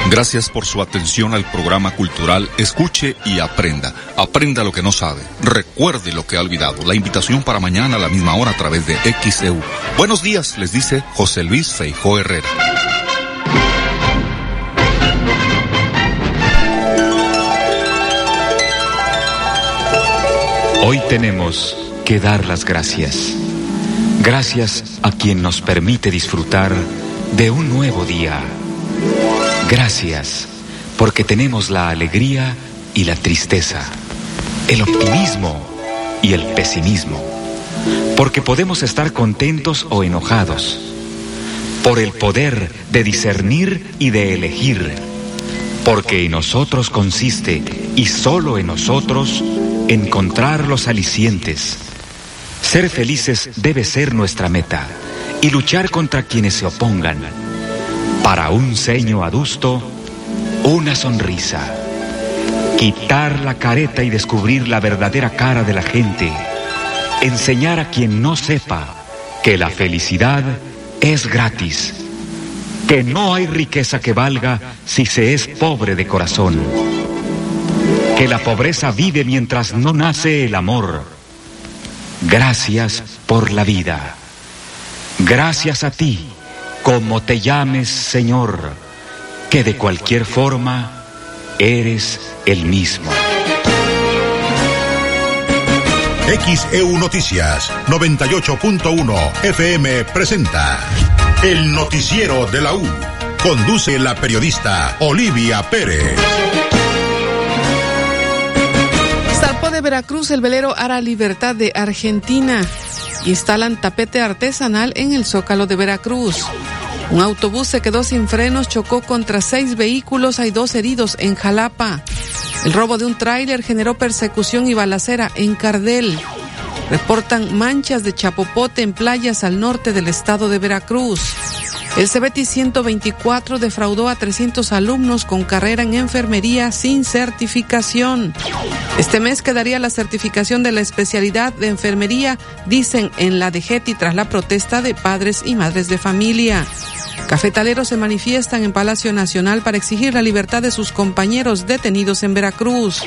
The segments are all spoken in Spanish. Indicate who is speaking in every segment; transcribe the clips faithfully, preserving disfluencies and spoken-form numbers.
Speaker 1: Gracias por su atención al programa cultural Escuche y Aprenda. Aprenda lo que no sabe. Recuerde lo que ha olvidado. La invitación para mañana a la misma hora a través de X E U. Buenos días, les dice José Luis Feijó Herrera.
Speaker 2: Hoy tenemos que dar las gracias. Gracias a quien nos permite disfrutar de un nuevo día. Gracias porque tenemos la alegría y la tristeza, el optimismo y el pesimismo, porque podemos estar contentos o enojados, por el poder de discernir y de elegir, porque en nosotros consiste, y solo en nosotros, encontrar los alicientes. Ser felices debe ser nuestra meta, y luchar contra quienes se opongan. Para un ceño adusto, una sonrisa. Quitar la careta y descubrir la verdadera cara de la gente. Enseñar a quien no sepa que la felicidad es gratis. Que no hay riqueza que valga si se es pobre de corazón. Que la pobreza vive mientras no nace el amor. Gracias por la vida. Gracias a ti, como te llames, Señor, que de cualquier forma eres el mismo.
Speaker 3: X E U Noticias noventa y ocho punto uno F M presenta El Noticiero de la U. Conduce la periodista Olivia Pérez.
Speaker 4: Zarpó de Veracruz el velero Ara Libertad de Argentina. Instalan tapete artesanal en el Zócalo de Veracruz. Un autobús se quedó sin frenos, chocó contra seis vehículos, hay dos heridos en Jalapa. El robo de un tráiler generó persecución y balacera en Cardel. Reportan manchas de chapopote en playas al norte del estado de Veracruz. El CEBETI ciento veinticuatro defraudó a trescientos alumnos con carrera en enfermería sin certificación. Este mes quedaría la certificación de la especialidad de enfermería, dicen en la DGETI tras la protesta de padres y madres de familia. Cafetaleros se manifiestan en Palacio Nacional para exigir la libertad de sus compañeros detenidos en Veracruz.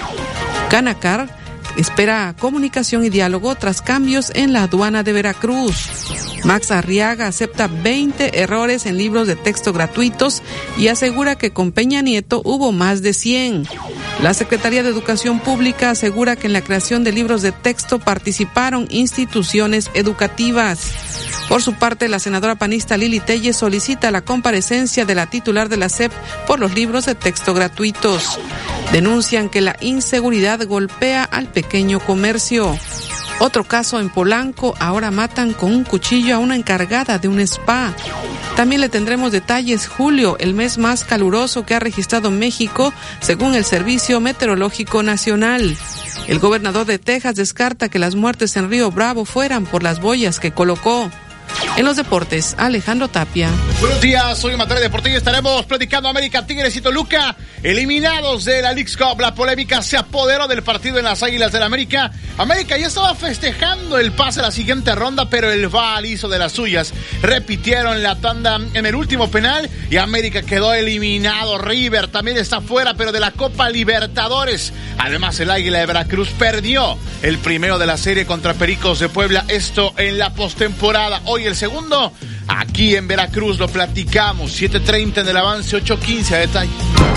Speaker 4: Canacar espera comunicación y diálogo tras cambios en la aduana de Veracruz. Max Arriaga acepta veinte errores en libros de texto gratuitos y asegura que con Peña Nieto hubo más de cien. La Secretaría de Educación Pública asegura que en la creación de libros de texto participaron instituciones educativas. Por su parte, la senadora panista Lili Telles solicita la comparecencia de la titular de la S E P por los libros de texto gratuitos. Denuncian que la inseguridad golpea al pequeño comercio. Otro caso en Polanco, ahora matan con un cuchillo a una encargada de un spa. También le tendremos detalles. Julio, el mes más caluroso que ha registrado México, según el Servicio Meteorológico Nacional. El gobernador de Texas descarta que las muertes en Río Bravo fueran por las boyas que colocó. En los deportes, Alejandro Tapia.
Speaker 5: Buenos días, soy Materia Deportiva y estaremos platicando América, Tigres y Toluca, eliminados de la Leagues Cup. La polémica se apoderó del partido en las Águilas del América. América ya estaba festejando el pase a la siguiente ronda, pero el V A R hizo de las suyas. Repitieron la tanda en el último penal y América quedó eliminado. River también está fuera, pero de la Copa Libertadores. Además, el Águila de Veracruz perdió el primero de la serie contra Pericos de Puebla. Esto en la postemporada. Hoy el segundo, aquí en Veracruz, lo platicamos, siete treinta en el avance, ocho quince a detalle.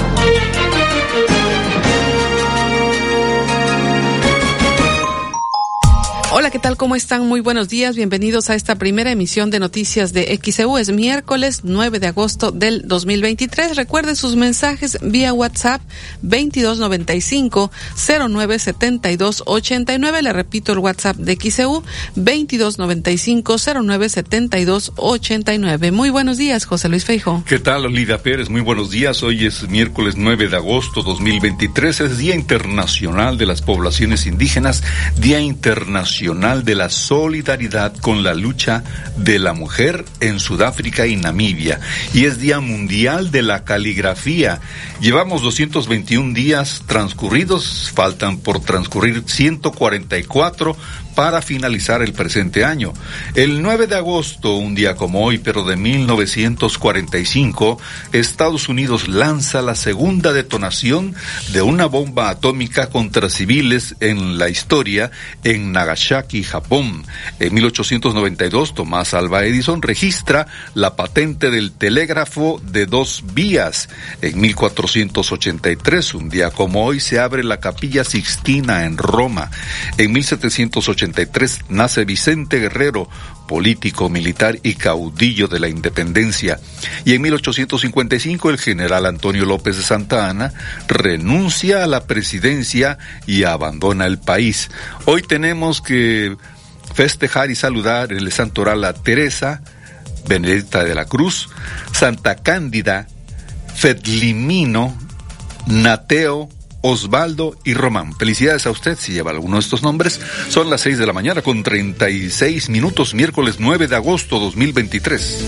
Speaker 4: Hola, ¿qué tal? ¿Cómo están? Muy buenos días. Bienvenidos a esta primera emisión de noticias de X E U. Es miércoles nueve de agosto del dos mil veintitrés. Recuerde sus mensajes vía WhatsApp veintidós noventa y cinco cero nueve setenta y dos ochenta y nueve. Le repito el WhatsApp de X E U veintidós noventa y cinco cero nueve setenta y dos ochenta y nueve. Muy buenos días, José Luis Feijó.
Speaker 1: ¿Qué tal, Olivia Pérez? Muy buenos días. Hoy es miércoles nueve de agosto dos mil veintitrés. Es Día Internacional de las Poblaciones Indígenas, Día Internacional de la solidaridad con la lucha de la mujer en Sudáfrica y Namibia, y es Día Mundial de la Caligrafía. Llevamos doscientos veintiún días transcurridos, faltan por transcurrir ciento cuarenta y cuatro para finalizar el presente año. El nueve de agosto, un día como hoy, pero de mil novecientos cuarenta y cinco, Estados Unidos lanza la segunda detonación de una bomba atómica contra civiles en la historia en Nagasaki, Japón. En mil ochocientos noventa y dos, Tomás Alva Edison registra la patente del telégrafo de dos vías. En mil cuatrocientos ochenta y tres, un día como hoy, se abre la Capilla Sixtina en Roma. En mil setecientos ochenta y tres nace Vicente Guerrero, político, militar y caudillo de la independencia. Y en mil ochocientos cincuenta y cinco, el general Antonio López de Santa Anna renuncia a la presidencia y abandona el país. Hoy tenemos que festejar y saludar en el santoral a Teresa, Benedicta de la Cruz, Santa Cándida, Fedlimino, Nateo, Osvaldo y Román. Felicidades a usted si lleva alguno de estos nombres. Son las seis de la mañana con treinta y seis minutos, miércoles nueve de agosto dos mil veintitrés.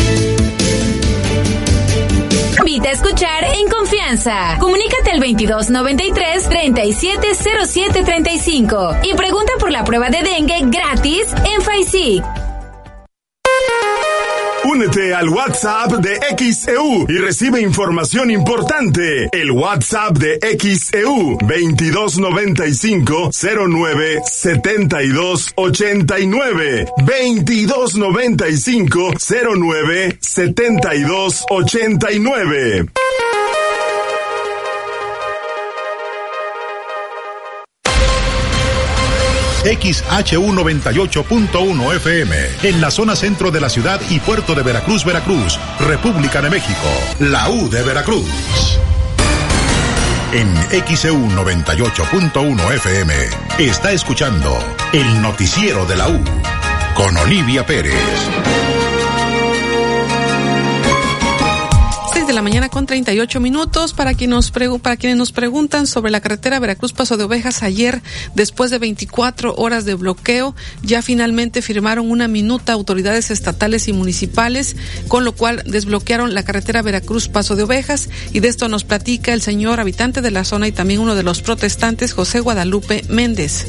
Speaker 6: Invita a escuchar en confianza. Comunícate al veintidós noventa y tres, treinta y siete cero siete treinta y cinco y pregunta por la prueba de dengue gratis en FAISIC.
Speaker 7: Únete al WhatsApp de X E U y recibe información importante. El WhatsApp de X E U, veintidós noventa y cinco, cero nueve, setenta y dos ochenta y nueve. veintidós noventa y cinco, cero nueve, setenta y dos ochenta y nueve.
Speaker 3: X H U noventa y ocho punto uno F M, en la zona centro de la ciudad y puerto de Veracruz, Veracruz, República de México, la U de Veracruz. En X E U noventa y ocho punto uno F M, está escuchando el noticiero de la U, con Olivia Pérez.
Speaker 4: De la mañana con treinta y ocho minutos. Para, quien nos pregu- para quienes nos preguntan sobre la carretera Veracruz-Paso de Ovejas, ayer, después de veinticuatro horas de bloqueo, ya finalmente firmaron una minuta autoridades estatales y municipales, con lo cual desbloquearon la carretera Veracruz-Paso de Ovejas, y de esto nos platica el señor habitante de la zona y también uno de los protestantes, José Guadalupe Méndez.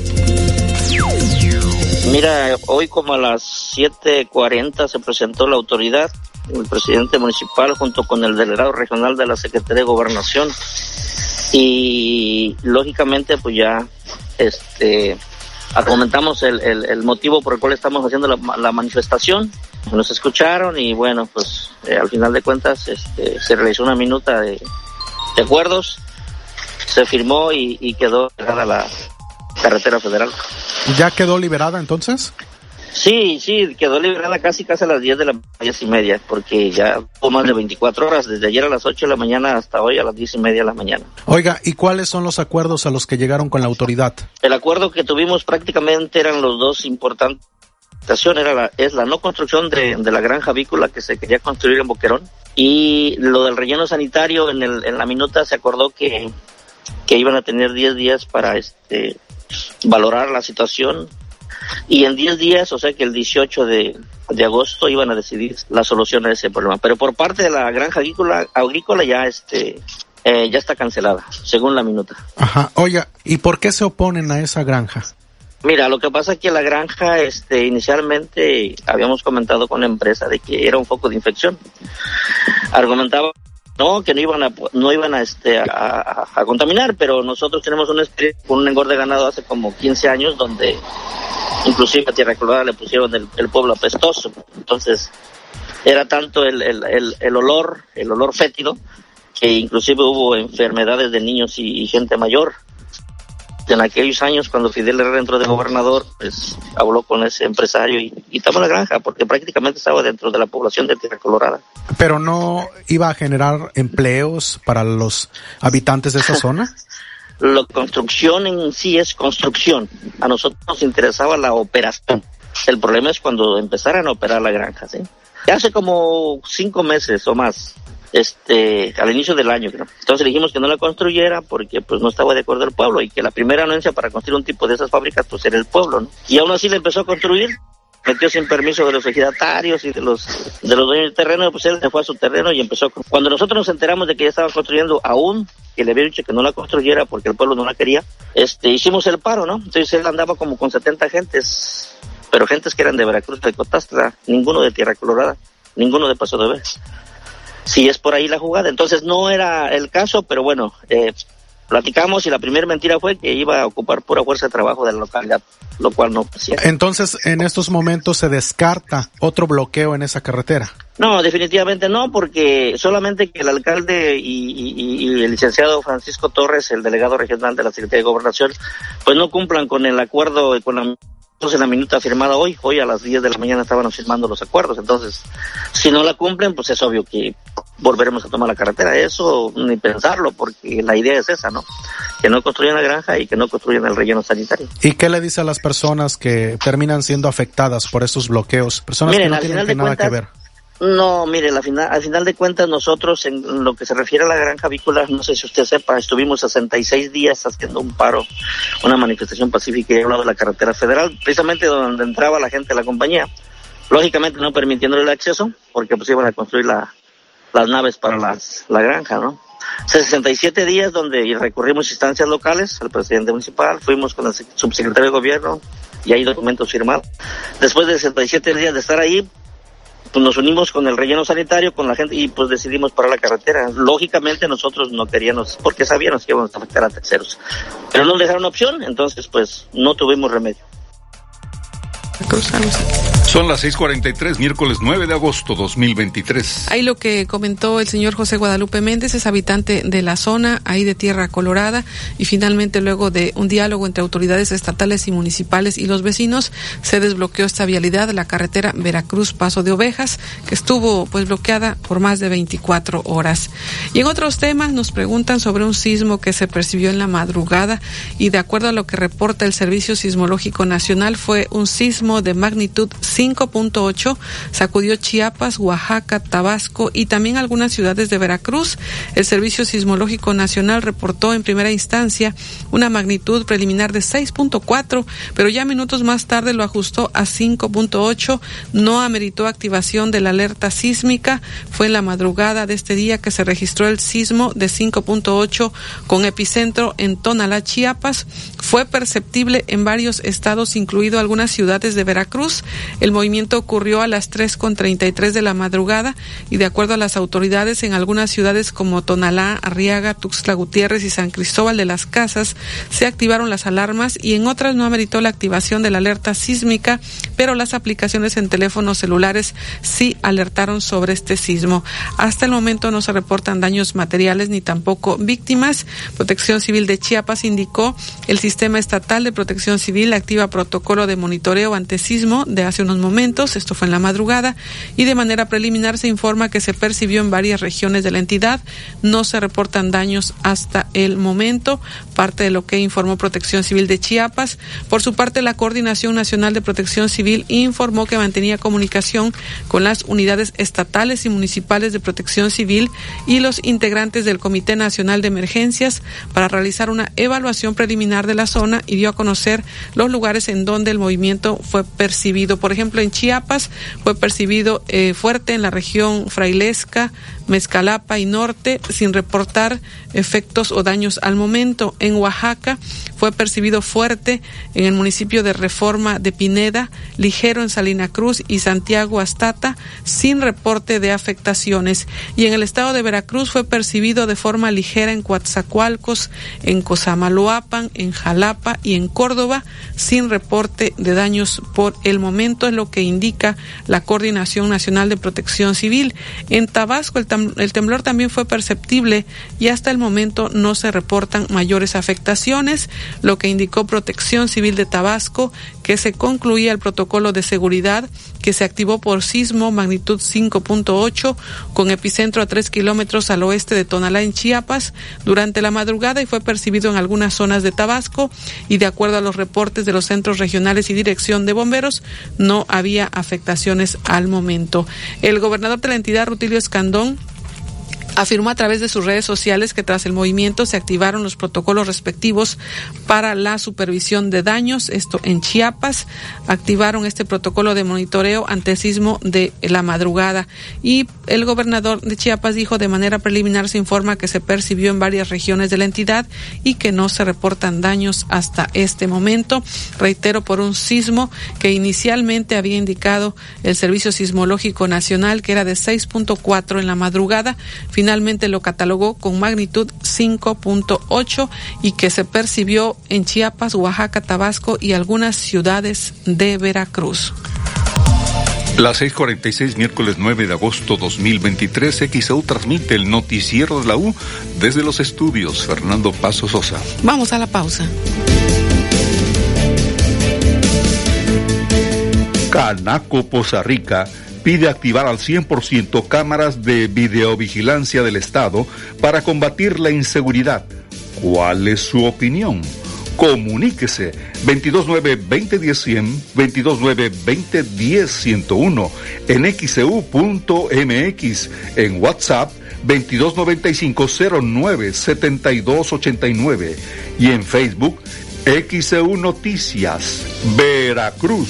Speaker 8: Mira, hoy como a las siete cuarenta se presentó la autoridad, el presidente municipal junto con el delegado regional de la Secretaría de Gobernación, y lógicamente pues ya este argumentamos el, el, el motivo por el cual estamos haciendo la, la manifestación. Nos escucharon y bueno, pues eh, al final de cuentas este, se realizó una minuta de, de acuerdos, se firmó y, y quedó cerrada la carretera federal.
Speaker 9: ¿Ya quedó liberada entonces?
Speaker 8: Sí, sí, quedó liberada casi casi a las diez de la diez y media, porque ya hubo más de veinticuatro horas, desde ayer a las ocho de la mañana hasta hoy a las diez y media de la mañana.
Speaker 9: Oiga, ¿y cuáles son los acuerdos a los que llegaron con la autoridad?
Speaker 8: El acuerdo que tuvimos prácticamente eran los dos importantes. Era la, es la no construcción de, de la granja avícola que se quería construir en Boquerón, y lo del relleno sanitario. En, el, en la minuta se acordó que, que iban a tener diez días para este valorar la situación, y en diez días, o sea que el dieciocho de, de agosto iban a decidir la solución a ese problema. Pero por parte de la granja agrícola, agrícola ya este eh, ya está cancelada, según la minuta.
Speaker 9: Ajá. Oiga, ¿y por qué se oponen a esa granja?
Speaker 8: Mira, lo que pasa es que la granja, este, inicialmente habíamos comentado con la empresa de que era un foco de infección. Argumentaba no, que no iban a, no iban a, este, a, a contaminar, pero nosotros tenemos una experiencia con un engorde de ganado hace como quince años, donde inclusive a Tierra Colorada le pusieron el, el pueblo apestoso. Entonces, era tanto el, el, el, el olor, el olor fétido, que inclusive hubo enfermedades de niños y, y gente mayor. En aquellos años, cuando Fidel Herrera entró de gobernador, pues habló con ese empresario y, y tomó la granja, porque prácticamente estaba dentro de la población de Tierra Colorada.
Speaker 9: ¿Pero no iba a generar empleos para los habitantes de esa zona?
Speaker 8: La construcción en sí es construcción. A nosotros nos interesaba la operación. El problema es cuando empezaran a operar la granja, ¿sí? Hace como cinco meses o más, este, al inicio del año, creo. Entonces dijimos que no la construyera porque pues no estaba de acuerdo el pueblo, y que la primera anuencia para construir un tipo de esas fábricas pues era el pueblo, ¿no? Y aún así le empezó a construir, metió sin permiso de los ejidatarios y de los de los dueños del terreno, pues él se fue a su terreno y empezó. Cuando nosotros nos enteramos de que ya estaba construyendo aún, que le había dicho que no la construyera porque el pueblo no la quería, este, hicimos el paro, ¿no? Entonces él andaba como con setenta gentes, pero gentes que eran de Veracruz, de Cotastra, ninguno de Tierra Colorada, ninguno de Paso de Veras. Sí, es por ahí la jugada. Entonces no era el caso, pero bueno, eh, platicamos y la primera mentira fue que iba a ocupar pura fuerza de trabajo de la localidad, lo cual no pasó.
Speaker 9: Entonces, en estos momentos se descarta otro bloqueo en esa carretera.
Speaker 8: No, definitivamente no, porque solamente que el alcalde y, y, y el licenciado Francisco Torres, el delegado regional de la Secretaría de Gobernación, pues no cumplan con el acuerdo y con la... Entonces la minuta firmada hoy, hoy a las diez de la mañana estaban firmando los acuerdos, entonces si no la cumplen, pues es obvio que volveremos a tomar la carretera, eso ni pensarlo, porque la idea es esa, ¿no? Que no construyan la granja y que no construyan el relleno sanitario.
Speaker 9: ¿Y qué le dice a las personas que terminan siendo afectadas por estos bloqueos? Personas
Speaker 8: Miren,
Speaker 9: que no tienen que nada
Speaker 8: cuentas,
Speaker 9: que ver.
Speaker 8: No, mire, la final, al final de cuentas nosotros en lo que se refiere a la granja avícola, no sé si usted sepa, estuvimos sesenta y seis días haciendo un paro, una manifestación pacífica a un lado de la carretera federal, precisamente donde entraba la gente de la compañía, lógicamente no permitiéndole el acceso, porque pues iban a construir la, las naves para las, la granja, ¿no? sesenta y siete días donde recurrimos instancias locales, al presidente municipal, fuimos con el subsecretario de gobierno y hay documentos firmados. Después de sesenta y siete días de estar ahí, pues nos unimos con el relleno sanitario, con la gente, y pues decidimos parar la carretera. Lógicamente nosotros no queríamos, porque sabíamos que íbamos a afectar a terceros, pero no nos dejaron opción, entonces pues no tuvimos remedio.
Speaker 1: Son las seis cuarenta y tres, miércoles nueve de agosto dos mil veintitrés.
Speaker 4: Ahí lo que comentó el señor José Guadalupe Méndez, es habitante de la zona, ahí de Tierra Colorada, y finalmente luego de un diálogo entre autoridades estatales y municipales y los vecinos, se desbloqueó esta vialidad, la carretera Veracruz-Paso de Ovejas, que estuvo pues bloqueada por más de veinticuatro horas. Y en otros temas nos preguntan sobre un sismo que se percibió en la madrugada, y de acuerdo a lo que reporta el Servicio Sismológico Nacional, fue un sismo de magnitud cinco punto ocho, sacudió Chiapas, Oaxaca, Tabasco y también algunas ciudades de Veracruz. El Servicio Sismológico Nacional reportó en primera instancia una magnitud preliminar de seis punto cuatro, pero ya minutos más tarde lo ajustó a cinco punto ocho. No ameritó activación de la alerta sísmica. Fue en la madrugada de este día que se registró el sismo de cinco punto ocho con epicentro en Tonalá, Chiapas. Fue perceptible en varios estados, incluido algunas ciudades de Veracruz. El movimiento ocurrió a las tres con treinta y tres de la madrugada y de acuerdo a las autoridades, en algunas ciudades como Tonalá, Arriaga, Tuxtla Gutiérrez y San Cristóbal de las Casas se activaron las alarmas, y en otras no ameritó la activación de la alerta sísmica, pero las aplicaciones en teléfonos celulares sí alertaron sobre este sismo. Hasta el momento no se reportan daños materiales ni tampoco víctimas. Protección Civil de Chiapas indicó: el Sistema Estatal de Protección Civil activa protocolo de monitoreo ante sismo de hace unos momentos, esto fue en la madrugada, y de manera preliminar se informa que se percibió en varias regiones de la entidad. No se reportan daños hasta el momento, parte de lo que informó Protección Civil de Chiapas. Por su parte, la Coordinación Nacional de Protección Civil informó que mantenía comunicación con las unidades estatales y municipales de Protección Civil y los integrantes del Comité Nacional de Emergencias para realizar una evaluación preliminar de la zona, y dio a conocer los lugares en donde el movimiento fue percibido. Por ejemplo, en Chiapas fue percibido eh, fuerte en la región Frailesca, Mezcalapa y Norte, sin reportar efectos o daños al momento. En Oaxaca fue percibido fuerte en el municipio de Reforma de Pineda, ligero en Salina Cruz y Santiago Astata, sin reporte de afectaciones. Y en el estado de Veracruz fue percibido de forma ligera en Coatzacoalcos, en Cosamaloapan, en Jalapa y en Córdoba, sin reporte de daños por el momento, es lo que indica la Coordinación Nacional de Protección Civil. En Tabasco el, tam- el temblor también fue perceptible y hasta el momento no se reportan mayores afectaciones, lo que indicó Protección Civil de Tabasco, que se concluía el protocolo de seguridad que se activó por sismo magnitud cinco punto ocho con epicentro a tres kilómetros al oeste de Tonalá en Chiapas durante la madrugada, y fue percibido en algunas zonas de Tabasco, y de acuerdo a los reportes de los centros regionales y dirección de bomberos no había afectaciones al momento. El gobernador de la entidad, Rutilio Escandón, Afirmó a través de sus redes sociales que tras el movimiento se activaron los protocolos respectivos para la supervisión de daños. Esto en Chiapas. Activaron este protocolo de monitoreo ante el sismo de la madrugada. Y el gobernador de Chiapas dijo de manera preliminar se informa que se percibió en varias regiones de la entidad y que no se reportan daños hasta este momento. Reitero, por un sismo que inicialmente había indicado el Servicio Sismológico Nacional que era de seis punto cuatro en la madrugada. Finalmente lo catalogó con magnitud cinco punto ocho y que se percibió en Chiapas, Oaxaca, Tabasco y algunas ciudades de Veracruz.
Speaker 1: Las seis cuarenta y seis, miércoles nueve de agosto dos mil veintitrés, X E U transmite el noticiero de la U desde los estudios Fernando Paso Sosa.
Speaker 4: Vamos a la pausa.
Speaker 1: Canaco Poza Rica pide activar al cien por ciento cámaras de videovigilancia del Estado para combatir la inseguridad. ¿Cuál es su opinión? Comuníquese veintidós nueve veinte diez cien, veintidós nueve veinte diez ciento uno, en x e u punto m x, en WhatsApp veintidós noventa y cinco cero nueve setenta y dos ochenta y nueve y en Facebook X E U Noticias Veracruz.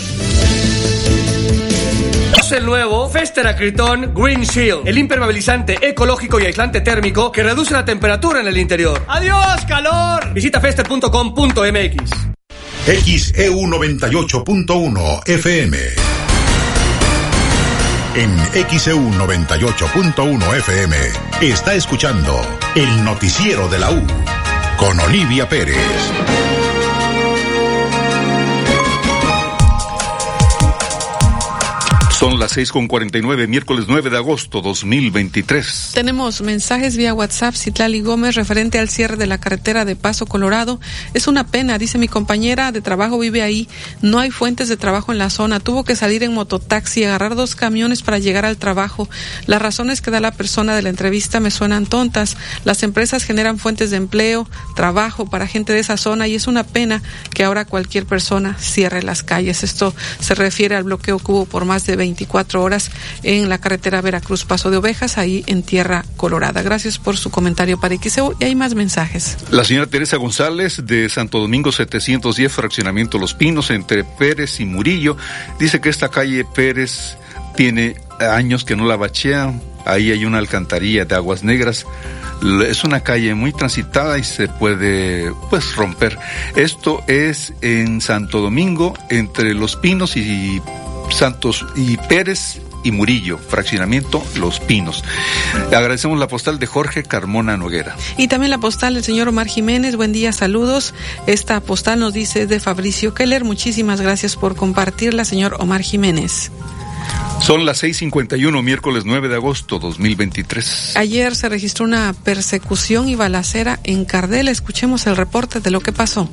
Speaker 10: El nuevo Festeracriton Green Shield, el impermeabilizante ecológico y aislante térmico que reduce la temperatura en el interior. ¡Adiós, calor! Visita fester punto com punto m x.
Speaker 3: X E U noventa y ocho punto uno F M. En X E U noventa y ocho punto uno F M está escuchando el noticiero de la U con Olivia Pérez.
Speaker 1: Son las seis con cuarenta y nueve, miércoles nueve de agosto dos mil veintitrés.
Speaker 4: Tenemos mensajes vía WhatsApp. Citlali Gómez, referente al cierre de la carretera de Paso Colorado. Es una pena, dice mi compañera de trabajo, vive ahí. No hay fuentes de trabajo en la zona. Tuvo que salir en mototaxi y agarrar dos camiones para llegar al trabajo. Las razones que da la persona de la entrevista me suenan tontas. Las empresas generan fuentes de empleo, trabajo para gente de esa zona y es una pena que ahora cualquier persona cierre las calles. Esto se refiere al bloqueo que hubo por más de veinticuatro horas en la carretera Veracruz Paso de Ovejas, ahí en Tierra Colorada. Gracias por su comentario para X E U y hay más mensajes.
Speaker 1: La señora Teresa González de Santo Domingo setecientos diez, fraccionamiento Los Pinos, entre Pérez y Murillo, dice que esta calle Pérez tiene años que no la bachean. Ahí hay una alcantarilla de aguas negras. Es una calle muy transitada y se puede, pues, romper. Esto es en Santo Domingo, entre Los Pinos y Santos y Pérez y Murillo, fraccionamiento Los Pinos. Agradecemos la postal de Jorge Carmona Noguera.
Speaker 4: Y también la postal del señor Omar Jiménez. Buen día, saludos. Esta postal nos dice de Fabricio Keller. Muchísimas gracias por compartirla, señor Omar Jiménez.
Speaker 1: Son las seis cincuenta y uno, miércoles nueve de agosto dos mil veintitrés.
Speaker 4: Ayer se registró una persecución y balacera en Cardel. Escuchemos el reporte de lo que pasó.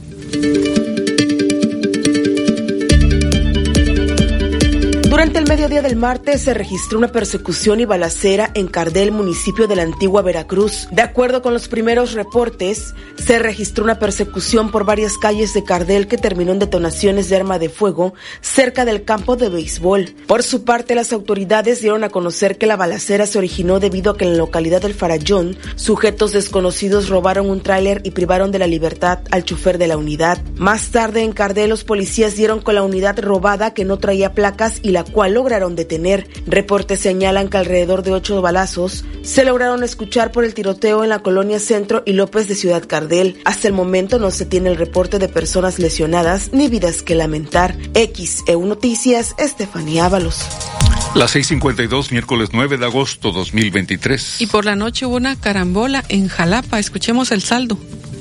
Speaker 11: Durante el mediodía del martes se registró una persecución y balacera en Cardel, municipio de la antigua Veracruz. De acuerdo con los primeros reportes, se registró una persecución por varias calles de Cardel que terminó en detonaciones de arma de fuego cerca del campo de béisbol. Por su parte, las autoridades dieron a conocer que la balacera se originó debido a que en la localidad del Farallón, sujetos desconocidos robaron un tráiler y privaron de la libertad al chofer de la unidad. Más tarde en Cardel, los policías dieron con la unidad robada que no traía placas y la cual lograron detener. Reportes señalan que alrededor de ocho balazos se lograron escuchar por el tiroteo en la colonia Centro y López de Ciudad Cardel. Hasta el momento no se tiene el reporte de personas lesionadas ni vidas que lamentar. X E U Noticias, Estefanía Ábalos.
Speaker 1: Las seis cincuenta y dos, miércoles nueve de agosto dos mil veintitrés.
Speaker 4: Y por la noche hubo una carambola en Jalapa. Escuchemos el saldo.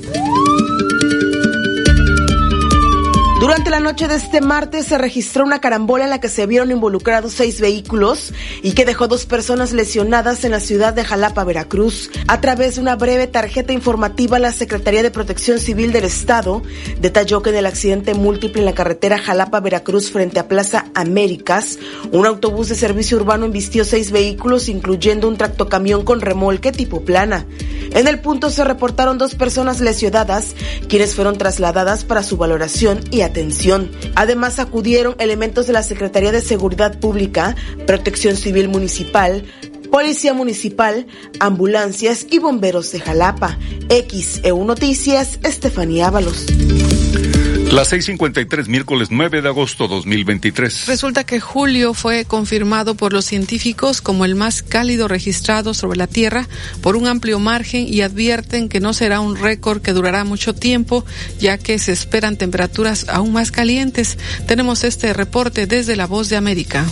Speaker 11: Durante la noche de este martes se registró una carambola en la que se vieron involucrados seis vehículos y que dejó dos personas lesionadas en la ciudad de Jalapa, Veracruz. A través de una breve tarjeta informativa, la Secretaría de Protección Civil del Estado detalló que en el accidente múltiple en la carretera Jalapa-Veracruz frente a Plaza Américas, un autobús de servicio urbano embistió seis vehículos, incluyendo un tractocamión con remolque tipo plana. En el punto se reportaron dos personas lesionadas, quienes fueron trasladadas para su valoración y atención. Además, acudieron elementos de la Secretaría de Seguridad Pública, Protección Civil Municipal, Policía Municipal, ambulancias y bomberos de Jalapa. X E U Noticias, Estefanía Ábalos.
Speaker 1: Las seis cincuenta y tres, miércoles nueve de agosto dos mil veintitrés.
Speaker 4: Resulta que julio fue confirmado por los científicos como el más cálido registrado sobre la Tierra por un amplio margen y advierten que no será un récord que durará mucho tiempo, ya que se esperan temperaturas aún más calientes. Tenemos este reporte desde La Voz de América.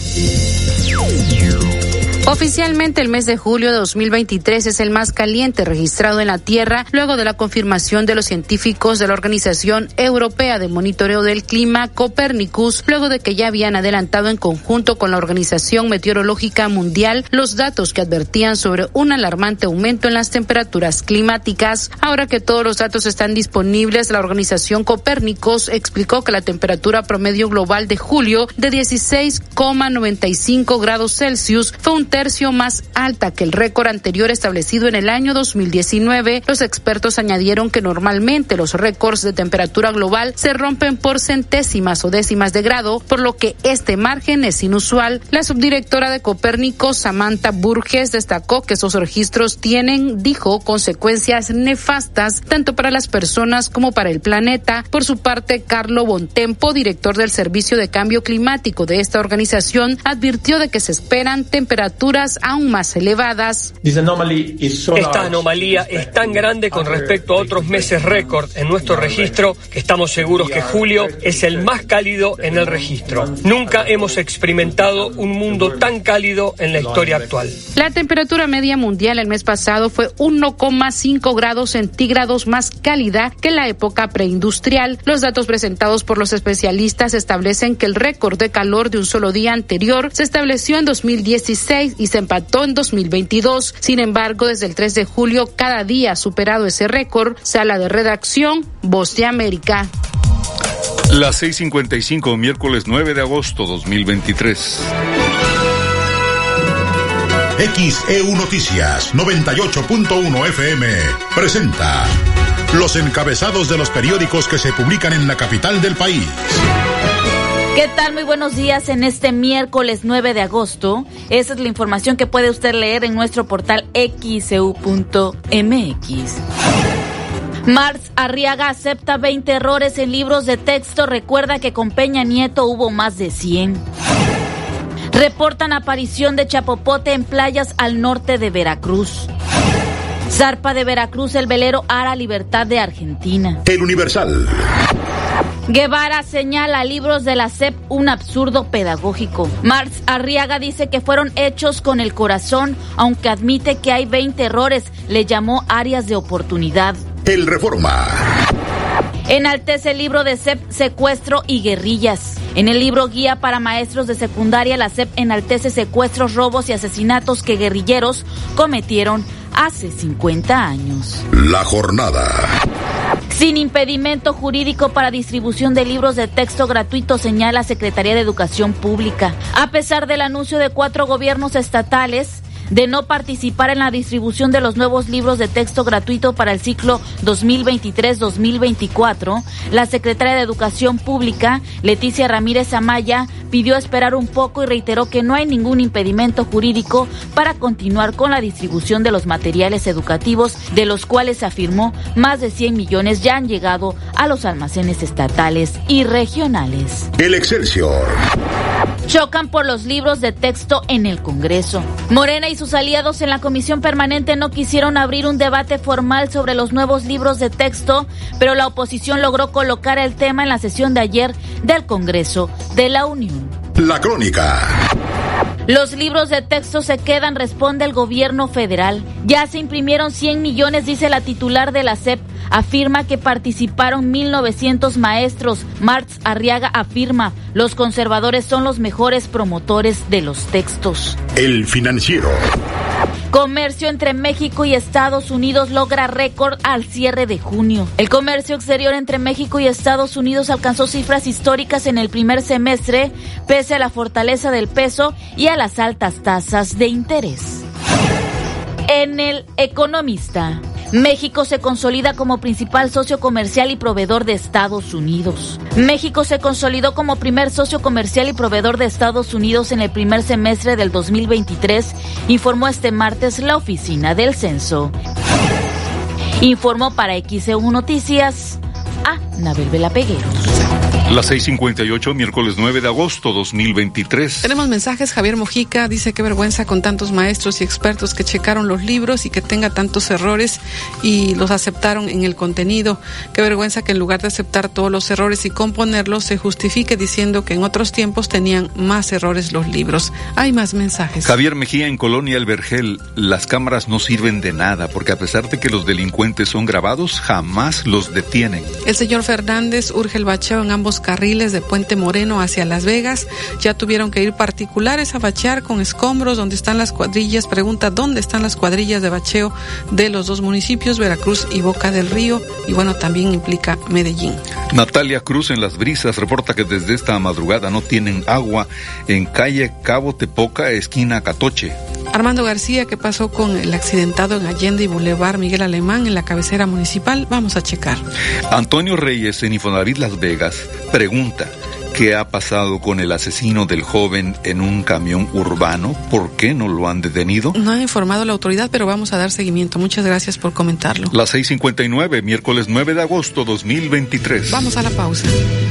Speaker 12: Oficialmente el mes de julio de dos mil veintitrés es el más caliente registrado en la Tierra luego de la confirmación de los científicos de la Organización Europea de Monitoreo del Clima, Copernicus, luego de que ya habían adelantado en conjunto con la Organización Meteorológica Mundial los datos que advertían sobre un alarmante aumento en las temperaturas climáticas. Ahora que todos los datos están disponibles, la Organización Copernicus explicó que la temperatura promedio global de julio de dieciséis coma noventa y cinco grados Celsius fue un tercio más alta que el récord anterior establecido en el año dos mil diecinueve. Los expertos añadieron que normalmente los récords de temperatura global se rompen por centésimas o décimas de grado, por lo que este margen es inusual. La subdirectora de Copérnico, Samantha Burgess, destacó que esos registros tienen, dijo, consecuencias nefastas tanto para las personas como para el planeta. Por su parte, Carlo Bontempo, director del Servicio de Cambio Climático de esta organización, advirtió de que se esperan temperaturas aún más elevadas.
Speaker 10: Esta anomalía es tan grande con respecto a otros meses récord en nuestro registro que estamos seguros que julio es el más cálido en el registro. Nunca hemos experimentado un mundo tan cálido en la historia actual.
Speaker 12: La temperatura media mundial el mes pasado fue uno coma cinco grados centígrados más cálida que en la época preindustrial. Los datos presentados por los especialistas establecen que el récord de calor de un solo día anterior se estableció en dos mil dieciséis y se empató en dos mil veintidós. Sin embargo, desde el tres de julio, cada día ha superado ese récord. Sala de redacción, Voz de América.
Speaker 1: Las seis cincuenta y cinco, miércoles nueve de agosto dos mil veintitrés.
Speaker 3: X E U Noticias noventa y ocho punto uno F M presenta los encabezados de los periódicos que se publican en la capital del país.
Speaker 13: ¿Qué tal? Muy buenos días en este miércoles nueve de agosto. Esa es la información que puede usted leer en nuestro portal X E U punto M X. Marx Arriaga acepta veinte errores en libros de texto. Recuerda que con Peña Nieto hubo más de cien. Reportan aparición de chapopote en playas al norte de Veracruz. Zarpa de Veracruz el velero Ara Libertad de Argentina.
Speaker 3: El Universal.
Speaker 13: Guevara señala libros de la S E P un absurdo pedagógico. Marx Arriaga dice que fueron hechos con el corazón, aunque admite que hay veinte errores. Le llamó áreas de oportunidad.
Speaker 3: El Reforma.
Speaker 13: Enaltece el libro de S E P Secuestro y Guerrillas. En el libro Guía para Maestros de Secundaria, la S E P enaltece secuestros, robos y asesinatos que guerrilleros cometieron hace cincuenta años.
Speaker 3: La Jornada.
Speaker 13: Sin impedimento jurídico para distribución de libros de texto gratuito, señala Secretaría de Educación Pública. A pesar del anuncio de cuatro gobiernos estatales de no participar en la distribución de los nuevos libros de texto gratuito para el ciclo dos mil veintitrés dos mil veinticuatro, la secretaria de Educación Pública, Leticia Ramírez Amaya, pidió esperar un poco y reiteró que no hay ningún impedimento jurídico para continuar con la distribución de los materiales educativos, de los cuales afirmó más de cien millones ya han llegado a los almacenes estatales y regionales.
Speaker 3: El Excelsior.
Speaker 13: Chocan por los libros de texto en el Congreso. Morena y sus aliados en la Comisión Permanente no quisieron abrir un debate formal sobre los nuevos libros de texto, pero la oposición logró colocar el tema en la sesión de ayer del Congreso de la Unión.
Speaker 3: La Crónica.
Speaker 13: Los libros de texto se quedan, responde el gobierno federal. Ya se imprimieron cien millones, dice la titular de la S E P. Afirma que participaron mil novecientos maestros. Marx Arriaga afirma, los conservadores son los mejores promotores de los textos.
Speaker 3: El Financiero.
Speaker 13: Comercio entre México y Estados Unidos logra récord al cierre de junio. El comercio exterior entre México y Estados Unidos alcanzó cifras históricas en el primer semestre, pese a la fortaleza del peso y a las altas tasas de interés. En El Economista, México se consolida como principal socio comercial y proveedor de Estados Unidos. México se consolidó como primer socio comercial y proveedor de Estados Unidos en el primer semestre del dos mil veintitrés, informó este martes la Oficina del Censo. Informó para X E U Noticias a Nabel Vela Pegueros.
Speaker 1: Las seis cincuenta y ocho, miércoles nueve de agosto dos mil veintitrés.
Speaker 4: Tenemos mensajes. Javier Mojica dice: qué vergüenza con tantos maestros y expertos que checaron los libros y que tenga tantos errores y los aceptaron en el contenido. Qué vergüenza que en lugar de aceptar todos los errores y componerlos, se justifique diciendo que en otros tiempos tenían más errores los libros. Hay más mensajes.
Speaker 1: Javier Mejía en Colonia El Vergel: las cámaras no sirven de nada porque a pesar de que los delincuentes son grabados, jamás los detienen.
Speaker 4: El señor Fernández urge el bacheo en ambos carriles de Puente Moreno hacia Las Vegas. Ya tuvieron que ir particulares a bachear con escombros. ¿Dónde están las cuadrillas? Pregunta: ¿dónde están las cuadrillas de bacheo de los dos municipios, Veracruz y Boca del Río? Y bueno, también implica Medellín.
Speaker 1: Natalia Cruz en Las Brisas reporta que desde esta madrugada no tienen agua en calle Cabo Tepoca, esquina Catoche.
Speaker 4: Armando García: ¿qué pasó con el accidentado en Allende y Boulevard Miguel Alemán en la cabecera municipal? Vamos a checar.
Speaker 1: Antonio Reyes en Infonavit Las Vegas pregunta: ¿qué ha pasado con el asesino del joven en un camión urbano? ¿Por qué no lo han detenido?
Speaker 4: No ha informado la autoridad, pero vamos a dar seguimiento. Muchas gracias por comentarlo.
Speaker 1: Las seis cincuenta y nueve, miércoles nueve de agosto dos mil veintitrés.
Speaker 4: Vamos a la pausa.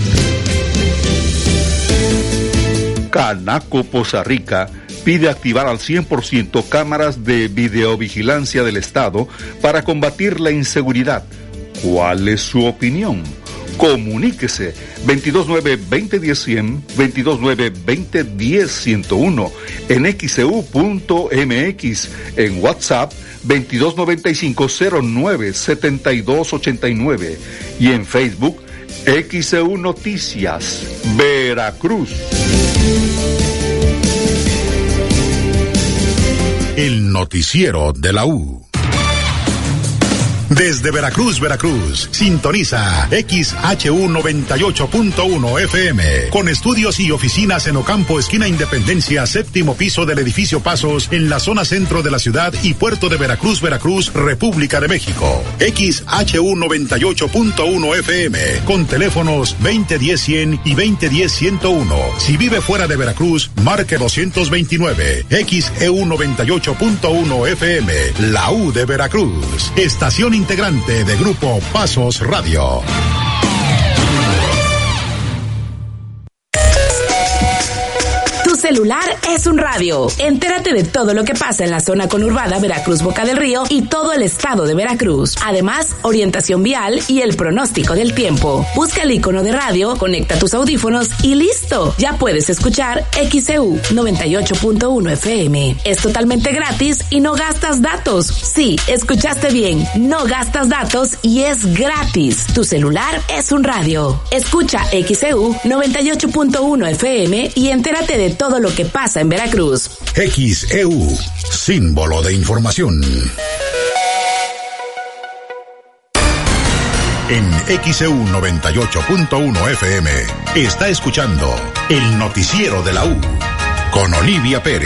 Speaker 1: Canaco Poza Rica pide activar al cien por ciento cámaras de videovigilancia del Estado para combatir la inseguridad. ¿Cuál es su opinión? Comuníquese veintidós nueve veinte diez cien, veintidós nueve veinte diez ciento uno, en x e u punto m x, en WhatsApp veintidós noventa y cinco cero nueve setenta y dos ochenta y nueve y en Facebook X E U Noticias Veracruz.
Speaker 3: El noticiero de la U. Desde Veracruz, Veracruz, sintoniza X H U noventa y ocho punto uno F M, con estudios y oficinas en Ocampo, esquina Independencia, séptimo piso del edificio Pasos, en la zona centro de la ciudad y puerto de Veracruz, Veracruz, República de México. X H U noventa y ocho punto uno F M, con teléfonos veinte diez cien y veinte diez ciento uno. Si vive fuera de Veracruz, marque doscientos veintinueve. X E U noventa y ocho punto uno F M, la U de Veracruz. Estación integrante de Grupo Pasos Radio.
Speaker 14: Tu celular es un radio. Entérate de todo lo que pasa en la zona conurbada Veracruz, Boca del Río y todo el estado de Veracruz. Además, orientación vial y el pronóstico del tiempo. Busca el icono de radio, conecta tus audífonos y listo. Ya puedes escuchar X E U noventa y ocho punto uno F M. Es totalmente gratis y no gastas datos. Sí, escuchaste bien. No gastas datos y es gratis. Tu celular es un radio. Escucha X E U noventa y ocho punto uno F M y entérate de todo lo que pasa en Veracruz.
Speaker 3: X E U, símbolo de información. En X E U noventa y ocho punto uno F M está escuchando el noticiero de la U con Olivia Pérez.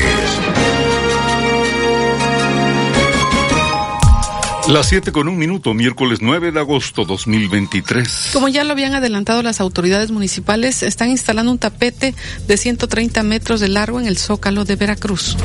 Speaker 1: Las siete con un minuto, miércoles nueve de agosto dos mil veintitrés.
Speaker 4: Como ya lo habían adelantado las autoridades municipales, están instalando un tapete de ciento treinta metros de largo en el Zócalo de Veracruz.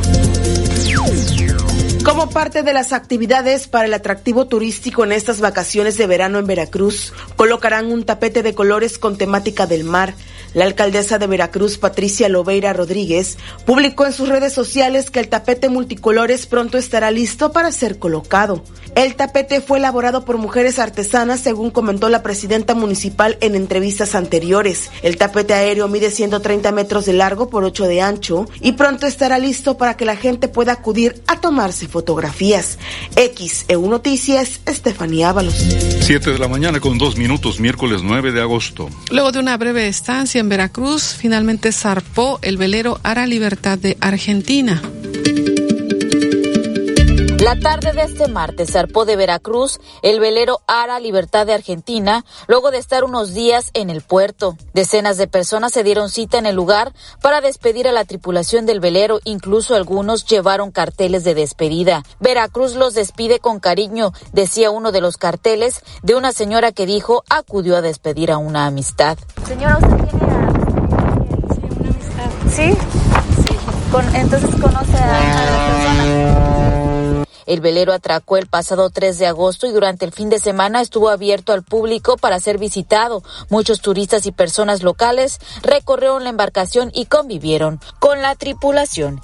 Speaker 11: Como parte de las actividades para el atractivo turístico en estas vacaciones de verano en Veracruz, colocarán un tapete de colores con temática del mar. La alcaldesa de Veracruz, Patricia Lobeira Rodríguez, publicó en sus redes sociales que el tapete multicolores pronto estará listo para ser colocado. El tapete fue elaborado por mujeres artesanas, según comentó la presidenta municipal en entrevistas anteriores. El tapete aéreo mide ciento treinta metros de largo por ocho de ancho y pronto estará listo para que la gente pueda acudir a tomarse fotografías. X E U Noticias, Estefanía Ábalos.
Speaker 1: siete de la mañana con dos minutos, miércoles nueve de agosto.
Speaker 4: Luego de una breve estancia en Veracruz, finalmente zarpó el velero Ara Libertad de Argentina.
Speaker 13: La tarde de este martes zarpó de Veracruz el velero Ara Libertad de Argentina, luego de estar unos días en el puerto. Decenas de personas se dieron cita en el lugar para despedir a la tripulación del velero, incluso algunos llevaron carteles de despedida. Veracruz los despide con cariño, decía uno de los carteles de una señora que dijo acudió a despedir a una amistad.
Speaker 15: Señora, ¿usted viene a despedir una amistad? ¿Sí? Sí. Con, entonces conoce a, a la persona.
Speaker 13: El velero atracó el pasado tres de agosto y durante el fin de semana estuvo abierto al público para ser visitado. Muchos turistas y personas locales recorrieron la embarcación y convivieron con la tripulación.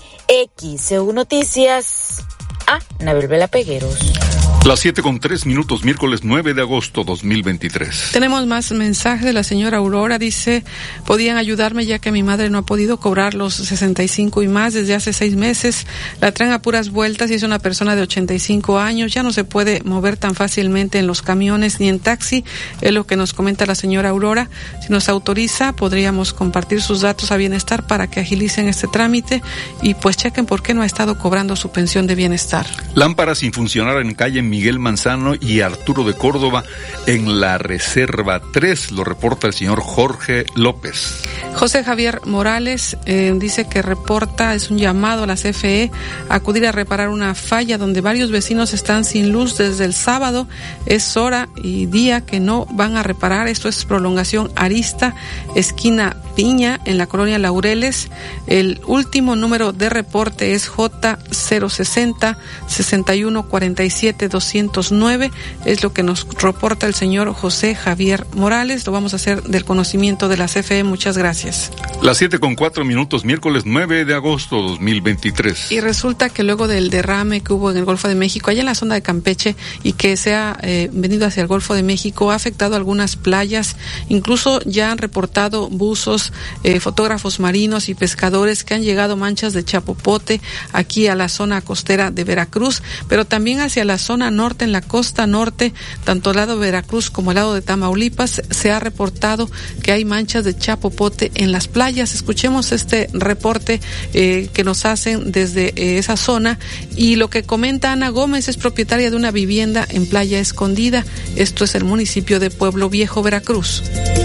Speaker 13: X E U Noticias, a Nabel Vela Pegueros.
Speaker 1: Las siete con tres minutos, miércoles nueve de agosto dos mil veintitrés.
Speaker 4: Tenemos más mensajes de la señora Aurora. Dice, podían ayudarme ya que mi madre no ha podido cobrar los sesenta y cinco y más desde hace seis meses. La traen a puras vueltas y es una persona de ochenta y cinco años. Ya no se puede mover tan fácilmente en los camiones ni en taxi. Es lo que nos comenta la señora Aurora. Si nos autoriza, podríamos compartir sus datos a Bienestar para que agilicen este trámite y pues chequen por qué no ha estado cobrando su pensión de bienestar.
Speaker 1: Lámparas sin funcionar en calle Miguel Manzano y Arturo de Córdoba en la Reserva tres, lo reporta el señor Jorge López.
Speaker 4: José Javier Morales eh, dice que reporta, es un llamado a la C F E a acudir a reparar una falla donde varios vecinos están sin luz desde el sábado. Es hora y día que no van a reparar. Esto es prolongación Arista, esquina Piña, en la colonia Laureles. El último número de reporte es J cero sesenta, sesenta y uno cuarenta y siete, doscientos nueve. Es lo que nos reporta el señor José Javier Morales. Lo vamos a hacer del conocimiento de la C F E. Muchas gracias.
Speaker 1: Las siete con cuatro minutos, miércoles nueve de agosto dos mil veintitrés.
Speaker 4: Y resulta que luego del derrame que hubo en el Golfo de México, allá en la zona de Campeche, y que se ha eh, venido hacia el Golfo de México, ha afectado algunas playas. Incluso ya han reportado buzos, eh, fotógrafos marinos y pescadores que han llegado manchas de chapopote aquí a la zona costera de Veracruz, pero también hacia la zona norte, en la costa norte, tanto el lado de Veracruz como el lado de Tamaulipas, se ha reportado que hay manchas de chapopote en las playas. Escuchemos este reporte eh, que nos hacen desde eh, esa zona, y lo que comenta Ana Gómez es propietaria de una vivienda en Playa Escondida. Esto es el municipio de Pueblo Viejo, Veracruz.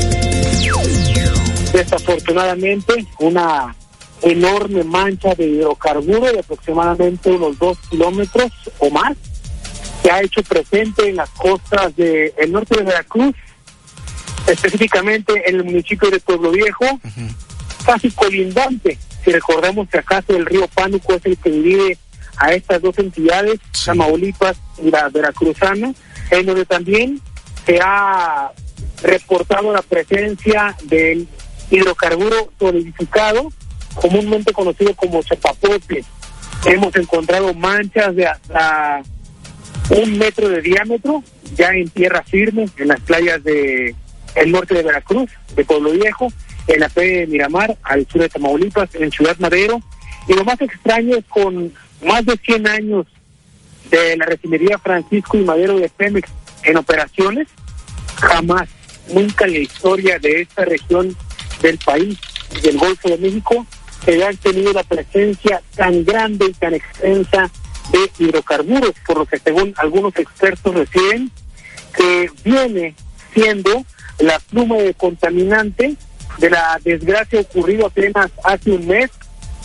Speaker 16: Desafortunadamente, una enorme mancha de hidrocarburo de aproximadamente unos dos kilómetros o más se ha hecho presente en las costas del norte de Veracruz, específicamente en el municipio de Pueblo Viejo, uh-huh. casi colindante. Si recordamos que acaso el río Pánuco es el que divide a estas dos entidades, sí. Tamaulipas y la veracruzana, en donde también se ha reportado la presencia del hidrocarburo solidificado, comúnmente conocido como chapapote. Hemos encontrado manchas de hasta un metro de diámetro, ya en tierra firme, en las playas de el norte de Veracruz, de Pueblo Viejo, en la P de Miramar, al sur de Tamaulipas, en Ciudad Madero. Y lo más extraño es con más de cien años de la refinería Francisco y Madero de Pemex en operaciones, jamás, nunca en la historia de esta región del país, del Golfo de México, se ha tenido la presencia tan grande y tan extensa de hidrocarburos, por lo que según algunos expertos refieren que viene siendo la pluma de contaminante de la desgracia ocurrida apenas hace un mes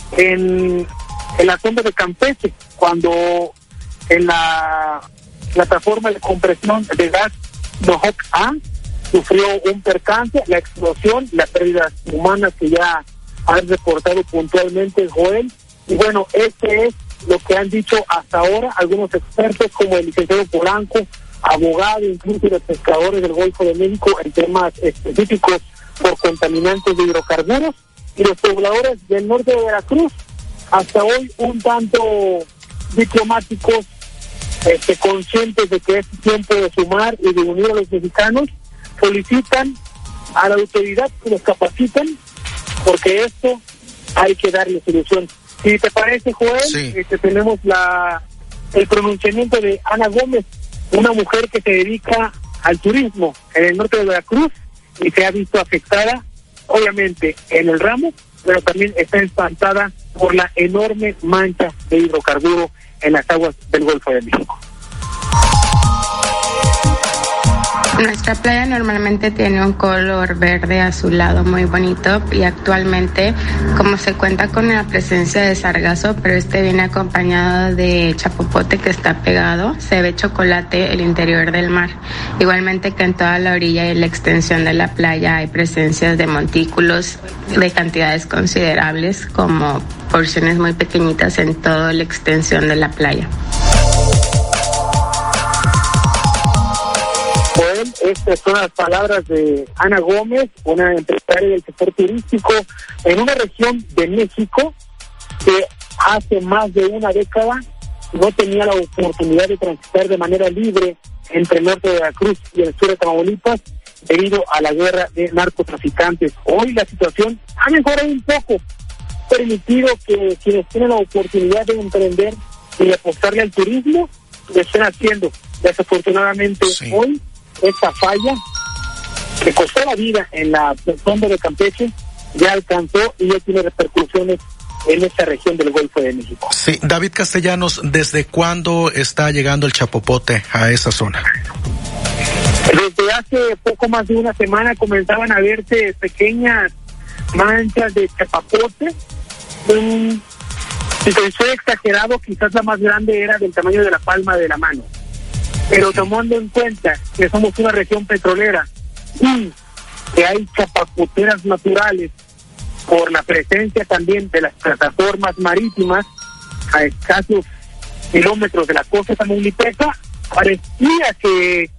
Speaker 16: en, en la sonda de Campeche, cuando en la plataforma de compresión de gas Nohoc A sufrió un percance, la explosión, las pérdidas humanas que ya han reportado puntualmente, Joel. Y bueno, este es lo que han dicho hasta ahora algunos expertos, como el licenciado Polanco, abogado incluso de pescadores del Golfo de México en temas específicos por contaminantes de hidrocarburos, y los pobladores del norte de Veracruz, hasta hoy un tanto diplomáticos, este, conscientes de que es tiempo de sumar y de unir a los mexicanos, solicitan a la autoridad que los capaciten, porque esto hay que darle solución. Si te parece, Joel, sí. este, tenemos la el pronunciamiento de Ana Gómez, una mujer que se dedica al turismo en el norte de Veracruz y se ha visto afectada, obviamente, en el ramo, pero también está espantada por la enorme mancha de hidrocarburo en las aguas del Golfo de México.
Speaker 17: Nuestra playa normalmente tiene un color verde azulado muy bonito y actualmente, como se cuenta con la presencia de sargazo, pero este viene acompañado de chapopote que está pegado, se ve chocolate el interior del mar. Igualmente que en toda la orilla y la extensión de la playa hay presencias de montículos de cantidades considerables, como porciones muy pequeñitas en toda la extensión de la playa.
Speaker 16: Estas son las palabras de Ana Gómez, una empresaria del sector turístico en una región de México que hace más de una década no tenía la oportunidad de transitar de manera libre entre el norte de Veracruz y el sur de Tamaulipas debido a la guerra de narcotraficantes. Hoy la situación ha mejorado un poco, permitido que quienes tienen la oportunidad de emprender y de apostarle al turismo lo estén haciendo. Desafortunadamente sí. Hoy esta falla que costó la vida en la sonda de Campeche ya alcanzó y ya tiene repercusiones en esta región del Golfo de México.
Speaker 9: Sí, David Castellanos, ¿desde cuándo está llegando el chapopote a esa zona?
Speaker 16: Desde hace poco más de una semana comenzaban a verse pequeñas manchas de chapopote. Um, si soy exagerado, quizás la más grande era del tamaño de la palma de la mano. Pero tomando en cuenta que somos una región petrolera y que hay chapapoteras naturales por la presencia también de las plataformas marítimas a escasos kilómetros de la costa tamaulipeca, parecía que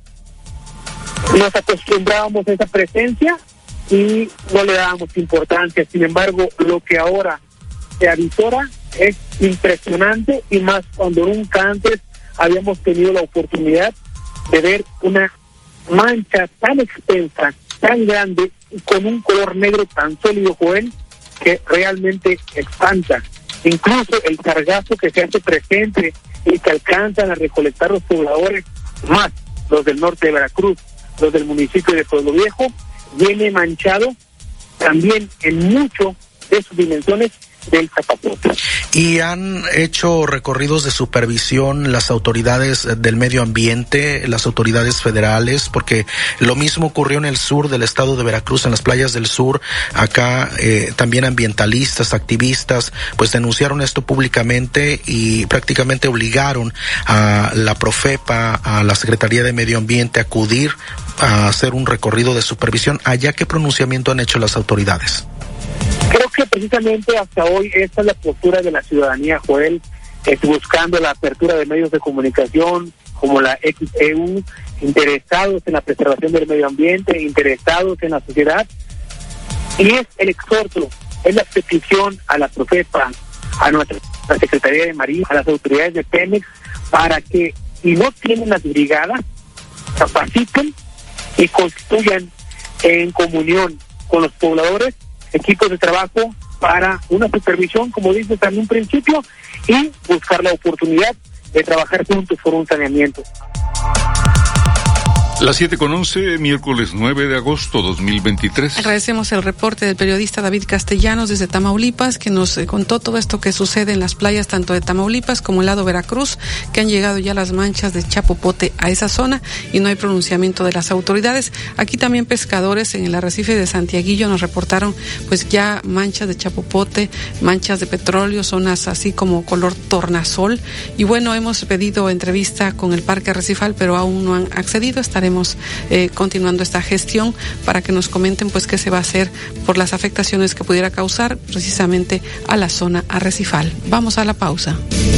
Speaker 16: nos acostumbrábamos a esa presencia y no le dábamos importancia. Sin embargo, lo que ahora se avisora es impresionante, y más cuando nunca antes habíamos tenido la oportunidad de ver una mancha tan extensa, tan grande y con un color negro tan sólido, Joel, que realmente espanta. Incluso el sargazo que se hace presente y que alcanzan a recolectar los pobladores, más los del norte de Veracruz, los del municipio de Pueblo Viejo, viene manchado también en mucho de sus dimensiones del chapapote.
Speaker 9: ¿Y han hecho recorridos de supervisión las autoridades del medio ambiente, las autoridades federales? Porque lo mismo ocurrió en el sur del estado de Veracruz, en las playas del sur. Acá eh, también ambientalistas, activistas, pues denunciaron esto públicamente y prácticamente obligaron a la Profepa, a la Secretaría de Medio Ambiente a acudir a hacer un recorrido de supervisión. ¿Allá qué pronunciamiento han hecho las autoridades?
Speaker 16: Creo que precisamente hasta hoy esta es la postura de la ciudadanía, Joel, es buscando la apertura de medios de comunicación como la X E U, interesados en la preservación del medio ambiente, interesados en la sociedad, y es el exhorto, es la petición a la Profepa, a nuestra la Secretaría de Marina, a las autoridades de Pemex, para que, si no tienen las brigadas, capaciten y constituyan en comunión con los pobladores equipos de trabajo para una supervisión, como dices en un principio, y buscar la oportunidad de trabajar juntos por un saneamiento.
Speaker 1: Las siete con once, miércoles nueve de agosto dos mil veintitrés.
Speaker 4: Agradecemos el reporte del periodista David Castellanos desde Tamaulipas, que nos eh, contó todo esto que sucede en las playas tanto de Tamaulipas como el lado Veracruz, que han llegado ya las manchas de chapopote a esa zona y no hay pronunciamiento de las autoridades. Aquí también pescadores en el arrecife de Santiaguillo nos reportaron pues ya manchas de chapopote, manchas de petróleo, zonas así como color tornasol. Y bueno, hemos pedido entrevista con el Parque Arrecifal, pero aún no han accedido. Estaremos Eh, continuando esta gestión para que nos comenten pues qué se va a hacer por las afectaciones que pudiera causar precisamente a la zona arrecifal. Vamos a la pausa.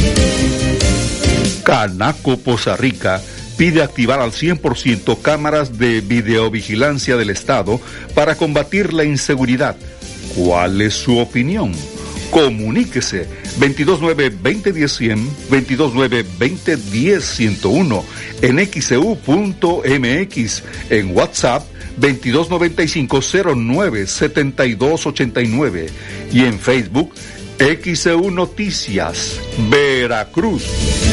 Speaker 1: Canaco Poza Rica pide activar al cien por ciento cámaras de videovigilancia del Estado para combatir la inseguridad. ¿Cuál es su opinión? Comuníquese veintidós nueve veinte diez cien, veintidós nueve veinte diez ciento uno, en x e u punto m x, en WhatsApp veintidós noventa y cinco cero nueve setenta y dos ochenta y nueve y en Facebook X E U Noticias Veracruz.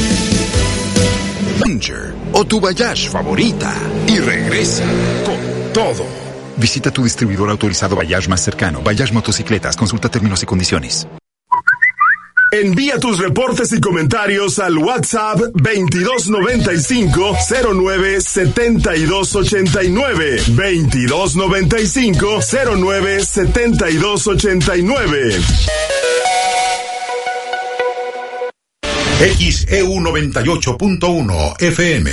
Speaker 18: Ranger o tu Bayash favorita y regresa con todo. Visita tu distribuidor autorizado Bayash más cercano. Bayash Motocicletas. Consulta términos y condiciones.
Speaker 7: Envía tus reportes y comentarios al WhatsApp veintidós noventa y cinco cero nueve setenta y dos ochenta y nueve, veintidós noventa y cinco cero nueve setenta y dos ochenta y nueve.
Speaker 3: X E U noventa y ocho punto uno F M.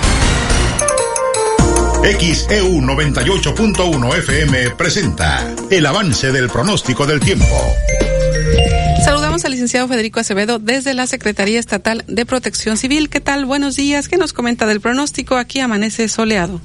Speaker 3: X E U noventa y ocho punto uno F M presenta el avance del pronóstico del tiempo.
Speaker 4: Saludamos al licenciado Federico Acevedo desde la Secretaría Estatal de Protección Civil. ¿Qué tal? Buenos días. ¿Qué nos comenta del pronóstico? Aquí amanece soleado.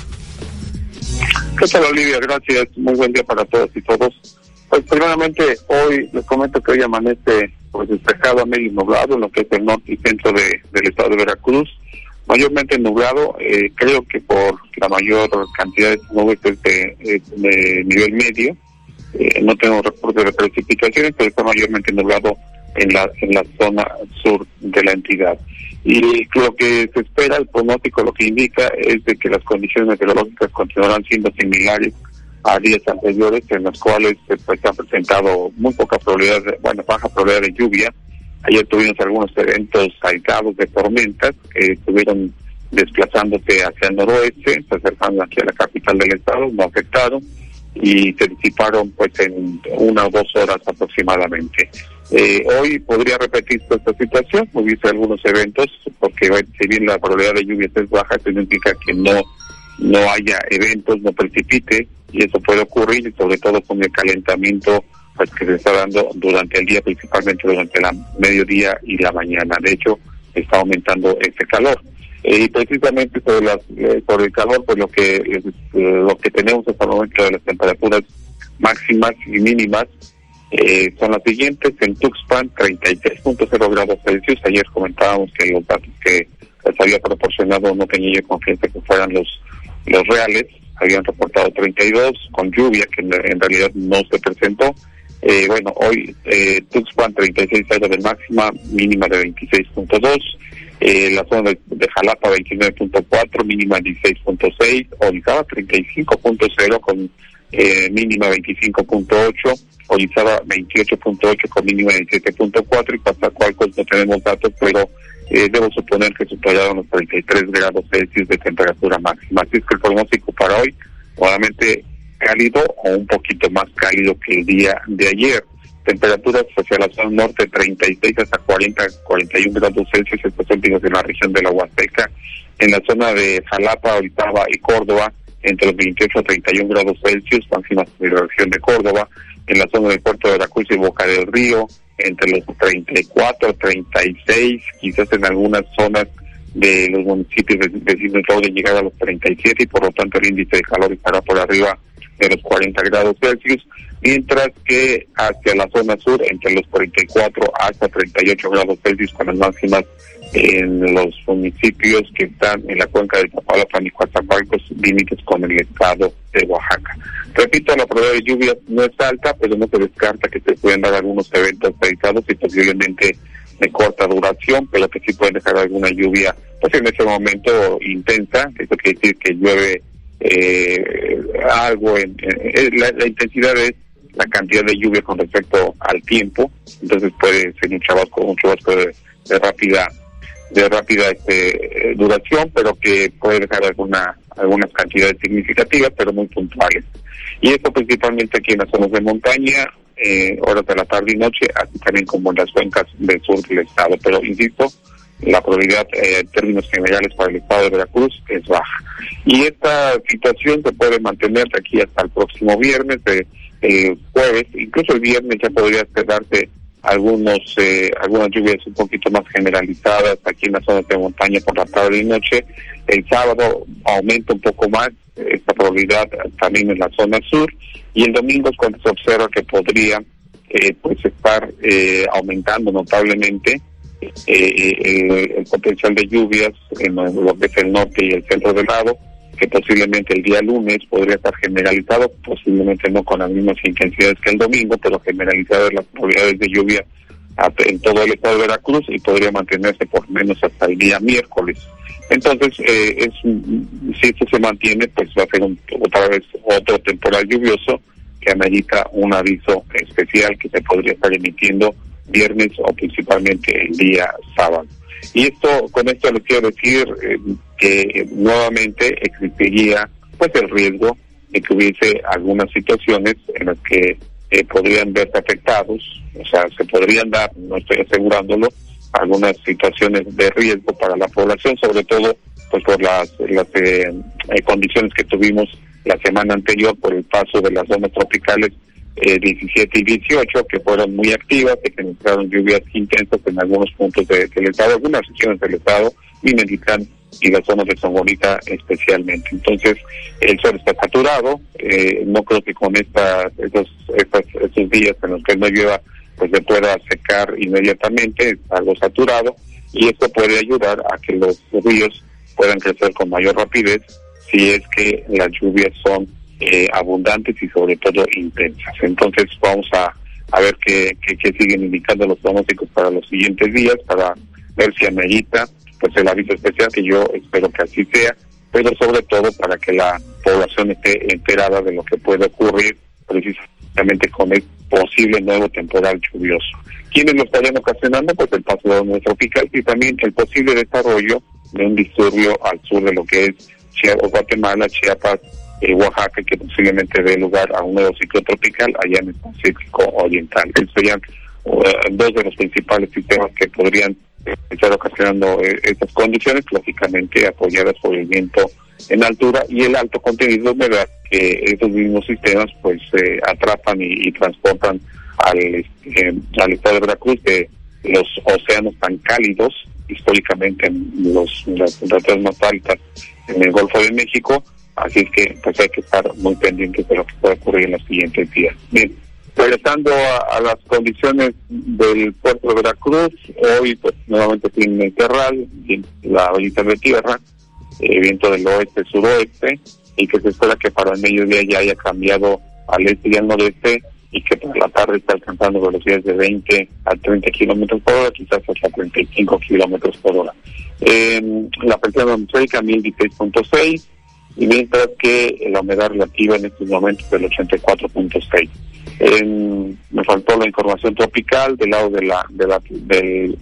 Speaker 19: ¿Qué tal, Olivia? Gracias. Muy buen día para todas y todos. Pues primeramente hoy les comento que hoy amanece pues despejado a medio nublado en lo que es el norte y centro de, del estado de Veracruz. Mayormente nublado, eh, creo que por la mayor cantidad de nubes de, de, de nivel medio. Eh, no tengo reportes de precipitaciones, pero está mayormente nublado en la en la zona sur de la entidad. Y lo que se espera, el pronóstico lo que indica es de que las condiciones meteorológicas continuarán siendo similares a días anteriores, en los cuales pues, se ha presentado muy poca probabilidad, de, bueno, baja probabilidad de lluvia. Ayer tuvimos algunos eventos aislados de tormentas que estuvieron desplazándose hacia el noroeste, se acercando aquí a la capital del estado, no afectaron, y se disiparon pues en una o dos horas aproximadamente. Eh, hoy podría repetirse esta situación, hubiese algunos eventos, porque si bien la probabilidad de lluvias es baja, eso significa que no, no haya eventos, no precipite, y eso puede ocurrir, y sobre todo con el calentamiento pues que se está dando durante el día, principalmente durante el mediodía y la mañana. De hecho, está aumentando ese calor. Eh, y precisamente sobre, las, eh, sobre el calor, pues lo que eh, lo que tenemos hasta el momento de las temperaturas máximas y mínimas eh, son las siguientes. En Tuxpan, treinta y tres punto cero grados Celsius. Ayer comentábamos que los datos que les había proporcionado no tenía yo confianza que fueran los los reales. Habían reportado treinta y dos, con lluvia, que en, en realidad no se presentó. Eh, bueno, hoy eh, Tuxpan treinta y seis grados de máxima, mínima de veintiséis punto dos. Eh, la zona de, de Jalapa veintinueve punto cuatro, mínima dieciséis punto seis. Orizaba treinta y cinco punto cero con eh, mínima veinticinco punto ocho. Orizaba veintiocho punto ocho con mínima diecisiete punto cuatro. Y Coatzacoalcos no tenemos datos, pero eh, debo suponer que superaron los treinta y tres grados Celsius de temperatura máxima. Así es que el pronóstico para hoy, nuevamente cálido o un poquito más cálido que el día de ayer. Temperaturas hacia la zona norte treinta y seis hasta cuarenta, cuarenta y uno grados Celsius, estos últimos en la región de la Huasteca. En la zona de Jalapa, Orizaba y Córdoba, entre los veintiocho a treinta y uno grados Celsius, máximas en la región de Córdoba. En la zona del puerto de Veracruz y Boca del Río, entre los treinta y cuatro, treinta y seis, quizás en algunas zonas de los municipios vecinos pueden llegar a los treinta y siete, y por lo tanto el índice de calor estará por arriba de los cuarenta grados Celsius, mientras que hacia la zona sur, entre los cuarenta y cuatro hasta treinta y ocho grados Celsius, con las máximas en los municipios que están en la cuenca de Iztapalapa y Coatzacoalcos, límites con el estado de Oaxaca. Repito, la probabilidad de lluvia no es alta, pero no se descarta que se pueden dar algunos eventos aislados y posiblemente de corta duración, pero que sí pueden dejar alguna lluvia, pues en ese momento intensa. Eso quiere decir que llueve eh, algo, en, en la, la intensidad es la cantidad de lluvia con respecto al tiempo, entonces puede ser un chubasco, un chubasco de, de rápida de rápida este, duración, pero que puede dejar alguna algunas cantidades significativas, pero muy puntuales. Y esto principalmente aquí en las zonas de montaña, eh, horas de la tarde y noche, así también como en las cuencas del sur del estado. Pero insisto, la probabilidad eh, en términos generales para el estado de Veracruz es baja. Y esta situación se puede mantener de aquí hasta el próximo viernes, de, eh, jueves, incluso el viernes ya podría darse algunos eh, algunas lluvias un poquito más generalizadas aquí en las zonas de montaña por la tarde y noche. El sábado aumenta un poco más esta probabilidad también en la zona sur, y el domingo es cuando se observa que podría eh, pues estar eh, aumentando notablemente eh, el, el potencial de lluvias en lo que es el norte y el centro del lado, que posiblemente el día lunes podría estar generalizado, posiblemente no con las mismas intensidades que el domingo, pero generalizadas las probabilidades de lluvia en todo el estado de Veracruz, y podría mantenerse por menos hasta el día miércoles. Entonces, eh, es si esto se mantiene, pues va a ser un, otra vez otro temporal lluvioso que amerita un aviso especial que se podría estar emitiendo viernes o principalmente el día sábado. Y esto, con esto les quiero decir eh, que nuevamente existiría pues el riesgo de que hubiese algunas situaciones en las que eh, podrían verse afectados, o sea, se podrían dar, no estoy asegurándolo, algunas situaciones de riesgo para la población, sobre todo pues por las, las eh, eh, condiciones que tuvimos la semana anterior por el paso de las zonas tropicales eh, diecisiete y dieciocho, que fueron muy activas, que penetraron lluvias intensas en algunos puntos de, del estado, algunas regiones del estado, Minatitlán y las zonas de Songonita especialmente. Entonces, el sol está saturado, eh, no creo que con esta, estos, estos, estos días en los que no llueva, pues se pueda secar inmediatamente, es algo saturado, y esto puede ayudar a que los ríos puedan crecer con mayor rapidez si es que las lluvias son eh, abundantes y sobre todo intensas. Entonces vamos a, a ver qué, qué, qué siguen indicando los pronósticos para los siguientes días, para ver si amerita pues el aviso especial, que yo espero que así sea, pero sobre todo para que la población esté enterada de lo que puede ocurrir precisamente con el posible nuevo temporal lluvioso. ¿Quiénes lo estarían ocasionando? Pues el paso de la onda tropical y también el posible desarrollo de un disturbio al sur de lo que es Chiapas, Guatemala, Chiapas, eh, Oaxaca, que posiblemente dé lugar a un nuevo ciclo tropical allá en el Pacífico Oriental. Estos serían uh, dos de los principales sistemas que podrían eh, estar ocasionando eh, estas condiciones, lógicamente apoyadas por el viento en altura y el alto contenido de humedad que esos mismos sistemas pues eh, atrapan y, y transportan al, eh, al estado de Veracruz de los océanos tan cálidos históricamente en los en las temperaturas más altas en el Golfo de México, así es que pues hay que estar muy pendientes de lo que puede ocurrir en los siguientes días. Bien, regresando a, a las condiciones del puerto de Veracruz, hoy pues nuevamente tiene el terral, la orilla de tierra, eh, viento del oeste-suroeste, y que se espera que para el mediodía ya haya cambiado al este y al noreste, y que por la tarde está alcanzando velocidades de veinte a treinta kilómetros por hora, quizás hasta treinta y cinco kilómetros por hora. Eh, la presión atmosférica mil dieciséis punto seis, y mientras que la humedad relativa en estos momentos es del ochenta y cuatro punto seis. Eh, me faltó la información tropical del lado de la, de la del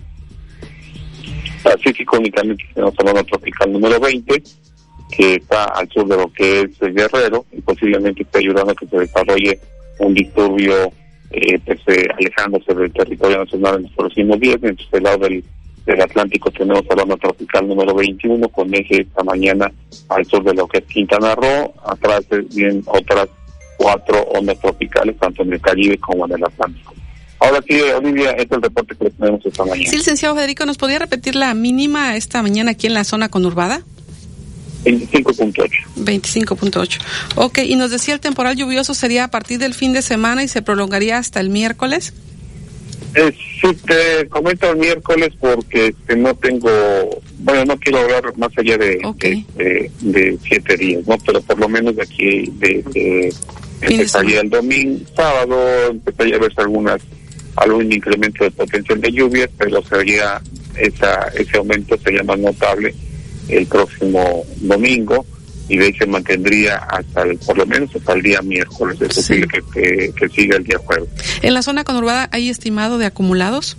Speaker 19: Pacífico, únicamente tenemos la onda tropical número veinte, que está al sur de lo que es el Guerrero, y posiblemente esté ayudando a que se desarrolle un disturbio eh, pues, eh, alejándose del territorio nacional en los próximos días. Mientras del lado del, del Atlántico tenemos la onda tropical número veintiuno con eje esta mañana al sur de lo que es Quintana Roo. Atrás vienen otras cuatro ondas tropicales, tanto en el Caribe como en el Atlántico. Ahora sí, Olivia, este es el reporte que tenemos esta mañana.
Speaker 4: Sí, licenciado Federico, ¿nos podría repetir la mínima esta mañana aquí en la zona conurbada?
Speaker 19: veinticinco punto ocho.
Speaker 4: veinticinco punto ocho. Ok, y nos decía el temporal lluvioso sería a partir del fin de semana y se prolongaría hasta el miércoles.
Speaker 19: Eh, sí, te comento el miércoles porque este, no tengo, bueno, no quiero hablar más allá de, okay. de, de, de siete días, ¿no? Pero por lo menos de aquí, de, de empezaría el domingo, sábado, empezaría a verse algunas, algún incremento de potencial de lluvias, pero sería, esa, ese aumento sería más notable el próximo domingo, y de ahí se mantendría hasta el, por lo menos hasta el día miércoles. Es posible sí. que, que, que siga el día jueves.
Speaker 4: ¿En la zona conurbada hay estimado de acumulados?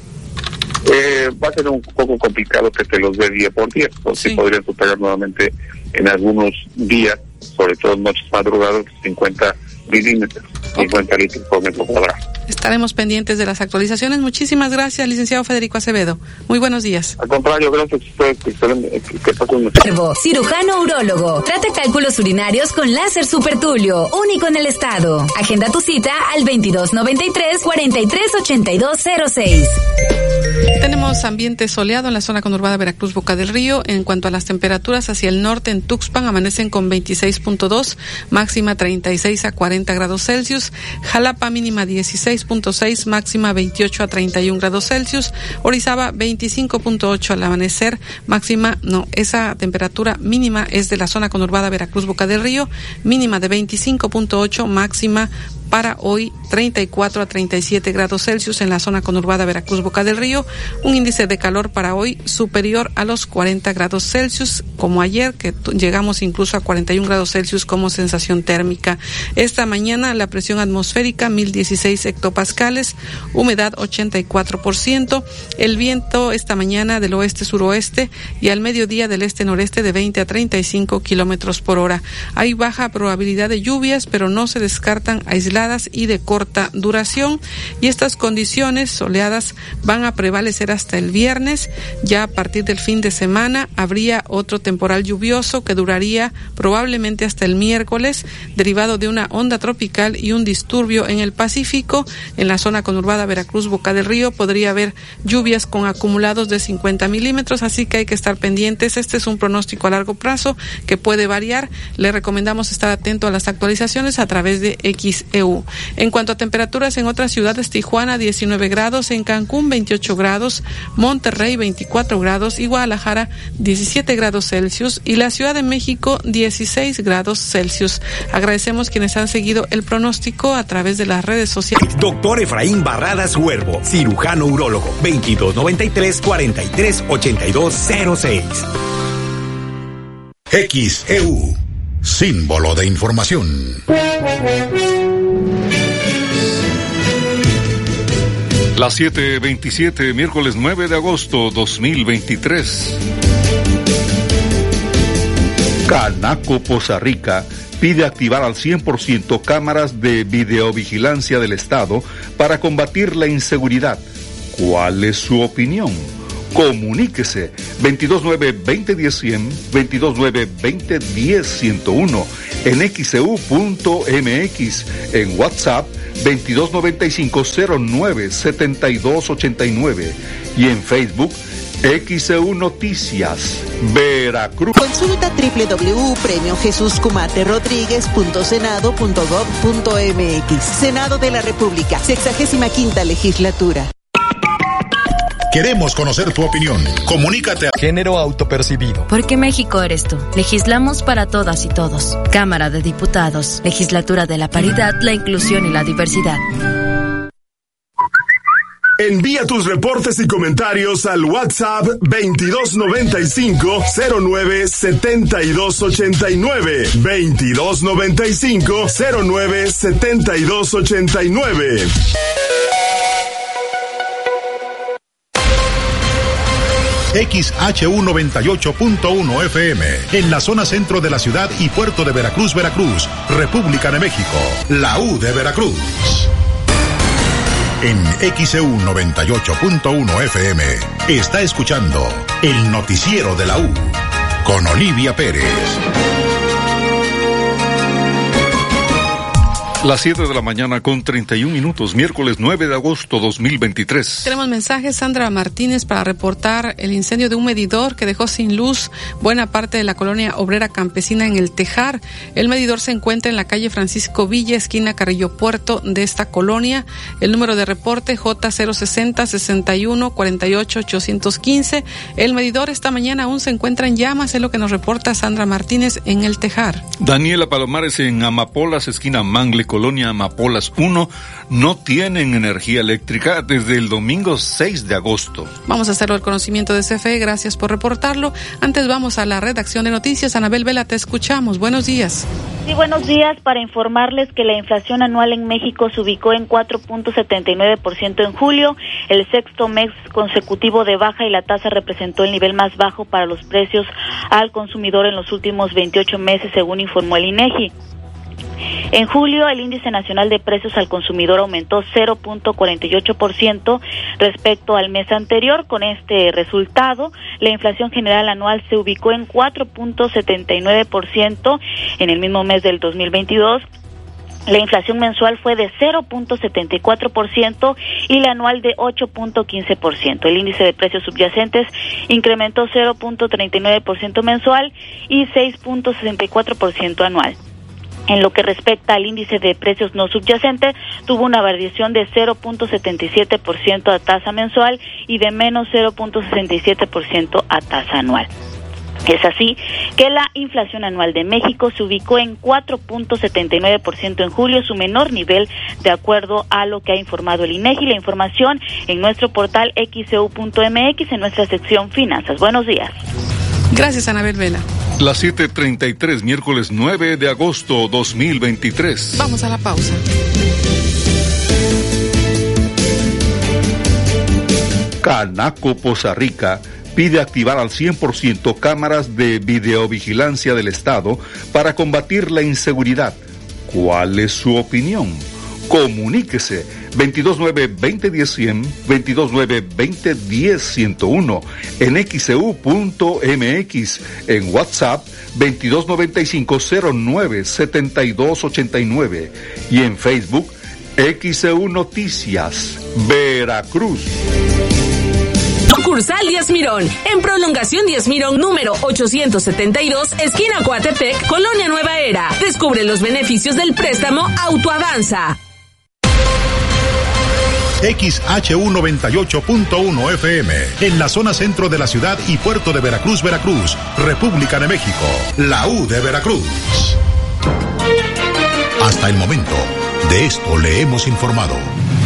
Speaker 19: Eh, va a ser un poco complicado que te los dé día por día, porque sí. podrían superar nuevamente en algunos días, sobre todo en noches madrugadas, cincuenta milímetros, okay. cincuenta litros por metro cuadrado.
Speaker 4: Estaremos pendientes de las actualizaciones. Muchísimas gracias, licenciado Federico Acevedo. Muy buenos días.
Speaker 19: Al contrario, gracias a ustedes. Que, que pasen
Speaker 6: un... Cirujano urólogo. Trata cálculos urinarios con láser supertulio, único en el estado. Agenda tu cita al veintidós noventa y tres, cuarenta y tres ochenta y dos cero seis.
Speaker 4: Tenemos ambiente soleado en la zona conurbada Veracruz, Boca del Río. En cuanto a las temperaturas, hacia el norte en Tuxpan amanecen con veintiséis punto dos, máxima treinta y seis a cuarenta grados Celsius. Jalapa mínima dieciséis punto seis, máxima veintiocho a treinta y un grados Celsius. Orizaba veinticinco punto ocho al amanecer, máxima, no, esa temperatura mínima es de la zona conurbada Veracruz, Boca del Río, mínima de veinticinco punto ocho, máxima para hoy treinta y cuatro a treinta y siete grados Celsius en la zona conurbada Veracruz Boca del Río, un índice de calor para hoy superior a los cuarenta grados Celsius, como ayer, que t- llegamos incluso a cuarenta y un grados Celsius como sensación térmica. Esta mañana la presión atmosférica mil dieciséis hectopascales, humedad ochenta y cuatro por ciento, el viento esta mañana del oeste-suroeste y al mediodía del este-noreste de veinte a treinta y cinco kilómetros por hora. Hay baja probabilidad de lluvias, pero no se descartan aisladas y de corta duración, y estas condiciones soleadas van a prevalecer hasta el viernes. Ya a partir del fin de semana habría otro temporal lluvioso que duraría probablemente hasta el miércoles, derivado de una onda tropical y un disturbio en el Pacífico. En la zona conurbada Veracruz Boca del Río podría haber lluvias con acumulados de cincuenta milímetros, así que hay que estar pendientes. Este es un pronóstico a largo plazo que puede variar. Le recomendamos estar atento a las actualizaciones a través de X E U. En cuanto a temperaturas en otras ciudades, Tijuana diecinueve grados, en Cancún veintiocho grados, Monterrey veinticuatro grados y Guadalajara diecisiete grados Celsius y la Ciudad de México dieciséis grados Celsius. Agradecemos quienes han seguido el pronóstico a través de las redes sociales.
Speaker 20: Doctor Efraín Barradas Huervo, cirujano urólogo, veintidós noventa y tres, cuarenta y tres, ochenta y dos cero seis.
Speaker 3: X E U, símbolo de información.
Speaker 1: Las siete veintisiete, miércoles nueve de agosto dos mil veintitrés. Canaco Poza Rica pide activar al cien por ciento cámaras de videovigilancia del Estado para combatir la inseguridad. ¿Cuál es su opinión? Comuníquese veintidós nueve, veinte diez, cien, veintidós nueve, veinte diez, ciento uno, en x e u punto m x, en WhatsApp veintidós noventa y cinco, cero nueve, setenta y dos ochenta y nueve y en Facebook X E U Noticias, Veracruz.
Speaker 21: Consulta doble u doble u doble u punto premio jesús cumate rodríguez punto senado punto gob punto m x. Senado de la República, sexagésima quinta legislatura.
Speaker 3: Queremos conocer tu opinión. Comunícate a
Speaker 22: Género Autopercibido.
Speaker 23: Porque México eres tú. Legislamos para todas y todos. Cámara de Diputados. Legislatura de la Paridad, la Inclusión y la Diversidad.
Speaker 7: Envía tus reportes y comentarios al WhatsApp veintidós noventa y cinco, cero nueve, setenta y dos ochenta y nueve. veintidós noventa y cinco, cero nueve, setenta y dos ochenta y nueve.
Speaker 3: X H U noventa y ocho punto uno F M, en la zona centro de la ciudad y puerto de Veracruz, Veracruz, República de México, la U de Veracruz. En X E U noventa y ocho punto uno F M, está escuchando el noticiero de la U, con Olivia Pérez.
Speaker 1: Las siete de la mañana con treinta y un minutos, miércoles nueve de agosto dos mil veintitrés.
Speaker 4: Tenemos mensajes, Sandra Martínez, para reportar el incendio de un medidor que dejó sin luz buena parte de la colonia obrera campesina en El Tejar. El medidor se encuentra en la calle Francisco Villa, esquina Carrillo Puerto de esta colonia. El número de reporte J cero sesenta, sesenta y uno, cuarenta y ocho, ochocientos quince. El medidor esta mañana aún se encuentra en llamas, es lo que nos reporta Sandra Martínez en El Tejar.
Speaker 1: Daniela Palomares en Amapolas, esquina Mangle, colonia Amapolas uno, no tienen energía eléctrica desde el domingo seis de agosto.
Speaker 4: Vamos a hacerlo al conocimiento de C F E, gracias por reportarlo. Antes vamos a la redacción de noticias. Anabel Vela, te escuchamos. Buenos días.
Speaker 24: Sí, buenos días. Para informarles que la inflación anual en México se ubicó en cuatro punto setenta y nueve por ciento en julio, el sexto mes consecutivo de baja, y la tasa representó el nivel más bajo para los precios al consumidor en los últimos veintiocho meses, según informó el INEGI. En julio, el índice nacional de precios al consumidor aumentó cero punto cuarenta y ocho por ciento respecto al mes anterior. Con este resultado, la inflación general anual se ubicó en cuatro punto setenta y nueve por ciento en el mismo mes del dos mil veintidós. La inflación mensual fue de cero punto setenta y cuatro por ciento y la anual de ocho punto quince por ciento. El índice de precios subyacentes incrementó cero punto treinta y nueve por ciento mensual y seis punto sesenta y cuatro por ciento anual. En lo que respecta al índice de precios no subyacente, tuvo una variación de cero punto setenta y siete por ciento a tasa mensual y de menos cero punto sesenta y siete por ciento a tasa anual. Es así que la inflación anual de México se ubicó en cuatro punto setenta y nueve por ciento en julio, su menor nivel de acuerdo a lo que ha informado el INEGI. La información en nuestro portal equis e u punto eme equis en nuestra sección Finanzas. Buenos días.
Speaker 4: Gracias, Anabel Vela.
Speaker 1: Las siete treinta y tres, miércoles nueve de agosto dos mil veintitrés.
Speaker 4: Vamos a la pausa.
Speaker 1: Canaco Poza Rica pide activar al cien por ciento cámaras de videovigilancia del Estado para combatir la inseguridad. ¿Cuál es su opinión? Comuníquese veintidós nueve veinte diez cien, veintidós nueve veinte diez ciento uno, en equis e u punto eme equis, en WhatsApp veintidós noventa y cinco cero nueve setenta y dos ochenta y nueve y en Facebook equis e u Noticias, Veracruz.
Speaker 14: Sucursal Díaz Mirón, en Prolongación Díaz Mirón número ochocientos setenta y dos, esquina Coatepec, Colonia Nueva Era. Descubre los beneficios del préstamo Autoavanza.
Speaker 3: X H U noventa y ocho punto uno F M, en la zona centro de la ciudad y puerto de Veracruz, Veracruz, República de México, la U de Veracruz. Hasta el momento, de esto le hemos informado.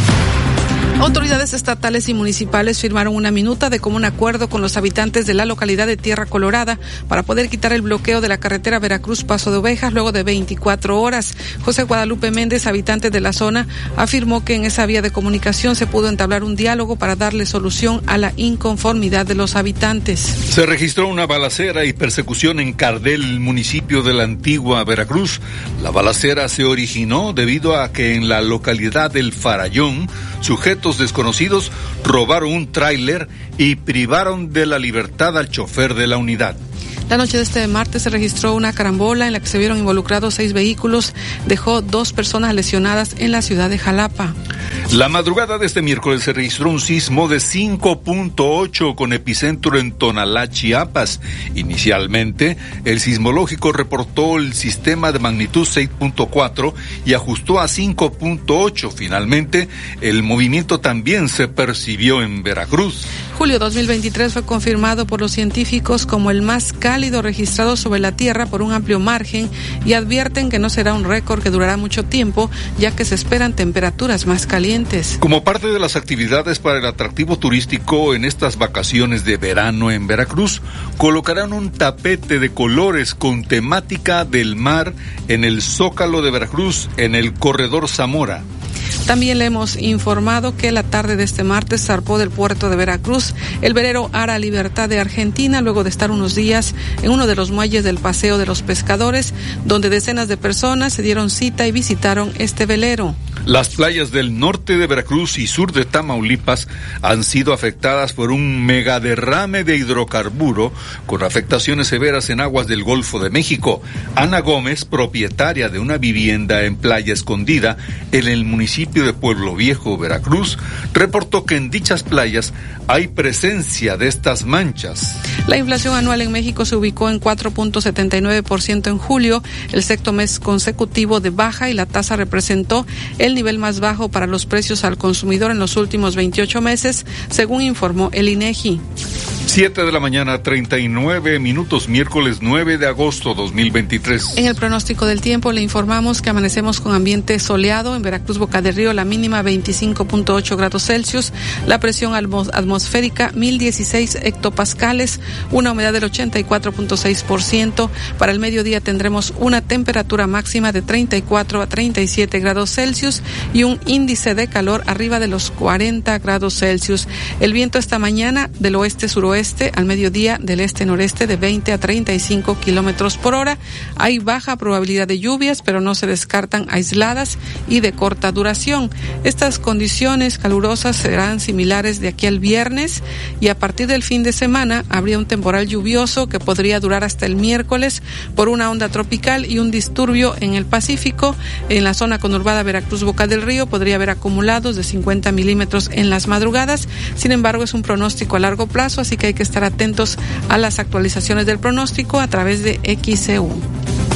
Speaker 4: Autoridades estatales y municipales firmaron una minuta de común acuerdo con los habitantes de la localidad de Tierra Colorada para poder quitar el bloqueo de la carretera Veracruz-Paso de Ovejas luego de veinticuatro horas. José Guadalupe Méndez, habitante de la zona, afirmó que en esa vía de comunicación se pudo entablar un diálogo para darle solución a la inconformidad de los habitantes.
Speaker 1: Se registró una balacera y persecución en Cardel, municipio de la antigua Veracruz. La balacera se originó debido a que en la localidad del Farallón, sujetos desconocidos robaron un tráiler y privaron de la libertad al chofer de la unidad.
Speaker 4: La noche de este martes se registró una carambola en la que se vieron involucrados seis vehículos. Dejó dos personas lesionadas en la ciudad de Jalapa.
Speaker 1: La madrugada de este miércoles se registró un sismo de cinco punto ocho con epicentro en Tonalá, Chiapas. Inicialmente, el sismológico reportó el sistema de magnitud seis punto cuatro y ajustó a cinco punto ocho. Finalmente, el movimiento también se percibió en Veracruz.
Speaker 4: Julio dos mil veintitrés fue confirmado por los científicos como el más cálido registrado sobre la Tierra por un amplio margen y advierten que no será un récord que durará mucho tiempo, ya que se esperan temperaturas más calientes.
Speaker 1: Como parte de las actividades para el atractivo turístico en estas vacaciones de verano en Veracruz, colocarán un tapete de colores con temática del mar en el Zócalo de Veracruz, en el Corredor Zamora.
Speaker 4: También le hemos informado que la tarde de este martes zarpó del puerto de Veracruz el velero Ara Libertad de Argentina, luego de estar unos días en uno de los muelles del Paseo de los Pescadores, donde decenas de personas se dieron cita y visitaron este velero.
Speaker 1: Las playas del norte de Veracruz y sur de Tamaulipas han sido afectadas por un megaderrame de hidrocarburo con afectaciones severas en aguas del Golfo de México. Ana Gómez, propietaria de una vivienda en Playa Escondida, en el municipio de Pueblo Viejo, Veracruz, reportó que en dichas playas hay presencia de estas manchas.
Speaker 4: La inflación anual en México se ubicó en cuatro punto setenta y nueve por ciento en julio, el sexto mes consecutivo de baja, y la tasa representó el nivel más bajo para los precios al consumidor en los últimos veintiocho meses, según informó el INEGI.
Speaker 1: Siete de la mañana, treinta y nueve minutos, miércoles nueve de agosto dos mil veintitrés.
Speaker 4: En el pronóstico del tiempo le informamos que amanecemos con ambiente soleado en Veracruz, Boca del Río, la mínima veinticinco punto ocho grados Celsius, la presión atmosférica mil dieciséis hectopascales, una humedad del ochenta y cuatro punto seis por ciento. Para el mediodía tendremos una temperatura máxima de treinta y cuatro a treinta y siete grados Celsius y un índice de calor arriba de los cuarenta grados Celsius. El viento esta mañana del oeste-suroeste, al mediodía del este-noreste de veinte a treinta y cinco kilómetros por hora. Hay baja probabilidad de lluvias, pero no se descartan aisladas y de corta duración. Estas condiciones calurosas serán similares de aquí al viernes, y a partir del fin de semana habría un temporal lluvioso que podría durar hasta el miércoles por una onda tropical y un disturbio en el Pacífico. En la zona conurbada Veracruz-Boca del Río podría haber acumulados de cincuenta milímetros en las madrugadas. Sin embargo, es un pronóstico a largo plazo, así que hay que estar atentos a las actualizaciones del pronóstico a través de X E U.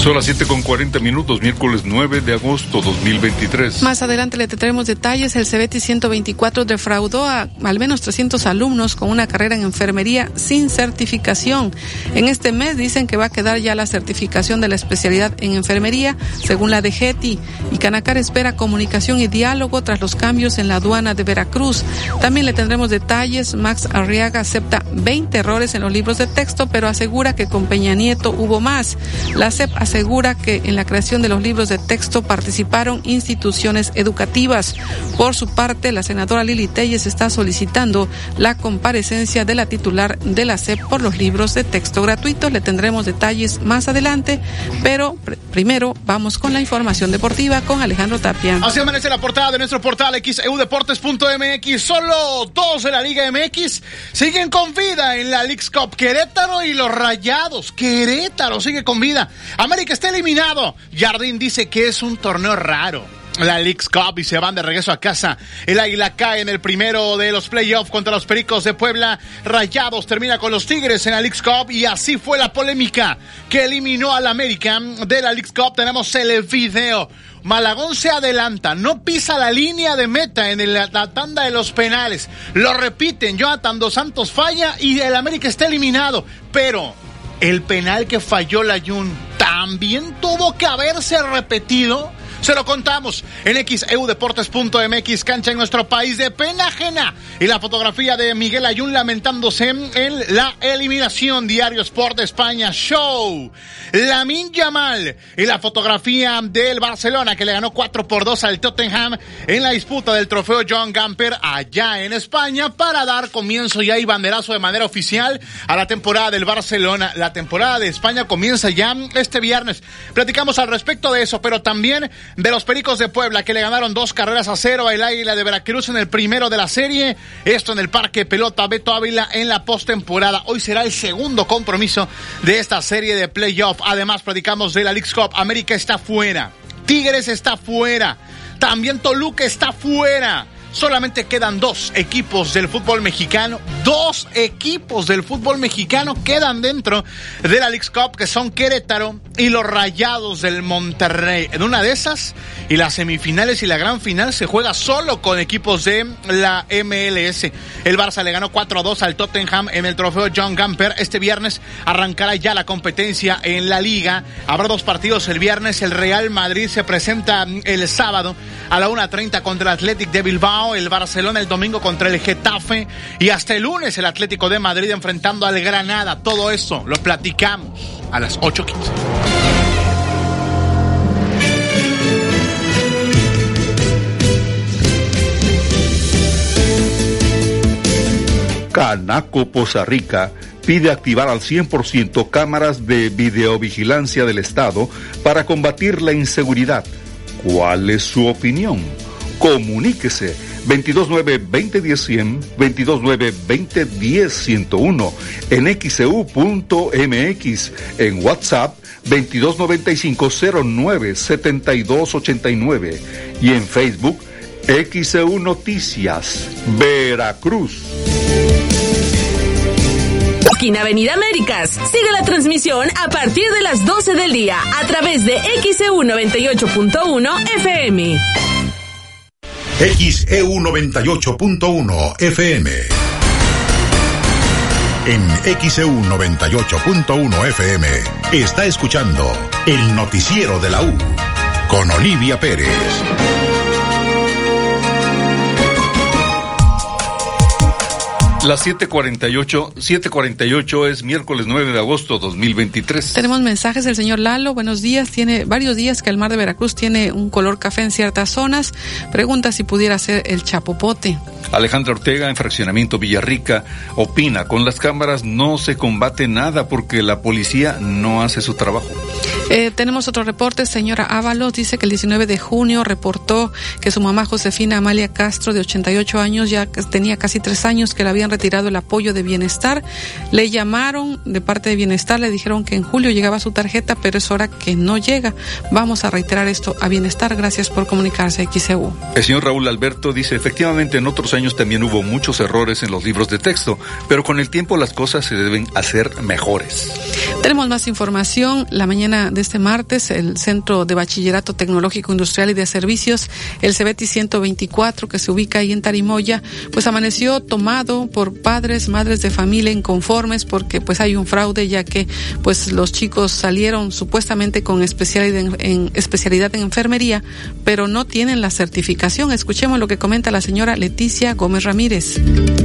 Speaker 1: Son las siete con cuarenta minutos, miércoles nueve de agosto dos mil veintitrés.
Speaker 4: Más adelante le tendremos detalles. El CEBETI ciento veinticuatro defraudó a al menos trescientos alumnos con una carrera en enfermería sin certificación. En este mes dicen que va a quedar ya la certificación de la especialidad en enfermería, según la DGETI. Y Canacar espera comunicación y diálogo tras los cambios en la aduana de Veracruz. También le tendremos detalles. Max Arriaga acepta veinte errores en los libros de texto, pero asegura que con Peña Nieto hubo más. La C E P asegura que en la creación de los libros de texto participaron instituciones educativas. Por su parte, la senadora Lili Telles está solicitando la comparecencia de la titular de la C E P por los libros de texto gratuitos. Le tendremos detalles más adelante, pero pr- primero vamos con la información deportiva con Alejandro Tapia.
Speaker 2: Así amanece la portada de nuestro portal equis e u deportes punto eme equis. Solo dos de la Liga eme equis siguen con vida en la Leagues Cup. Querétaro y los Rayados. Querétaro sigue con vida. América está eliminado. Jardín dice que es un torneo raro, la Leagues Cup, y se van de regreso a casa. El Águila cae en el primero de los playoffs contra los Pericos de Puebla. Rayados termina con los Tigres en la Leagues Cup, y así fue la polémica que eliminó al América de la Leagues Cup. Tenemos el video. Malagón se adelanta, no pisa la línea de meta en el, la tanda de los penales. Lo repiten, Jonathan Dos Santos falla y el América está eliminado. Pero el penal que falló Layún también tuvo que haberse repetido. Se lo contamos en equis e u deportes punto eme equis. Cancha en nuestro país de pena ajena. Y la fotografía de Miguel Layún lamentándose en la eliminación. Diario Sport de España. Show. Lamine Yamal. Y la fotografía del Barcelona, que le ganó cuatro por dos al Tottenham en la disputa del trofeo John Gamper allá en España, para dar comienzo ya y banderazo de manera oficial a la temporada del Barcelona. La temporada de España comienza ya este viernes. Platicamos al respecto de eso, pero también de los Pericos de Puebla, que le ganaron dos carreras a cero al Águila de Veracruz en el primero de la serie. Esto en el Parque Pelota Beto Ávila en la postemporada. Hoy será el segundo compromiso de esta serie de playoff. Además, platicamos de la Leagues Cup. América está fuera. Tigres está fuera. También Toluca está fuera. Solamente quedan dos equipos del fútbol mexicano. Dos equipos del fútbol mexicano quedan dentro de la Leagues Cup, que son Querétaro y los Rayados del Monterrey. En una de esas, y las semifinales y la gran final se juega solo con equipos de la eme ele ese. El Barça le ganó cuatro a dos al Tottenham en el trofeo John Gamper. Este viernes arrancará ya la competencia en la Liga. Habrá dos partidos el viernes. El Real Madrid se presenta el sábado a la una treinta contra el Athletic de Bilbao. El Barcelona el domingo contra el Getafe, y hasta el lunes el Atlético de Madrid enfrentando al Granada. Todo eso lo platicamos a las ocho quince.
Speaker 1: Canaco Poza Rica pide activar al cien por ciento cámaras de videovigilancia del Estado para combatir la inseguridad. ¿Cuál es su opinión? Comuníquese veintidós nueve veinte diez cien, veintidós nueve veinte diez ciento uno, en equis e u punto eme equis, en WhatsApp veintidós noventa y cinco cero nueve setenta y dos ochenta y nueve, y en Facebook equis e u Noticias Veracruz.
Speaker 14: Esquina Avenida Américas. Sigue la transmisión a partir de las doce del día a través de equis e u noventa y ocho punto uno efe eme.
Speaker 3: equis e u noventa y ocho punto uno efe eme. En equis e u noventa y ocho punto uno efe eme está escuchando el noticiero de la U con Olivia Pérez.
Speaker 1: Las siete cuarenta y ocho, siete cuarenta y ocho es miércoles nueve de agosto dos mil veintitrés.
Speaker 4: Tenemos mensajes del señor Lalo. Buenos días. Tiene varios días que el mar de Veracruz tiene un color café en ciertas zonas. Pregunta si pudiera ser el chapopote.
Speaker 1: Alejandra Ortega, en Fraccionamiento Villarrica, opina: con las cámaras no se combate nada porque la policía no hace su trabajo.
Speaker 4: Eh, tenemos otro reporte. Señora Ábalos dice que el diecinueve de junio reportó que su mamá Josefina Amalia Castro, de ochenta y ocho años, ya tenía casi tres años que le habían retirado el apoyo de Bienestar. Le llamaron de parte de Bienestar, le dijeron que en julio llegaba su tarjeta, pero es hora que no llega. Vamos a reiterar esto a Bienestar. Gracias por comunicarse, equis e u.
Speaker 1: El señor Raúl Alberto dice: efectivamente en otros años también hubo muchos errores en los libros de texto, pero con el tiempo las cosas se deben hacer mejores.
Speaker 4: Tenemos más información. La mañana de este martes, el Centro de Bachillerato Tecnológico Industrial y de Servicios, el CEBETI ciento veinticuatro, que se ubica ahí en Tarimoya, pues amaneció tomado por padres, madres de familia inconformes porque pues hay un fraude, ya que pues los chicos salieron supuestamente con especialidad en, en especialidad en enfermería, pero no tienen la certificación. Escuchemos lo que comenta la señora Leticia Gómez Ramírez.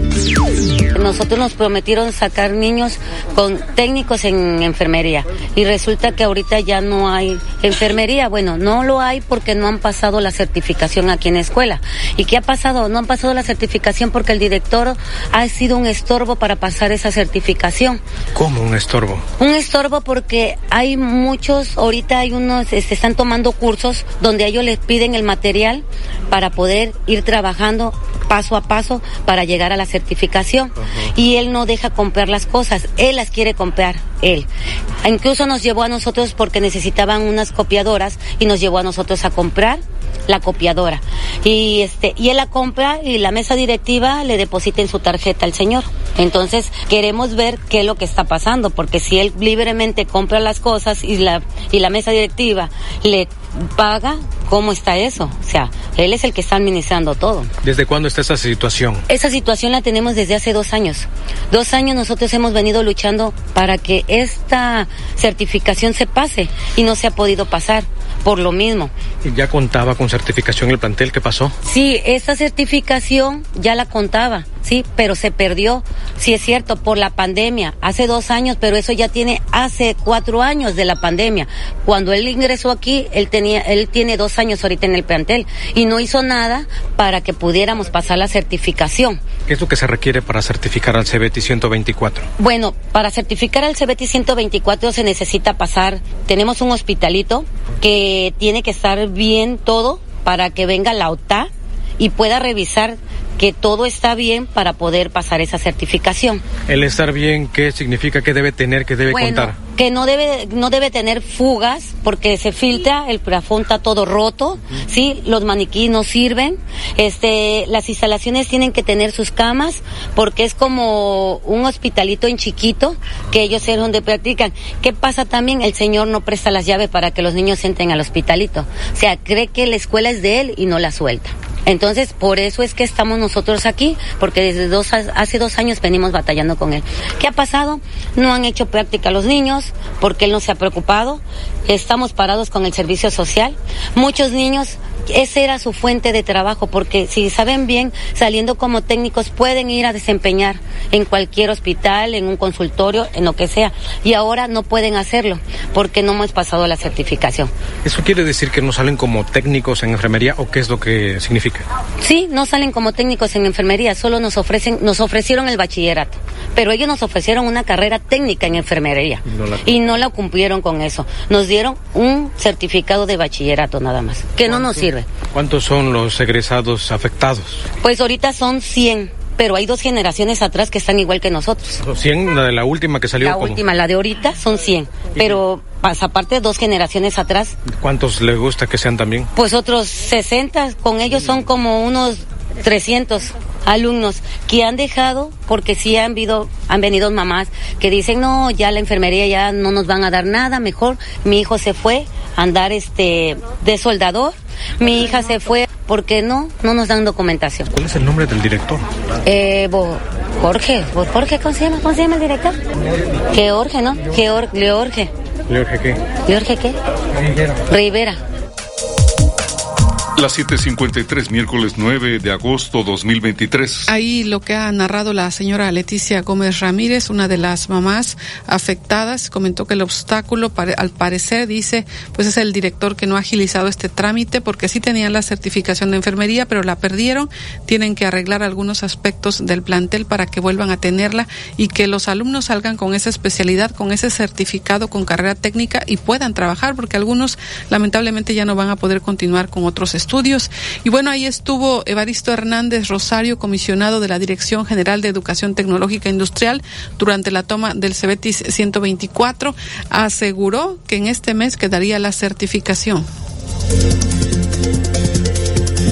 Speaker 5: Nosotros nos prometieron sacar niños con técnicos en enfermería y resulta que ahorita ya no hay enfermería. Bueno, no lo hay porque no han pasado la certificación aquí en la escuela. ¿Y qué ha pasado? No han pasado la certificación porque el director ha sido un estorbo para pasar esa certificación.
Speaker 9: ¿Cómo un estorbo?
Speaker 5: Un estorbo porque hay muchos, ahorita hay unos, este, están tomando cursos donde ellos les piden el material para poder ir trabajando paso a paso para llegar a la certificación. Uh-huh. Y él no deja comprar las cosas, él las quiere comprar, él. Incluso nos llevó a nosotros porque necesitaban unas copiadoras y nos llevó a nosotros a comprar la copiadora. Y este y él la compra y la mesa directiva le deposita en su tarjeta al señor. Entonces queremos ver qué es lo que está pasando, porque si él libremente compra las cosas y la y la mesa directiva le paga, ¿cómo está eso? O sea, él es el que está administrando todo.
Speaker 9: ¿Desde cuándo está esa situación?
Speaker 5: Esa situación la tenemos desde hace dos años. Dos años nosotros hemos venido luchando para que esta certificación se pase y no se ha podido pasar. Por lo mismo.
Speaker 9: ¿Y ya contaba con certificación el plantel? ¿Qué pasó?
Speaker 5: Sí, esa certificación ya la contaba, sí, pero se perdió, sí es cierto, por la pandemia, hace dos años, pero eso ya tiene hace cuatro años de la pandemia. Cuando él ingresó aquí, él tenía, él tiene dos años ahorita en el plantel y no hizo nada para que pudiéramos pasar la certificación.
Speaker 9: ¿Qué es lo que se requiere para certificar al CEBETI ciento veinticuatro?
Speaker 5: Bueno, para certificar al CEBETI ciento veinticuatro se necesita pasar, tenemos un hospitalito que tiene que estar bien todo para que venga la O T A y pueda revisar que todo está bien para poder pasar esa certificación.
Speaker 9: El estar bien, ¿qué significa? ¿Qué debe tener? ¿Qué debe
Speaker 5: bueno,
Speaker 9: contar?
Speaker 5: Que no debe no debe tener fugas porque se filtra, el plafón está todo roto, uh-huh. Sí, los maniquíes no sirven, este, las instalaciones tienen que tener sus camas porque es como un hospitalito en chiquito que ellos es donde practican. ¿Qué pasa también? El señor no presta las llaves para que los niños entren al hospitalito, o sea, cree que la escuela es de él y no la suelta. Entonces, por eso es que estamos nosotros aquí, porque desde dos, hace dos años venimos batallando con él. ¿Qué ha pasado? No han hecho práctica los niños, porque él no se ha preocupado. Estamos parados con el servicio social. Muchos niños, esa era su fuente de trabajo, porque si saben bien, saliendo como técnicos pueden ir a desempeñar en cualquier hospital, en un consultorio, en lo que sea. Y ahora no pueden hacerlo, porque no hemos pasado la certificación.
Speaker 9: ¿Eso quiere decir que no salen como técnicos en enfermería o qué es lo que significa?
Speaker 5: Sí, no salen como técnicos en enfermería, solo nos ofrecen, nos ofrecieron el bachillerato, pero ellos nos ofrecieron una carrera técnica en enfermería no la... y no la cumplieron con eso. Nos dieron un certificado de bachillerato nada más, que no nos sirve.
Speaker 9: ¿Cuántos son los egresados afectados?
Speaker 5: Pues ahorita son cien. Pero hay dos generaciones atrás que están igual que nosotros.
Speaker 9: ¿cien? La de la última que salió.
Speaker 5: La
Speaker 9: ¿cómo?
Speaker 5: última, la de ahorita, son cien. Pero aparte, dos generaciones atrás.
Speaker 9: ¿Cuántos les gusta que sean también?
Speaker 5: Pues otros sesenta, con ellos son como unos trescientos alumnos que han dejado, porque sí han, vido, han venido mamás que dicen, no, ya la enfermería ya no nos van a dar nada, mejor mi hijo se fue a andar este, de soldador, mi hija se fue, porque no, no nos dan documentación.
Speaker 9: ¿Cuál es el nombre del director?
Speaker 5: Eh, Bo, Jorge, Bo, Jorge, ¿cómo se llama? ¿Cómo se llama el director? George, ¿no? George, Leorge.
Speaker 9: ¿Leorge qué?
Speaker 5: ¿Leorge qué?
Speaker 9: Rivera.
Speaker 5: Rivera.
Speaker 1: Las siete cincuenta y tres, miércoles nueve de agosto dos mil veintitrés.
Speaker 4: Ahí lo que ha narrado la señora Leticia Gómez Ramírez, una de las mamás afectadas, comentó que el obstáculo, al parecer, dice, pues es el director que no ha agilizado este trámite, porque sí tenían la certificación de enfermería, pero la perdieron. Tienen que arreglar algunos aspectos del plantel para que vuelvan a tenerla y que los alumnos salgan con esa especialidad, con ese certificado, con carrera técnica y puedan trabajar, porque algunos lamentablemente ya no van a poder continuar con otros estudios. Estudios. Y bueno, ahí estuvo Evaristo Hernández Rosario, comisionado de la Dirección General de Educación Tecnológica Industrial, durante la toma del CEBETI ciento veinticuatro, aseguró que en este mes quedaría la certificación.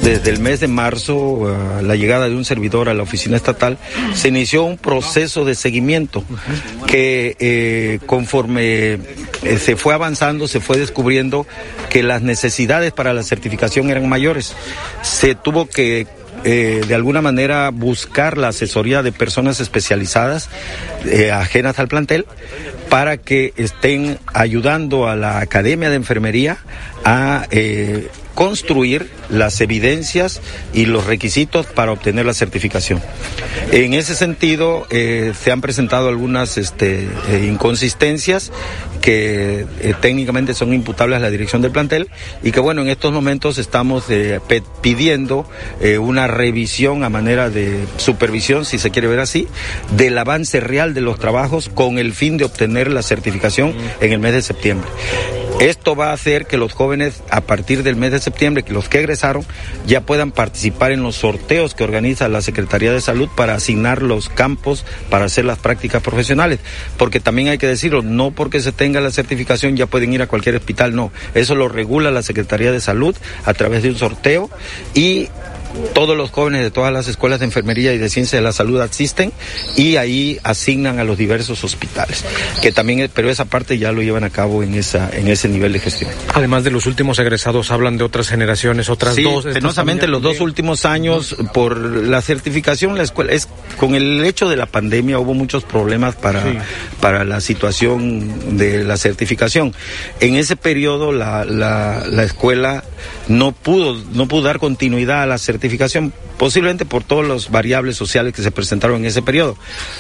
Speaker 8: desde el mes de marzo, uh, la llegada de un servidor a la oficina estatal, se inició un proceso de seguimiento que eh, conforme eh, se fue avanzando, se fue descubriendo que las necesidades para la certificación eran mayores. Se tuvo que Eh, de alguna manera buscar la asesoría de personas especializadas eh, ajenas al plantel para que estén ayudando a la Academia de Enfermería a eh, construir las evidencias y los requisitos para obtener la certificación. En ese sentido, eh, se han presentado algunas este, eh, inconsistencias que eh, técnicamente son imputables a la dirección del plantel y que bueno, en estos momentos estamos eh, pe- pidiendo eh, una revisión a manera de supervisión, si se quiere ver así, del avance real de los trabajos con el fin de obtener la certificación en el mes de septiembre. Esto va a hacer que los jóvenes, a partir del mes de septiembre, que los que egresaron, ya puedan participar en los sorteos que organiza la Secretaría de Salud para asignar los campos para hacer las prácticas profesionales. Porque también hay que decirlo, no porque se tenga la certificación ya pueden ir a cualquier hospital, no. Eso lo regula la Secretaría de Salud a través de un sorteo y todos los jóvenes de todas las escuelas de enfermería y de ciencia de la salud asisten y ahí asignan a los diversos hospitales, que también, pero esa parte ya lo llevan a cabo en esa, en ese nivel de gestión.
Speaker 10: Además de los últimos egresados, hablan de otras generaciones, otras
Speaker 8: sí,
Speaker 10: dos.
Speaker 8: Penosamente los dos últimos años, por la certificación, la escuela, es con el hecho de la pandemia hubo muchos problemas para, sí. para la situación de la certificación. En ese periodo la, la, la escuela no pudo, no pudo dar continuidad a la certificación. certificación, posiblemente por todas las variables sociales que se presentaron en ese periodo.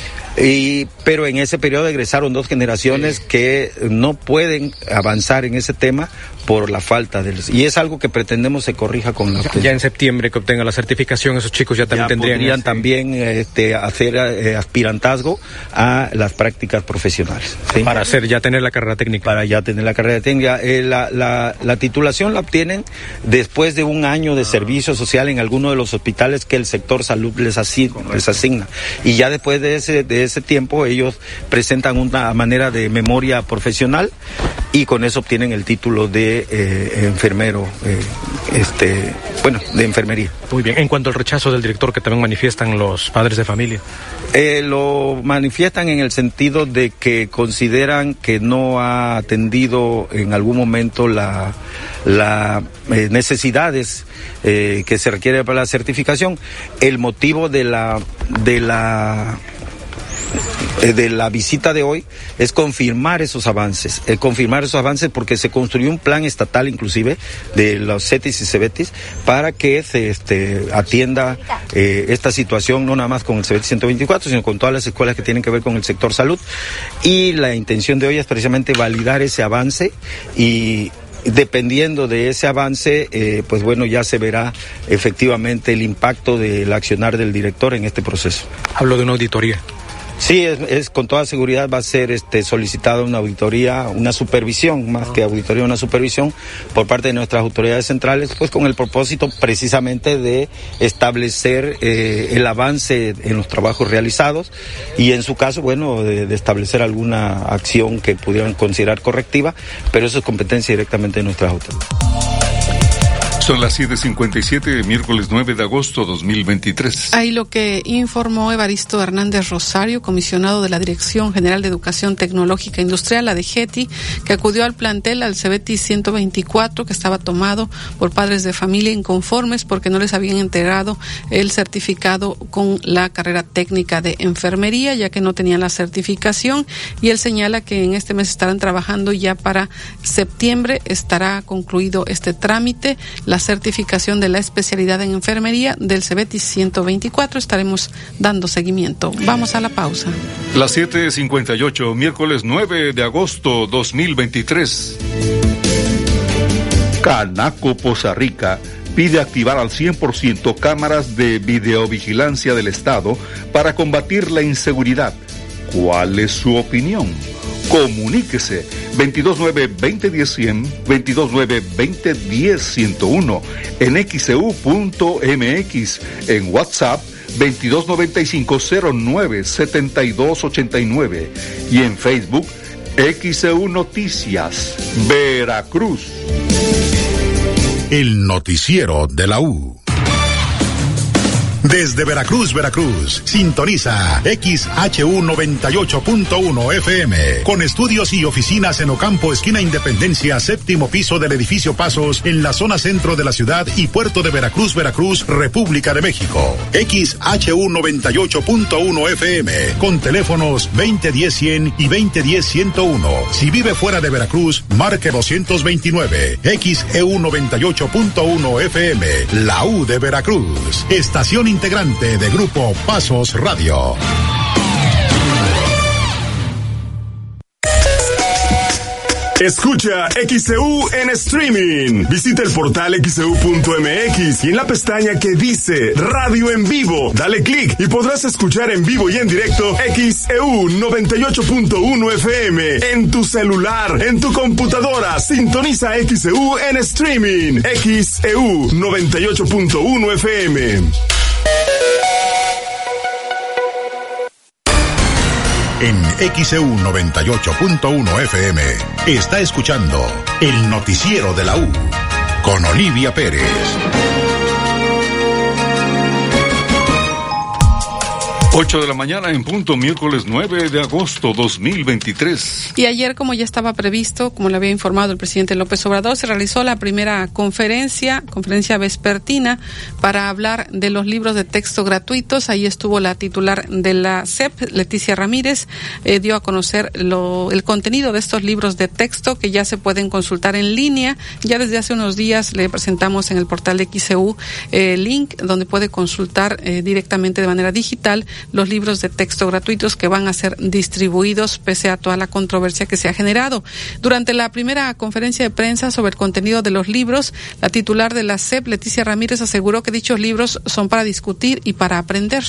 Speaker 8: Y, pero en ese periodo egresaron dos generaciones sí. que no pueden avanzar en ese tema por la falta de... Y es algo que pretendemos se corrija con la...
Speaker 10: Ya en septiembre que obtengan la certificación, esos chicos ya también ya tendrían...
Speaker 8: podrían
Speaker 10: ese...
Speaker 8: también este, hacer eh, aspirantazgo a las prácticas profesionales. ¿sí?
Speaker 10: Para hacer, ya tener la carrera técnica.
Speaker 8: Para ya tener la carrera técnica. Eh, la, la, la titulación la obtienen después de un año de servicio social en alguno de los hospitales que el sector salud les asigna. Les asigna. Y ya después de ese... De ese tiempo ellos presentan una manera de memoria profesional y con eso obtienen el título de eh, enfermero, eh, este, bueno, de enfermería.
Speaker 10: Muy bien. En cuanto al rechazo del director que también manifiestan los padres de familia.
Speaker 8: Eh, lo manifiestan en el sentido de que consideran que no ha atendido en algún momento la, la eh, necesidades eh, que se requiere para la certificación. El motivo de la, de la de la visita de hoy es confirmar esos avances, eh, confirmar esos avances porque se construyó un plan estatal inclusive de los CETIS y CEBETIS para que se este, atienda eh, esta situación no nada más con el CEBETIS ciento veinticuatro sino con todas las escuelas que tienen que ver con el sector salud y la intención de hoy es precisamente validar ese avance y dependiendo de ese avance, eh, pues bueno, ya se verá efectivamente el impacto del accionar del director en este proceso.
Speaker 10: Hablo de una auditoría.
Speaker 8: Sí, es, es con toda seguridad va a ser este solicitada una auditoría, una supervisión, más que auditoría, una supervisión por parte de nuestras autoridades centrales, pues con el propósito precisamente de establecer eh, el avance en los trabajos realizados y en su caso, bueno, de, de establecer alguna acción que pudieran considerar correctiva, pero eso es competencia directamente de nuestras autoridades.
Speaker 1: Son las siete cincuenta y siete, miércoles nueve de agosto dos mil veintitrés.
Speaker 4: Ahí lo que informó Evaristo Hernández Rosario, comisionado de la Dirección General de Educación Tecnológica Industrial, la D G E T I, que acudió al plantel al CEBETIS ciento veinticuatro, que estaba tomado por padres de familia inconformes porque no les habían entregado el certificado con la carrera técnica de enfermería, ya que no tenían la certificación, y él señala que en este mes estarán trabajando ya para septiembre, estará concluido este trámite, la certificación de la especialidad en enfermería del CEBETIS ciento veinticuatro. Estaremos dando seguimiento. Vamos a la pausa.
Speaker 1: Las siete cincuenta y ocho, miércoles nueve de agosto dos mil veintitrés. Canaco Poza Rica pide activar al cien por ciento cámaras de videovigilancia del Estado para combatir la inseguridad. ¿Cuál es su opinión? Comuníquese veintidós nueve veinte diez cien, veintidós nueve veinte diez ciento uno, en x e u punto m x, en WhatsApp veintidós noventa y cinco cero nueve setenta y dos ochenta y nueve y en Facebook X E U Noticias, Veracruz.
Speaker 3: El noticiero de la U. Desde Veracruz, Veracruz, sintoniza X H U noventa y ocho punto uno F M, con estudios y oficinas en Ocampo, esquina Independencia, séptimo piso del edificio Pasos, en la zona centro de la ciudad y puerto de Veracruz, Veracruz, República de México. X H U noventa y ocho punto uno F M, con teléfonos veinte diez cien y veinte diez ciento uno. Si vive fuera de Veracruz, marque doscientos veintinueve. X E U noventa y ocho punto uno F M, la U de Veracruz. Estación integrante de Grupo Pasos Radio.
Speaker 7: Escucha X E U en streaming. Visita el portal X E U punto M X y en la pestaña que dice Radio en Vivo, dale clic y podrás escuchar en vivo y en directo X E U noventa y ocho punto uno F M en tu celular, en tu computadora. Sintoniza X E U en streaming. X E U noventa y ocho punto uno F M.
Speaker 3: En X E U noventa y ocho punto uno F M está escuchando el noticiero de la U con Olivia Pérez.
Speaker 1: ocho de la mañana en punto, miércoles nueve de agosto dos mil veintitrés.
Speaker 4: Y ayer, como ya estaba previsto, como le había informado el presidente López Obrador, se realizó la primera conferencia, conferencia vespertina, para hablar de los libros de texto gratuitos. Ahí estuvo la titular de la S E P, Leticia Ramírez, eh, dio a conocer lo, el contenido de estos libros de texto que ya se pueden consultar en línea. Ya desde hace unos días le presentamos en el portal de X E U el eh, link donde puede consultar eh, directamente de manera digital los libros de texto gratuitos que van a ser distribuidos pese a toda la controversia que se ha generado. Durante la primera conferencia de prensa sobre el contenido de los libros, la titular de la S E P, Leticia Ramírez, aseguró que dichos libros son para discutir y para aprender.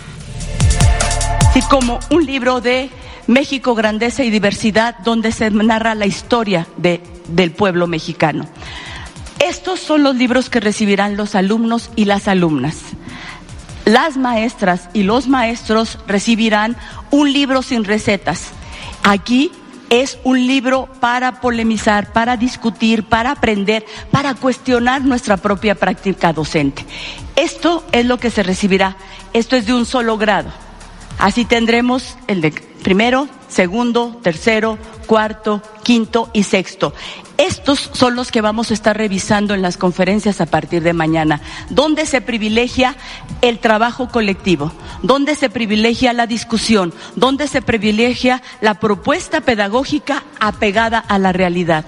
Speaker 11: Así como un libro de México, grandeza y diversidad, donde se narra la historia de, del pueblo mexicano. Estos son los libros que recibirán los alumnos y las alumnas. Las maestras y los maestros recibirán un libro sin recetas. Aquí es un libro para polemizar, para discutir, para aprender, para cuestionar nuestra propia práctica docente. Esto es lo que se recibirá. Esto es de un solo grado. Así tendremos el de primero, segundo, tercero, cuarto, quinto y sexto. Estos son los que vamos a estar revisando en las conferencias a partir de mañana, donde se privilegia el trabajo colectivo, donde se privilegia la discusión, donde se privilegia la propuesta pedagógica apegada a la realidad.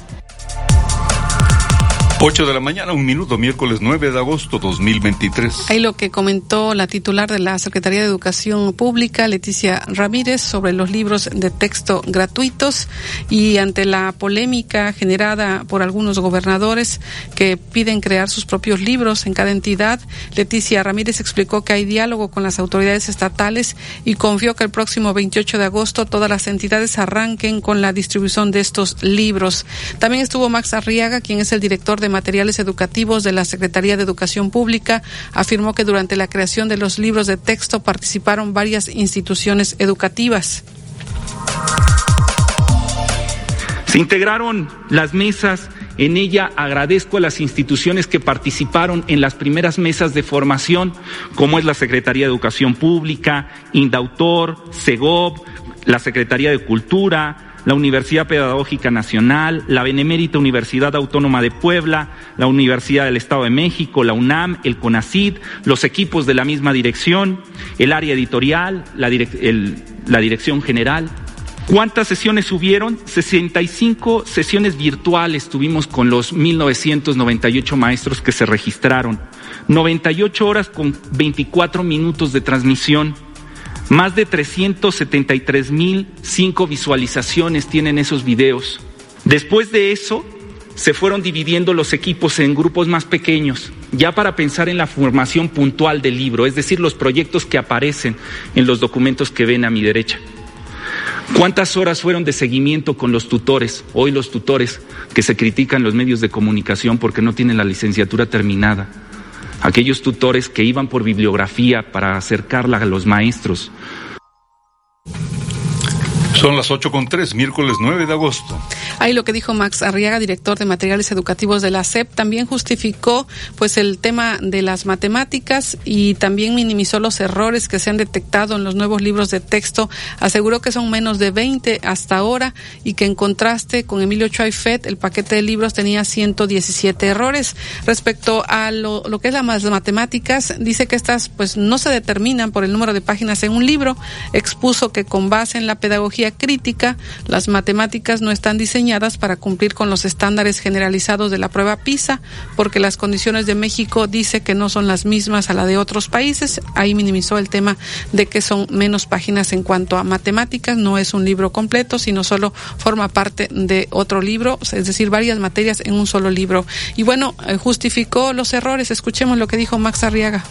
Speaker 1: ocho de la mañana, un minuto, miércoles nueve de agosto dos mil veintitrés.
Speaker 4: Ahí lo que comentó la titular de la Secretaría de Educación Pública, Leticia Ramírez, sobre los libros de texto gratuitos, y ante la polémica generada por algunos gobernadores que piden crear sus propios libros en cada entidad, Leticia Ramírez explicó que hay diálogo con las autoridades estatales y confió que el próximo veintiocho de agosto todas las entidades arranquen con la distribución de estos libros. También estuvo Max Arriaga, quien es el director de materiales educativos de la Secretaría de Educación Pública. Afirmó que durante la creación de los libros de texto participaron varias instituciones educativas.
Speaker 12: Se integraron las mesas. En ella agradezco a las instituciones que participaron en las primeras mesas de formación, como es la Secretaría de Educación Pública, Indautor, Segov, la Secretaría de Cultura, la Universidad Pedagógica Nacional, la Benemérita Universidad Autónoma de Puebla, la Universidad del Estado de México, la UNAM, el CONACYT, los equipos de la misma dirección, el área editorial, la, direc- el, la dirección general. ¿Cuántas sesiones hubieron? sesenta y cinco sesiones virtuales tuvimos con los mil novecientos noventa y ocho maestros que se registraron. noventa y ocho horas con veinticuatro minutos de transmisión. Más de trescientos setenta y tres mil cinco visualizaciones tienen esos videos. Después de eso, se fueron dividiendo los equipos en grupos más pequeños, ya para pensar en la formación puntual del libro, es decir, los proyectos que aparecen en los documentos que ven a mi derecha. ¿Cuántas horas fueron de seguimiento con los tutores? Hoy los tutores que se critican en los medios de comunicación porque no tienen la licenciatura terminada. Aquellos tutores que iban por bibliografía para acercarla a los maestros.
Speaker 1: Son las ocho con tres, miércoles nueve de agosto.
Speaker 4: Ahí lo que dijo Max Arriaga, director de materiales educativos de la S E P, también justificó pues el tema de las matemáticas y también minimizó los errores que se han detectado en los nuevos libros de texto. Aseguró que son menos de veinte hasta ahora y que en contraste con Emilio Choifet, el paquete de libros tenía ciento diecisiete errores. Respecto a lo, lo que es las matemáticas, dice que estas pues no se determinan por el número de páginas en un libro. Expuso que con base en la pedagogía crítica, las matemáticas no están diseñadas para cumplir con los estándares generalizados de la prueba PISA, porque las condiciones de México dice que no son las mismas a la de otros países. Ahí minimizó el tema de que son menos páginas en cuanto a matemáticas, no es un libro completo, sino solo forma parte de otro libro, es decir, varias materias en un solo libro. Y bueno, justificó los errores. Escuchemos lo que dijo Max Arriaga.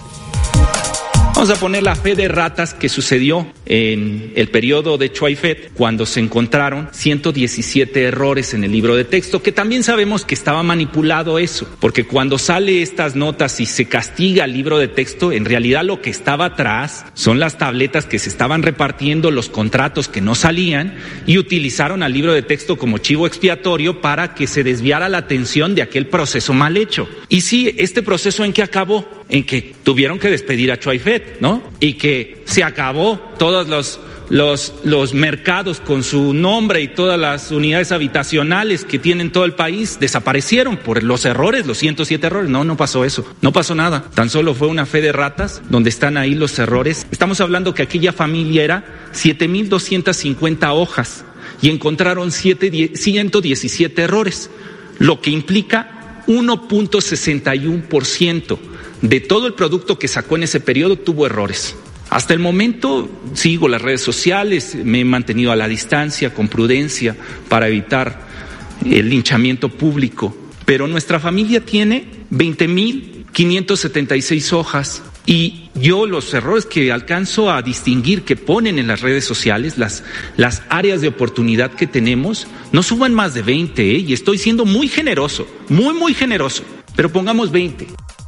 Speaker 12: Vamos a poner la fe de ratas que sucedió en el periodo de Choifet, cuando se encontraron ciento diecisiete errores en el libro de texto, que también sabemos que estaba manipulado eso, porque cuando sale estas notas y se castiga el libro de texto, en realidad lo que estaba atrás son las tabletas que se estaban repartiendo, los contratos que no salían, y utilizaron al libro de texto como chivo expiatorio para que se desviara la atención de aquel proceso mal hecho. Y sí, este proceso, ¿en qué acabó? En que tuvieron que despedir a Choifet, ¿no? Y que se acabó todos los, los, los mercados con su nombre y todas las unidades habitacionales que tienen todo el país desaparecieron por los errores, los ciento siete errores. No, no pasó eso, no pasó nada. Tan solo fue una fe de ratas donde están ahí los errores. Estamos hablando que aquella familia era siete mil doscientas cincuenta hojas y encontraron ciento diecisiete errores, lo que implica uno punto sesenta y uno por ciento de todo el producto que sacó en ese periodo tuvo errores. Hasta el momento sigo las redes sociales, me he mantenido a la distancia con prudencia para evitar el linchamiento público, pero nuestra familia tiene veinte mil quinientas setenta y seis hojas y yo los errores que alcanzo a distinguir que ponen en las redes sociales, las, las áreas de oportunidad que tenemos, no suban más de veinte, ¿eh? Y estoy siendo muy generoso, muy muy generoso, pero pongamos veinte.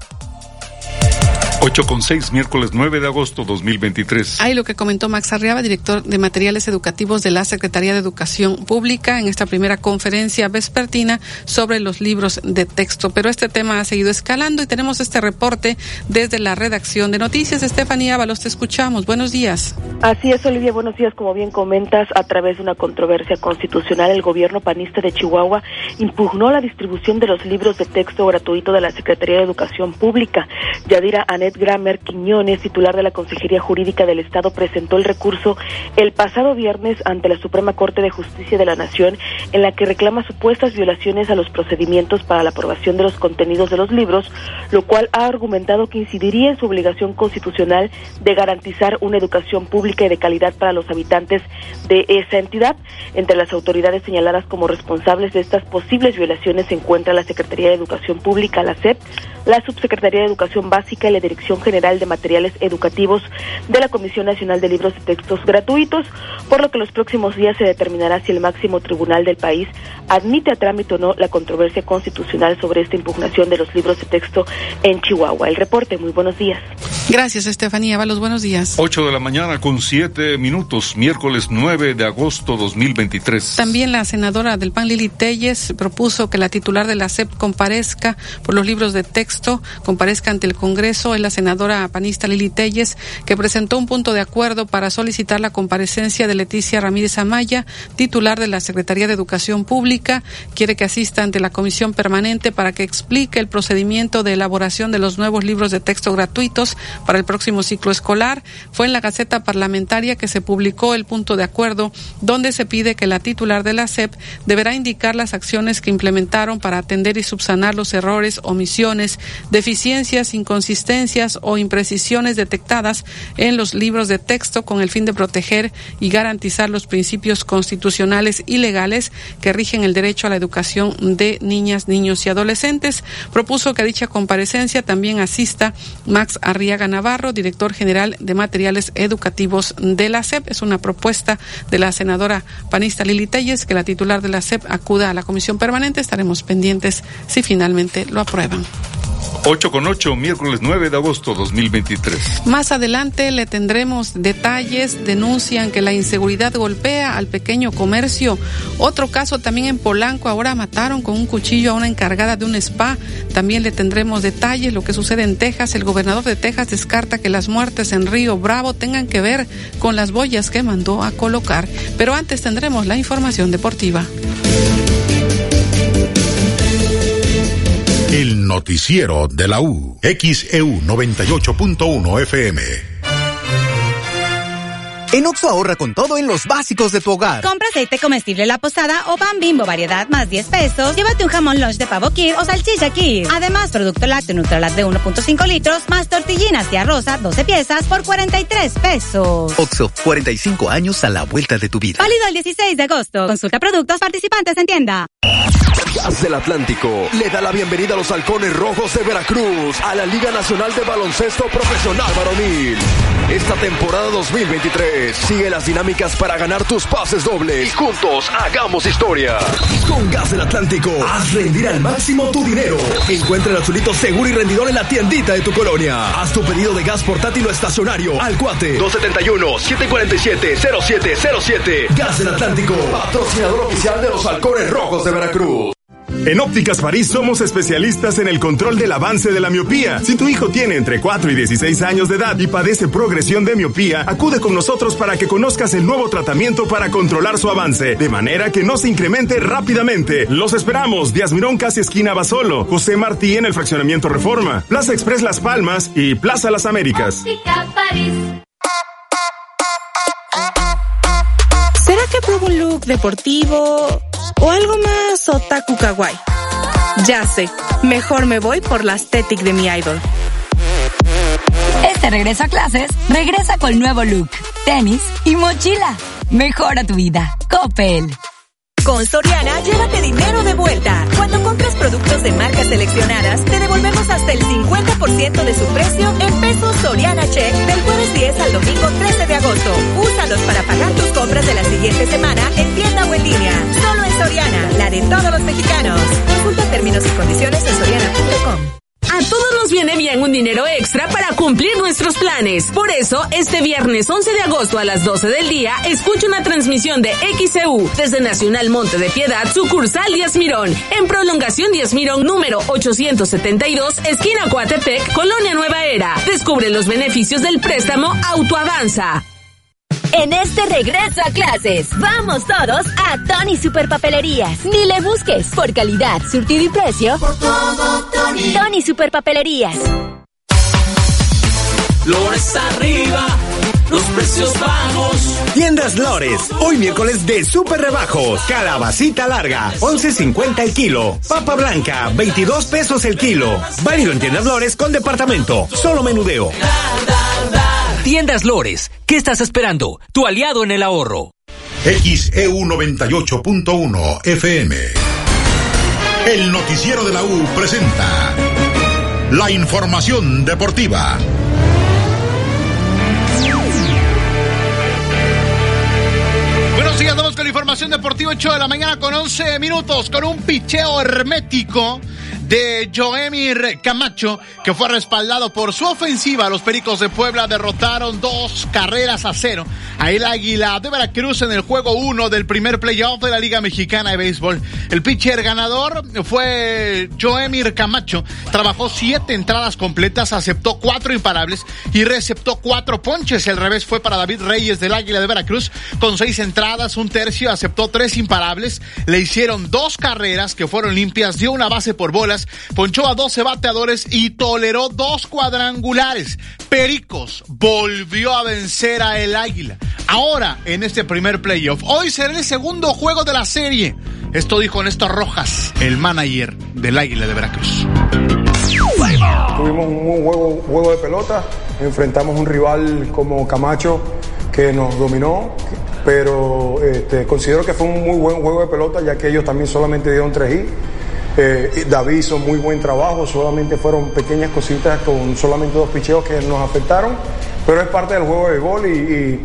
Speaker 1: ocho con seis, miércoles nueve de agosto dos mil veintitrés.
Speaker 4: Ahí lo que comentó Max Arriaga, director de materiales educativos de la Secretaría de Educación Pública, en esta primera conferencia vespertina sobre los libros de texto. Pero este tema ha seguido escalando y tenemos este reporte desde la redacción de noticias. Estefanía Ábalos, te escuchamos. Buenos días.
Speaker 13: Así es, Olivia, buenos días. Como bien comentas, a través de una controversia constitucional, el gobierno panista de Chihuahua impugnó la distribución de los libros de texto gratuito de la Secretaría de Educación Pública. Yadira Anet Gramer Quiñones, titular de la Consejería Jurídica del Estado, presentó el recurso el pasado viernes ante la Suprema Corte de Justicia de la Nación, en la que reclama supuestas violaciones a los procedimientos para la aprobación de los contenidos de los libros, lo cual ha argumentado que incidiría en su obligación constitucional de garantizar una educación pública y de calidad para los habitantes de esa entidad. Entre las autoridades señaladas como responsables de estas posibles violaciones se encuentra la Secretaría de Educación Pública, la S E P, la Subsecretaría de Educación Básica y la Dirección General de Materiales Educativos de la Comisión Nacional de Libros de Textos Gratuitos, por lo que los próximos días se determinará si el máximo tribunal del país admite a trámite o no la controversia constitucional sobre esta impugnación de los libros de texto en Chihuahua. El reporte, muy buenos días.
Speaker 4: Gracias, Estefanía Ábalos, buenos días.
Speaker 1: ocho de la mañana con siete minutos, miércoles nueve de agosto dos mil veintitrés.
Speaker 4: También la senadora del P A N, Lili Telles, propuso que la titular de la S E P comparezca por los libros de texto, comparezca ante el Congreso. Es la senadora panista Lili Telles, que presentó un punto de acuerdo para solicitar la comparecencia de Leticia Ramírez Amaya, titular de la Secretaría de Educación Pública. Quiere que asista ante la comisión permanente para que explique el procedimiento de elaboración de los nuevos libros de texto gratuitos para el próximo ciclo escolar. Fue en la Gaceta Parlamentaria que se publicó el punto de acuerdo, donde se pide que la titular de la S E P deberá indicar las acciones que implementaron para atender y subsanar los errores, omisiones, deficiencias, inconsistencias o imprecisiones detectadas en los libros de texto, con el fin de proteger y garantizar los principios constitucionales y legales que rigen el derecho a la educación de niñas, niños y adolescentes. Propuso que a dicha comparecencia también asista Max Arriaga Navarro, director general de materiales educativos de la S E P. Es una propuesta de la senadora panista Lili Telles, que la titular de la S E P acuda a la comisión permanente. Estaremos pendientes si finalmente lo aprueban.
Speaker 1: ocho con ocho, miércoles nueve de agosto dos mil veintitrés.
Speaker 4: Más adelante le tendremos detalles. Denuncian que la inseguridad golpea al pequeño comercio. Otro caso también en Polanco. Ahora mataron con un cuchillo a una encargada de un spa. También le tendremos detalles. Lo que sucede en Texas. El gobernador de Texas descarta que las muertes en Río Bravo tengan que ver con las boyas que mandó a colocar. Pero antes tendremos la información deportiva.
Speaker 3: El noticiero de la U, X E U noventa y ocho punto uno F M.
Speaker 15: En Oxxo ahorra con todo en los básicos de tu hogar.
Speaker 16: Compra aceite comestible La Posada o pan Bimbo variedad más diez pesos. Llévate un jamón lunch de pavo Kir o salchicha Kir. Además, producto lácteo Nutralat de uno punto cinco litros más tortillinas tía Rosa doce piezas por cuarenta y tres pesos.
Speaker 15: Oxxo, cuarenta y cinco años a la vuelta de tu vida.
Speaker 16: Válido el dieciséis de agosto. Consulta productos participantes en tienda.
Speaker 17: Gas del Atlántico le da la bienvenida a los Halcones Rojos de Veracruz a la Liga Nacional de Baloncesto Profesional Varonil. Esta temporada dos mil veintitrés sigue las dinámicas para ganar tus pases dobles y juntos hagamos historia. Con Gas del Atlántico, haz rendir al máximo tu dinero. Encuentra el azulito seguro y rendidor en la tiendita de tu colonia. Haz tu pedido de gas portátil o estacionario al Cuate dos setenta y uno, siete cuarenta y siete, cero siete cero siete. Gas del Atlántico, patrocinador oficial de los Halcones Rojos de Veracruz.
Speaker 7: En Ópticas París somos especialistas en el control del avance de la miopía. Si tu hijo tiene entre cuatro y dieciséis años de edad y padece progresión de miopía, acude con nosotros para que conozcas el nuevo tratamiento para controlar su avance, de manera que no se incremente rápidamente. Los esperamos, Díaz Mirón, casi esquina Basolo, José Martí en el Fraccionamiento Reforma, Plaza Express Las Palmas y Plaza Las Américas.
Speaker 22: Óptica París.
Speaker 25: ¿Será que pruebo un look deportivo o algo más otaku kawaii? Ya sé, mejor me voy por la aesthetic de mi idol.
Speaker 22: Este regreso a clases, regresa con nuevo look, tenis y mochila. Mejora tu vida. Coppel.
Speaker 26: Con Soriana, llévate dinero de vuelta. Cuando compras productos de marcas seleccionadas, te devolvemos hasta el cincuenta por ciento de su precio en pesos Soriana Check del jueves diez al domingo trece de agosto. Úsalos para pagar tus compras de la siguiente semana en tienda o en línea. Solo en Soriana, la de todos los mexicanos. Consulta términos y condiciones en soriana punto com.
Speaker 14: A todos nos viene bien un dinero extra para cumplir nuestros planes. Por eso, este viernes once de agosto a las doce del día, escucha una transmisión de X E U desde Nacional Monte de Piedad, sucursal Díaz Mirón, en prolongación Díaz Mirón número ochocientos setenta y dos, esquina Coatepec, Colonia Nueva Era. Descubre los beneficios del préstamo Autoavanza.
Speaker 6: En este regreso a clases, vamos todos a Tony Super Papelerías. Ni le busques, por calidad, surtido y precio. Por todo, Tony. Tony Super Papelerías.
Speaker 27: Lores arriba, los precios bajos.
Speaker 20: Tiendas Lores, hoy miércoles de super rebajos. Calabacita larga, once cincuenta el kilo. Papa blanca, veintidós pesos el kilo. Válido en Tiendas Lores con departamento, solo menudeo.
Speaker 28: Tiendas Lores, ¿qué estás esperando? Tu aliado en el ahorro.
Speaker 3: X E U noventa y ocho punto uno F M. El noticiero de la U presenta la información deportiva.
Speaker 2: Buenos días, vamos con la información deportiva, ocho de la mañana con once minutos, con un picheo hermético de Joemir Camacho, que fue respaldado por su ofensiva. Los Pericos de Puebla derrotaron dos carreras a cero a el Águila de Veracruz en el juego uno del primer playoff de la Liga Mexicana de Béisbol. El pitcher ganador fue Joemir Camacho. Trabajó siete entradas completas, aceptó cuatro imparables y receptó cuatro ponches. El revés fue para David Reyes del Águila de Veracruz, con seis entradas, un tercio, aceptó tres imparables. Le hicieron dos carreras que fueron limpias, dio una base por bolas, ponchó a doce bateadores y toleró dos cuadrangulares. Pericos volvió a vencer a el Águila, ahora en este primer playoff. Hoy será el segundo juego de la serie. Esto dijo Néstor Rojas, el manager del Águila de Veracruz.
Speaker 29: Tuvimos un buen juego, juego de pelota, enfrentamos un rival como Camacho que nos dominó, pero este, considero que fue un muy buen juego de pelota, ya que ellos también solamente dieron tres hits. Eh, David hizo muy buen trabajo, solamente fueron pequeñas cositas con solamente dos picheos que nos afectaron, pero es parte del juego de gol y, y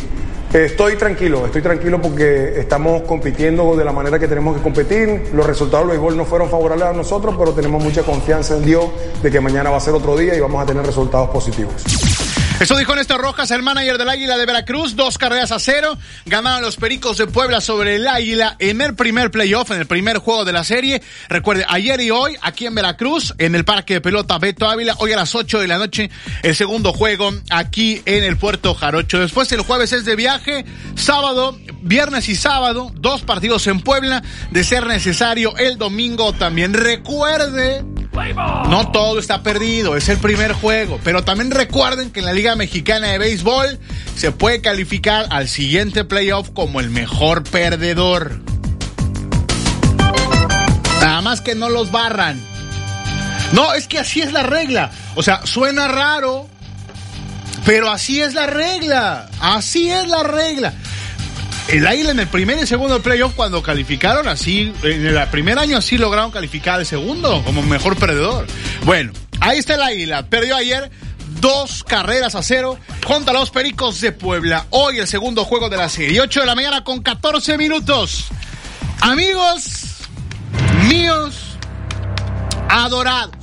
Speaker 29: Estoy tranquilo, estoy tranquilo porque estamos compitiendo de la manera que tenemos que competir. Los resultados del béisbol no fueron favorables a nosotros, pero tenemos mucha confianza en Dios de que mañana va a ser otro día y vamos a tener resultados positivos.
Speaker 2: Eso dijo Néstor Rojas, el manager del Águila de Veracruz. Dos carreras a cero. Ganaron los Pericos de Puebla sobre el Águila en el primer playoff, en el primer juego de la serie. Recuerde, ayer y hoy, aquí en Veracruz, en el Parque de Pelota Beto Ávila. Hoy a las ocho de la noche, el segundo juego aquí en el Puerto Jarocho. Después, el jueves es de viaje. Sábado, viernes y sábado, dos partidos en Puebla. De ser necesario, el domingo también. Recuerde, no todo está perdido, es el primer juego. Pero también recuerden que en la Liga Mexicana de Béisbol se puede calificar al siguiente playoff como el mejor perdedor. Nada más que no los barran. No, es que así es la regla. O sea, suena raro, pero así es la regla. Así es la regla. El Águila en el primer y segundo playoff, cuando calificaron así, en el primer año así lograron calificar al segundo como mejor perdedor. Bueno, ahí está el Águila. Perdió ayer dos carreras a cero contra los Pericos de Puebla. Hoy el segundo juego de la serie, ocho de la mañana con catorce minutos. Amigos míos adorados,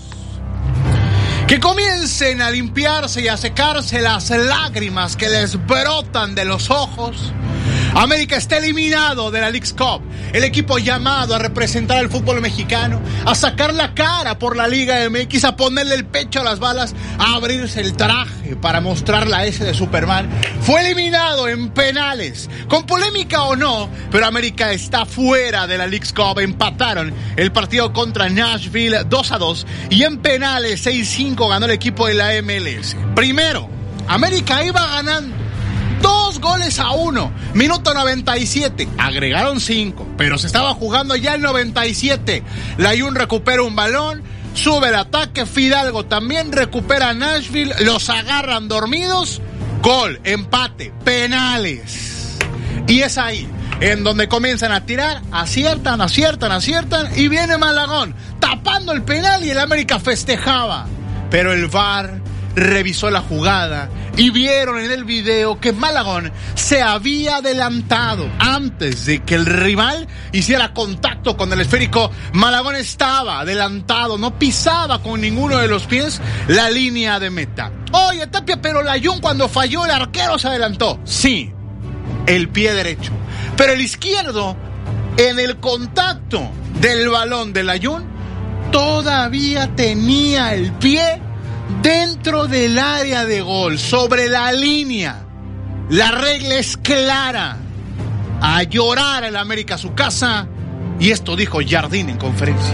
Speaker 2: que comiencen a limpiarse y a secarse las lágrimas que les brotan de los ojos. América está eliminado de la Leagues Cup. El equipo llamado a representar al fútbol mexicano, a sacar la cara por la Liga M X, a ponerle el pecho a las balas, a abrirse el traje para mostrar la S de Superman, fue eliminado en penales. Con polémica o no, pero América está fuera de la Leagues Cup. Empataron el partido contra Nashville dos a dos y en penales seis cinco ganó el equipo de la M L S. Primero, América iba ganando dos goles a uno, minuto noventa y siete, agregaron cinco, pero se estaba jugando ya el noventa y siete. Layún recupera un balón, sube el ataque, Fidalgo también recupera a Nashville, los agarran dormidos, gol, empate, penales. Y es ahí en donde comienzan a tirar, aciertan, aciertan, aciertan, y viene Malagón tapando el penal y el América festejaba. Pero el V A R revisó la jugada y vieron en el video que Malagón se había adelantado antes de que el rival hiciera contacto con el esférico. Malagón estaba adelantado, no pisaba con ninguno de los pies la línea de meta. Oye, Tapia, pero Layún cuando falló el arquero se adelantó. Sí, el pie derecho, pero el izquierdo, en el contacto del balón de Layún, todavía tenía el pie dentro del área de gol, sobre la línea. La regla es clara. A llorar el América a su casa. Y esto dijo Jardín en conferencia.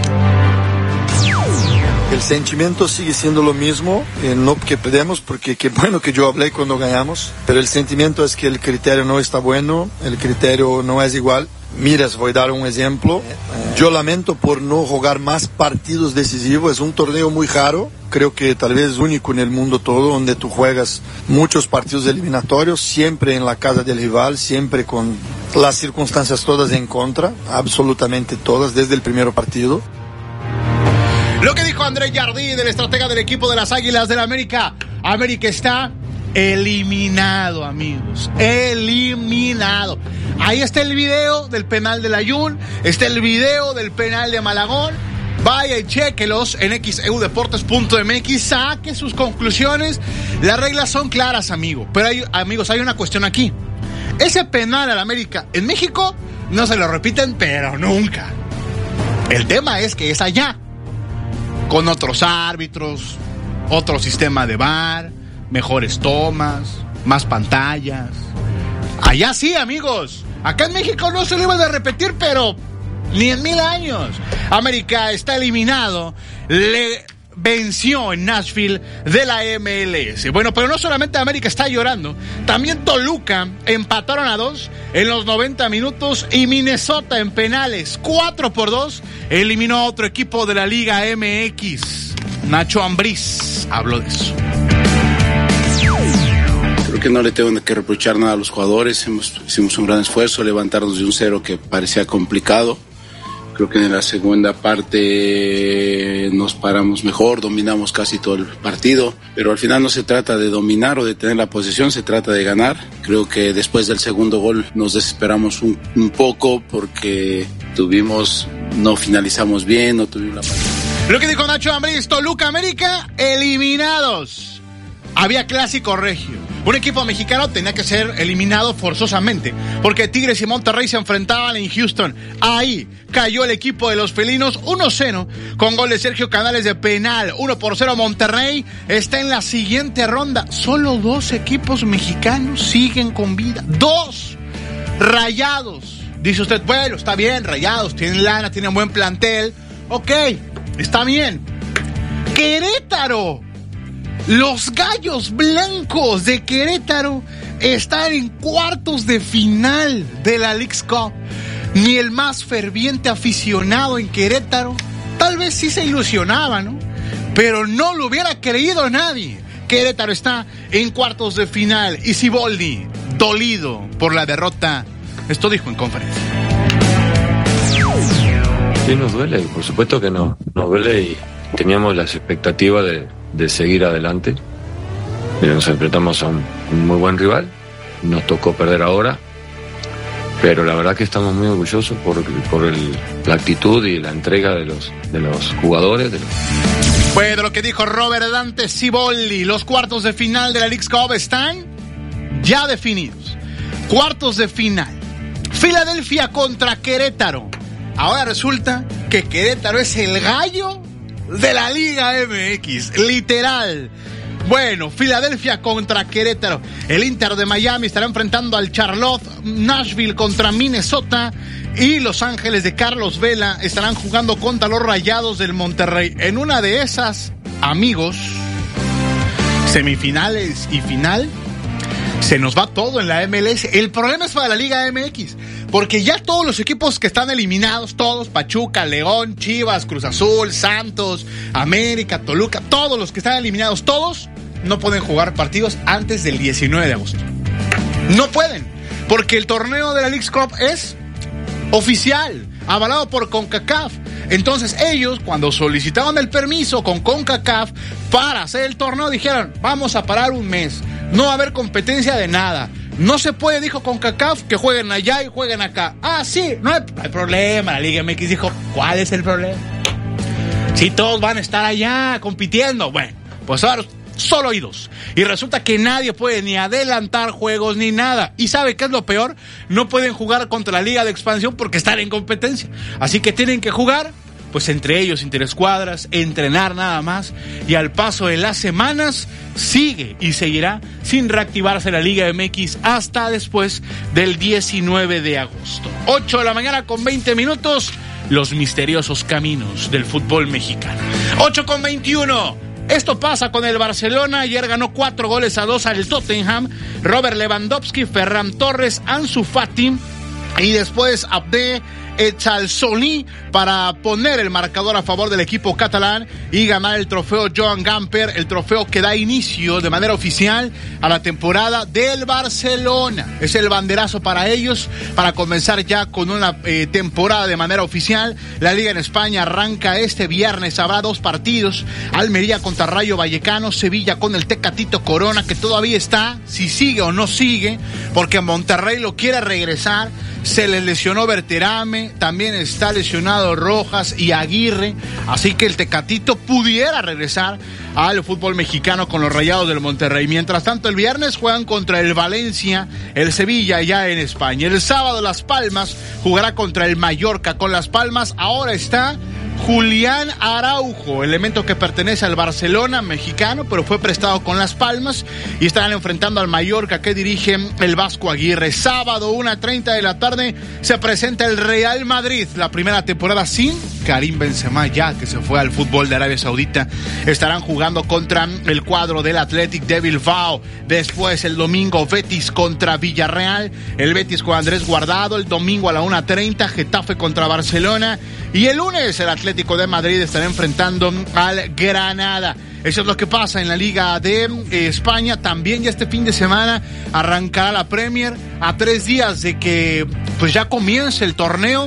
Speaker 5: El sentimiento sigue siendo lo mismo, eh, no que perdemos, porque qué bueno que yo hablé cuando ganamos, pero el sentimiento es que el criterio no está bueno, el criterio no es igual. Miras, voy a dar un ejemplo. Yo lamento por no jugar más partidos decisivos. Es un torneo muy raro. Creo que tal vez único en el mundo todo, donde tú juegas muchos partidos eliminatorios, siempre en la casa del rival, siempre con las circunstancias todas en contra, absolutamente todas, desde el primer partido.
Speaker 2: Lo que dijo André Jardín, el estratega del equipo de las Águilas del América. América está eliminado, amigos. Eliminado. Ahí está el video del penal de Layún. Está el video del penal de Malagón. Vaya y chéquelos en equis e u deportes punto eme equis. Saque sus conclusiones. Las reglas son claras, amigo. Pero hay, amigos, hay una cuestión aquí. Ese penal al América en México no se lo repiten, pero nunca. El tema es que es allá, con otros árbitros, otro sistema de V A R, mejores tomas, más pantallas. Allá sí, amigos. Acá en México no se lo iban a repetir, pero ni en mil años. América está eliminado. Le venció en Nashville de la eme ele ese. Bueno, pero no solamente América está llorando, también Toluca empataron a dos en los noventa minutos y Minnesota en penales cuatro por dos eliminó a otro equipo de la Liga eme equis. Nacho Ambriz habló de eso.
Speaker 8: Creo que no le tengo que reprochar nada a los jugadores. Hemos, hicimos un gran esfuerzo, levantarnos de un cero que parecía complicado. Creo que en la segunda parte nos paramos mejor, dominamos casi todo el partido, pero al final no se trata de dominar o de tener la posesión, se trata de ganar. Creo que después del segundo gol nos desesperamos un, un poco porque tuvimos, no finalizamos bien, no tuvimos la partida.
Speaker 2: Lo que dijo Nacho Ambriz, Toluca América, eliminados. Había clásico regio. Un equipo mexicano tenía que ser eliminado forzosamente, porque Tigres y Monterrey se enfrentaban en Houston. Ahí cayó el equipo de los felinos uno cero, con gol de Sergio Canales de penal. uno por cero Monterrey está en la siguiente ronda. Solo dos equipos mexicanos siguen con vida. ¡Dos! Rayados. Dice usted, bueno, está bien, Rayados, tienen lana, tienen buen plantel. Ok, está bien. Querétaro. Los Gallos Blancos de Querétaro están en cuartos de final de la Leagues Cup. Ni el más ferviente aficionado en Querétaro, tal vez sí se ilusionaba, ¿no? Pero no lo hubiera creído nadie. Querétaro está en cuartos de final y Siboldi, dolido por la derrota, esto dijo en conferencia.
Speaker 9: Sí, nos duele, por supuesto que no, nos duele y teníamos las expectativas de de seguir adelante. Pero nos enfrentamos a un, un muy buen rival, nos tocó perder ahora, pero la verdad que estamos muy orgullosos por, por el, la actitud y la entrega de los, de los jugadores. De los...
Speaker 2: Bueno, lo que dijo Robert Dante Siboldi, los cuartos de final de la Leagues Cup están ya definidos. Cuartos de final, Filadelfia contra Querétaro. Ahora resulta que Querétaro es el gallo de la Liga M X, literal. Bueno, Filadelfia contra Querétaro. El Inter de Miami estará enfrentando al Charlotte, Nashville contra Minnesota y Los Ángeles de Carlos Vela estarán jugando contra los Rayados del Monterrey. En una de esas, amigos, semifinales y final, se nos va todo en la M L S. El problema es para la Liga M X, porque ya todos los equipos que están eliminados, todos, Pachuca, León, Chivas, Cruz Azul, Santos, América, Toluca, todos los que están eliminados, todos no pueden jugar partidos antes del diecinueve de agosto. No pueden, porque el torneo de la Leagues Cup es oficial, avalado por CONCACAF. Entonces ellos, cuando solicitaban el permiso con CONCACAF para hacer el torneo, dijeron, vamos a parar un mes, no va a haber competencia de nada. No se puede, dijo CONCACAF, que jueguen allá y jueguen acá. Ah, sí, no hay, no hay problema. La Liga M X dijo, ¿cuál es el problema? Si todos van a estar allá compitiendo. Bueno, pues ahora solo hay dos. Y resulta que nadie puede ni adelantar juegos ni nada. ¿Y sabe qué es lo peor? No pueden jugar contra la Liga de Expansión porque están en competencia. Así que tienen que jugar, pues entre ellos, interescuadras, entrenar nada más. Y al paso de las semanas, sigue y seguirá sin reactivarse la Liga M X hasta después del diecinueve de agosto. ocho de la mañana con veinte minutos, los misteriosos caminos del fútbol mexicano. ocho con veintiuno. Esto pasa con el Barcelona. Ayer ganó cuatro goles a dos al Tottenham. Robert Lewandowski, Ferran Torres, Ansu Fati y después Abde Echalsoni para poner el marcador a favor del equipo catalán y ganar el trofeo Joan Gamper, el trofeo que da inicio de manera oficial a la temporada del Barcelona. Es el banderazo para ellos para comenzar ya con una eh, temporada de manera oficial. La Liga en España arranca este viernes, habrá dos partidos: Almería contra Rayo Vallecano, Sevilla con el Tecatito Corona, que todavía está, si sigue o no sigue, porque Monterrey lo quiere regresar. Se le lesionó Berterame, también está lesionado Rojas y Aguirre, así que el Tecatito pudiera regresar al fútbol mexicano con los Rayados del Monterrey. Mientras tanto, el viernes juegan contra el Valencia, el Sevilla ya en España. El sábado Las Palmas jugará contra el Mallorca. Con Las Palmas ahora está Julián Araujo, elemento que pertenece al Barcelona mexicano, pero fue prestado con Las Palmas y estarán enfrentando al Mallorca que dirige el Vasco Aguirre. Sábado, una treinta de la tarde, se presenta el Real Madrid, la primera temporada sin Karim Benzema, ya que se fue al fútbol de Arabia Saudita. Estarán jugando contra el cuadro del Athletic de Bilbao. Después, el domingo, Betis contra Villarreal. El Betis con Andrés Guardado. El domingo a la una treinta, Getafe contra Barcelona. Y el lunes, el Atlético de Madrid estará enfrentando al Granada. Eso es lo que pasa en la Liga de eh, España. También ya este fin de semana arrancará la Premier a tres días de que pues ya comience el torneo.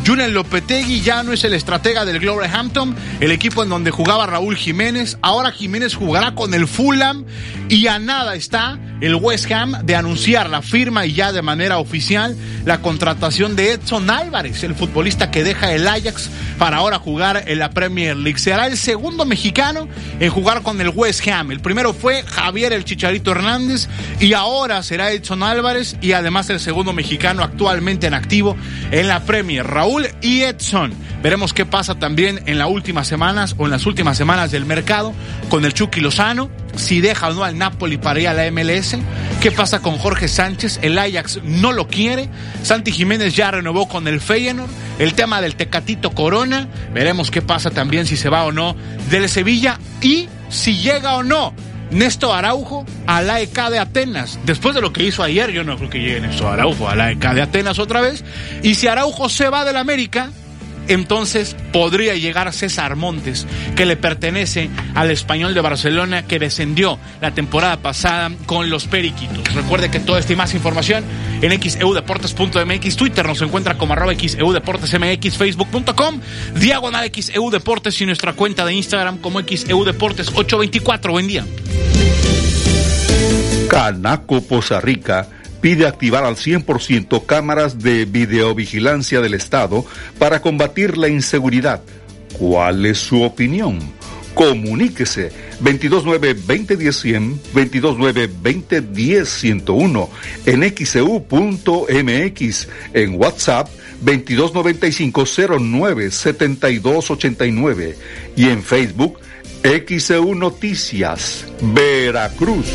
Speaker 2: Julen Lopetegui ya no es el estratega del Wolverhampton, el equipo en donde jugaba Raúl Jiménez. Ahora Jiménez jugará con el Fulham y a nada está el West Ham de anunciar la firma y ya de manera oficial la contratación de Edson Álvarez, el futbolista que deja el Ajax para ahora jugar en la Premier League. Será el segundo mexicano en jugar con el West Ham. El primero fue Javier el Chicharito Hernández y ahora será Edson Álvarez, y además el segundo mexicano actualmente en activo en la Premier, Raúl y Edson. Veremos qué pasa también en las últimas semanas o en las últimas semanas del mercado con el Chucky Lozano, si deja o no al Napoli para ir a la M L S. ¿Qué pasa con Jorge Sánchez? El Ajax no lo quiere. Santi Jiménez ya renovó con el Feyenoord. El tema del Tecatito Corona. Veremos qué pasa también, si se va o no del Sevilla, y si llega o no Néstor Araujo a la A E K de Atenas. Después de lo que hizo ayer, yo no creo que llegue Néstor Araujo a la A E K de Atenas otra vez. Y si Araujo se va del América, entonces podría llegar César Montes, que le pertenece al Español de Barcelona, que descendió la temporada pasada con los Periquitos. Recuerde que toda esta y más información en x e u deportes punto m x, Twitter nos encuentra como arroba xeudeportesmx, facebook punto com, diagonal xeu deportes, y nuestra cuenta de Instagram como xeudeportes ocho veinticuatro. Buen día.
Speaker 1: Canaco Poza Rica pide activar al cien por ciento cámaras de videovigilancia del Estado para combatir la inseguridad. ¿Cuál es su opinión? Comuníquese veintidós nueve veinte diez cien, veintidós nueve veinte diez ciento uno, en x e u punto m x, en WhatsApp veintidós noventa y cinco cero nueve setenta y dos ochenta y nueve y en Facebook X E U Noticias, Veracruz.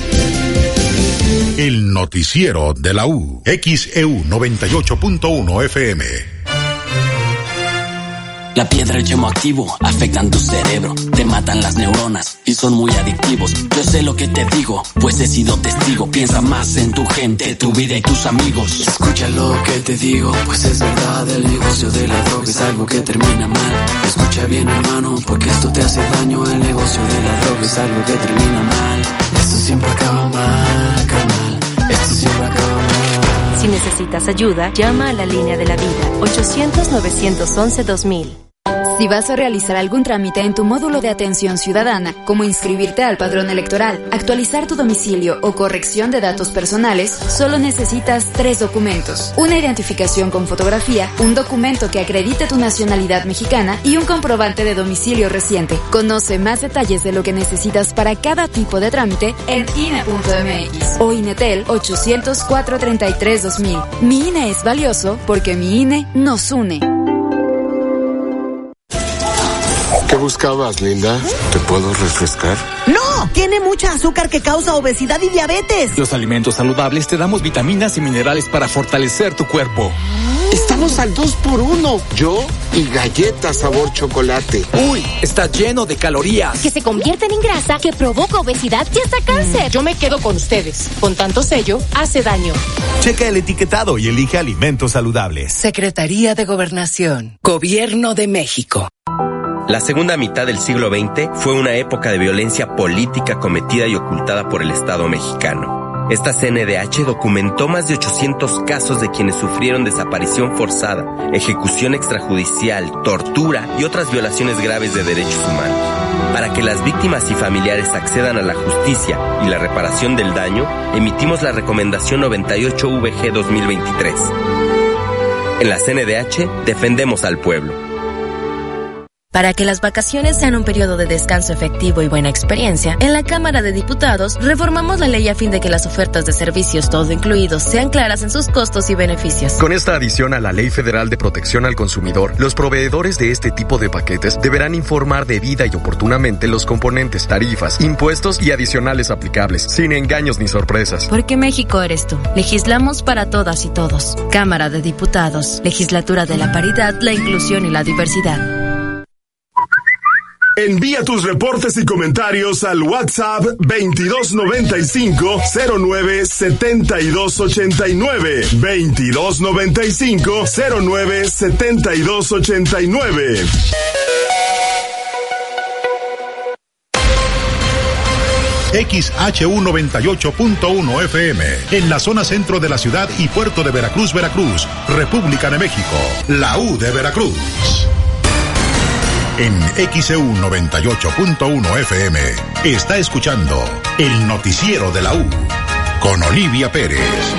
Speaker 3: El noticiero de la U, X E U noventa y ocho punto uno F M.
Speaker 10: La piedra y el yemo activo afectan tu cerebro, te matan las neuronas y son muy adictivos. Yo sé lo que te digo, pues he sido testigo. Piensa más en tu gente, tu vida y tus amigos.
Speaker 11: Escucha lo que te digo, pues es verdad. El negocio de la droga es algo que termina mal. Escucha bien, hermano, porque esto te hace daño. El negocio de la droga es algo que termina mal. Esto siempre acaba mal, carnal. Esto siempre acaba mal.
Speaker 26: Si necesitas ayuda, llama a la línea de la vida, ochocientos nueve once dos mil.
Speaker 22: Si vas a realizar algún trámite en tu módulo de atención ciudadana, como inscribirte al padrón electoral, actualizar tu domicilio o corrección de datos personales, solo necesitas tres documentos: una identificación con fotografía, un documento que acredite tu nacionalidad mexicana y un comprobante de domicilio reciente. Conoce más detalles de lo que necesitas para cada tipo de trámite en I N E punto m x o INETEL ochocientos cuatro treinta y tres dos mil. Mi I N E es valioso porque mi I N E nos une.
Speaker 12: ¿Qué buscabas, Linda? ¿Te puedo refrescar?
Speaker 13: ¡No! Tiene mucha azúcar que causa obesidad y diabetes.
Speaker 18: Los alimentos saludables te damos vitaminas y minerales para fortalecer tu cuerpo.
Speaker 12: Estamos al dos por uno. Yo y galletas sabor chocolate.
Speaker 18: Uy, está lleno de calorías.
Speaker 19: Que se convierten en grasa, que provoca obesidad y hasta cáncer.
Speaker 21: Yo me quedo con ustedes. Con tanto sello, hace daño.
Speaker 20: Checa el etiquetado y elige alimentos saludables.
Speaker 23: Secretaría de Gobernación. Gobierno de México.
Speaker 24: La segunda mitad del siglo veinte fue una época de violencia política cometida y ocultada por el Estado mexicano. Esta C N D H documentó más de ochocientos casos de quienes sufrieron desaparición forzada, ejecución extrajudicial, tortura y otras violaciones graves de derechos humanos. Para que las víctimas y familiares accedan a la justicia y la reparación del daño, emitimos la Recomendación noventa y ocho V G dos mil veintitrés. En la C N D H defendemos al pueblo.
Speaker 30: Para que las vacaciones sean un periodo de descanso efectivo y buena experiencia, en la Cámara de Diputados reformamos la ley a fin de que las ofertas de servicios todo incluidos sean claras en sus costos y beneficios.
Speaker 31: Con esta adición a la Ley Federal de Protección al Consumidor, los proveedores de este tipo de paquetes deberán informar debida y oportunamente los componentes, tarifas, impuestos y adicionales aplicables, sin engaños ni sorpresas.
Speaker 30: Porque México eres tú. Legislamos para todas y todos. Cámara de Diputados. Legislatura de la Paridad, la Inclusión y la Diversidad.
Speaker 7: Envía tus reportes y comentarios al WhatsApp veintidós noventa y cinco cero nueve setenta y dos ochenta y nueve. veintidós noventa y cinco cero nueve setenta y dos ochenta y nueve.
Speaker 3: X H U noventa y ocho punto uno F M, en la zona centro de la ciudad y puerto de Veracruz, Veracruz, República de México, la U de Veracruz. En X E U noventa y ocho punto uno F M, está escuchando el noticiero de la U, con Olivia Pérez.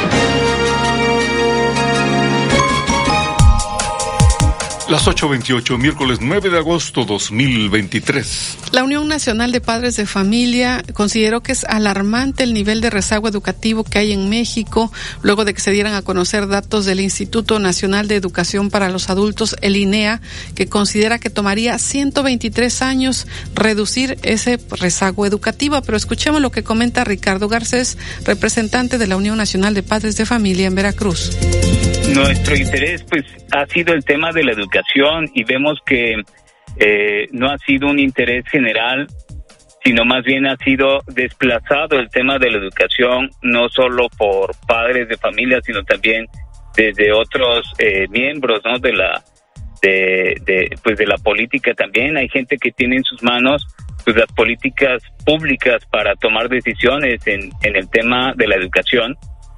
Speaker 1: Las ocho veintiocho, miércoles nueve de agosto dos mil veintitrés.
Speaker 4: La Unión Nacional de Padres de Familia consideró que es alarmante el nivel de rezago educativo que hay en México, luego de que se dieran a conocer datos del Instituto Nacional de Educación para los Adultos, el I N E A, que considera que tomaría ciento veintitrés años reducir ese rezago educativo. Pero escuchemos lo que comenta Ricardo Garcés, representante de la Unión Nacional de Padres de Familia en Veracruz.
Speaker 5: Nuestro interés, pues, ha sido el tema de la educación y vemos que eh, no ha sido un interés general, sino más bien ha sido desplazado el tema de la educación, no solo por padres de familia, sino también desde otros eh, miembros, ¿no? De la, de, de, pues, de la política también. Hay gente que tiene en sus manos, pues, las políticas públicas para tomar decisiones en, en el tema de la educación.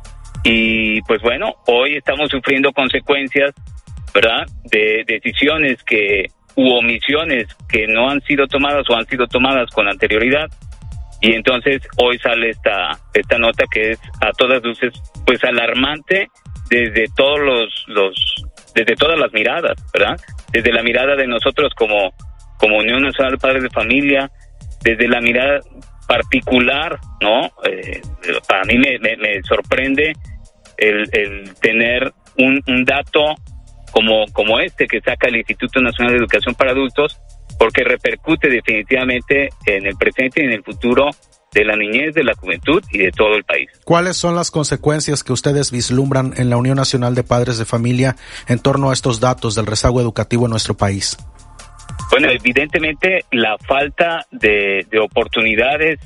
Speaker 5: Y pues bueno, hoy estamos sufriendo consecuencias, ¿verdad?, de decisiones que u omisiones que no han sido tomadas o han sido tomadas con anterioridad. Y entonces hoy sale esta esta nota que es a todas luces pues alarmante desde todos los los desde todas las miradas, ¿verdad? Desde la mirada de nosotros como como Unión Nacional de Padres de Familia, desde la mirada particular, ¿no? Eh, para mí me, me, me sorprende el, el tener un, un dato como, como este que saca el Instituto Nacional de Educación para Adultos, porque repercute definitivamente en el presente y en el futuro de la niñez, de la juventud y de todo el país.
Speaker 6: ¿Cuáles son las consecuencias que ustedes vislumbran en la Unión Nacional de Padres de Familia en torno a estos datos del rezago educativo en nuestro país?
Speaker 5: Bueno, evidentemente la falta de, de oportunidades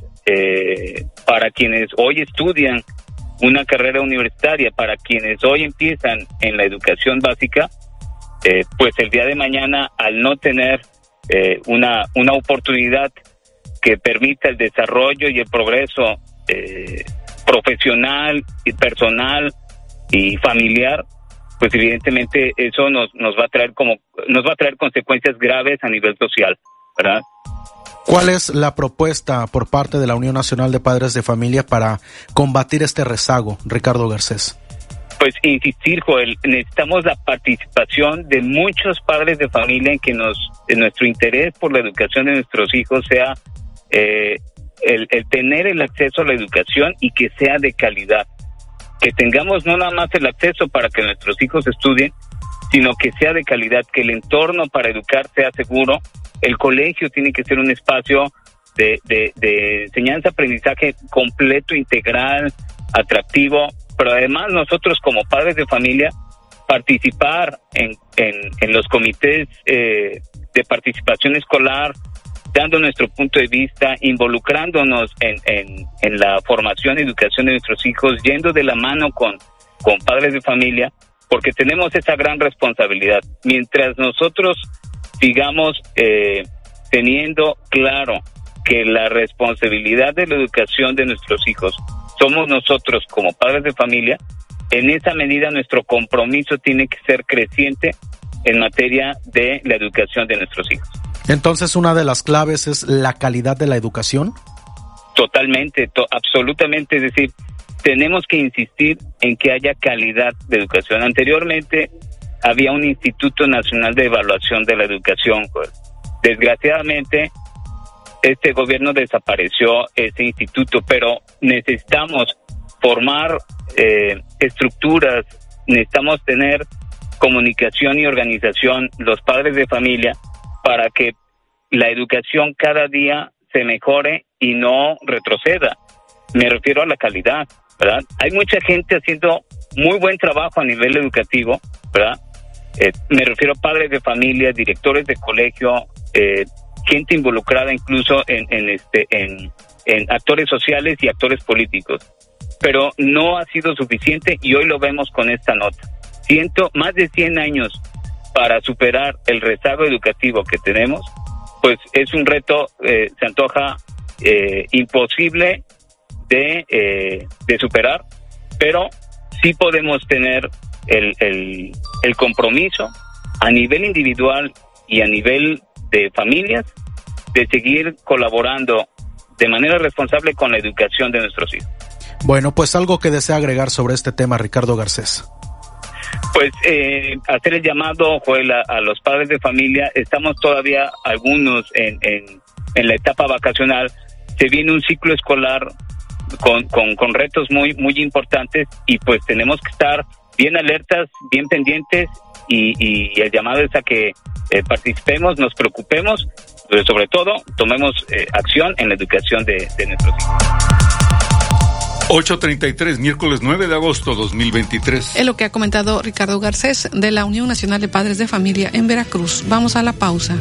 Speaker 5: eh, para quienes hoy estudian una carrera universitaria, para quienes hoy empiezan en la educación básica, eh, pues el día de mañana, al no tener eh, una, una oportunidad que permita el desarrollo y el progreso eh, profesional y personal y familiar, pues evidentemente eso nos nos va a traer como nos va a traer consecuencias graves a nivel social, ¿verdad?
Speaker 6: ¿Cuál es la propuesta por parte de la Unión Nacional de Padres de Familia para combatir este rezago, Ricardo Garcés?
Speaker 5: Pues insistir, Joel, necesitamos la participación de muchos padres de familia en que nos en nuestro interés por la educación de nuestros hijos sea eh, el, el tener el acceso a la educación y que sea de calidad. Que tengamos no nada más el acceso para que nuestros hijos estudien, sino que sea de calidad, que el entorno para educar sea seguro. El colegio tiene que ser un espacio de, de, de enseñanza-aprendizaje completo, integral, atractivo, pero además nosotros como padres de familia participar en, en, en los comités eh, de participación escolar, dando nuestro punto de vista, involucrándonos en, en, en la formación y educación de nuestros hijos, yendo de la mano con, con padres de familia, porque tenemos esa gran responsabilidad. Mientras nosotros sigamos eh, teniendo claro que la responsabilidad de la educación de nuestros hijos somos nosotros como padres de familia, en esa medida nuestro compromiso tiene que ser creciente en materia de la educación de nuestros hijos.
Speaker 6: Entonces, una de las claves es la calidad de la educación.
Speaker 5: Totalmente, to- absolutamente, es decir, tenemos que insistir en que haya calidad de educación. Anteriormente había un Instituto Nacional de Evaluación de la Educación. Pues. Desgraciadamente, este gobierno desapareció ese instituto, pero necesitamos formar eh, estructuras, necesitamos tener comunicación y organización, los padres de familia, para que la educación cada día se mejore y no retroceda. Me refiero a la calidad, ¿verdad? Hay mucha gente haciendo muy buen trabajo a nivel educativo, ¿verdad? Eh, me refiero a padres de familia, directores de colegio, eh, gente involucrada incluso en, en este en, en actores sociales y actores políticos. Pero no ha sido suficiente y hoy lo vemos con esta nota. Ciento, más de cien años para superar el rezago educativo que tenemos, pues es un reto, eh, se antoja eh, imposible de, eh, de superar, pero sí podemos tener el, el, el compromiso a nivel individual y a nivel de familias de seguir colaborando de manera responsable con la educación de nuestros hijos.
Speaker 6: Bueno, pues algo que desea agregar sobre este tema, Ricardo Garcés.
Speaker 5: Pues eh, hacer el llamado, Joel, a, a los padres de familia. Estamos todavía algunos en, en, en la etapa vacacional. Se viene un ciclo escolar con, con, con retos muy, muy importantes y pues tenemos que estar bien alertas, bien pendientes y, y el llamado es a que eh, participemos, nos preocupemos, pero sobre todo tomemos eh, acción en la educación de, de nuestros hijos.
Speaker 1: ocho treinta y tres, miércoles nueve de agosto dos mil veintitrés.
Speaker 4: Es lo que ha comentado Ricardo Garcés de la Unión Nacional de Padres de Familia en Veracruz. Vamos a la pausa.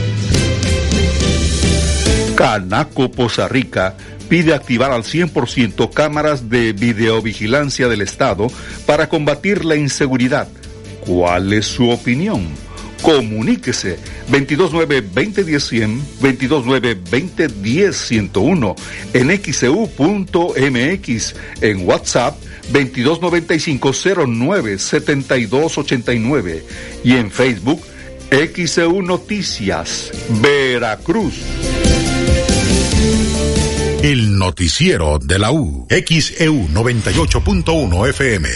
Speaker 1: Canaco Poza Rica pide activar al cien por ciento cámaras de videovigilancia del Estado para combatir la inseguridad. ¿Cuál es su opinión? Comuníquese veintidós nueve veinte diez cien, veintidós nueve veinte diez ciento uno, en x e u punto m x, en WhatsApp veintidós noventa y cinco cero nueve setenta y dos ochenta y nueve y en Facebook X E U Noticias Veracruz.
Speaker 3: El noticiero de la U, X E U noventa y ocho punto uno F M.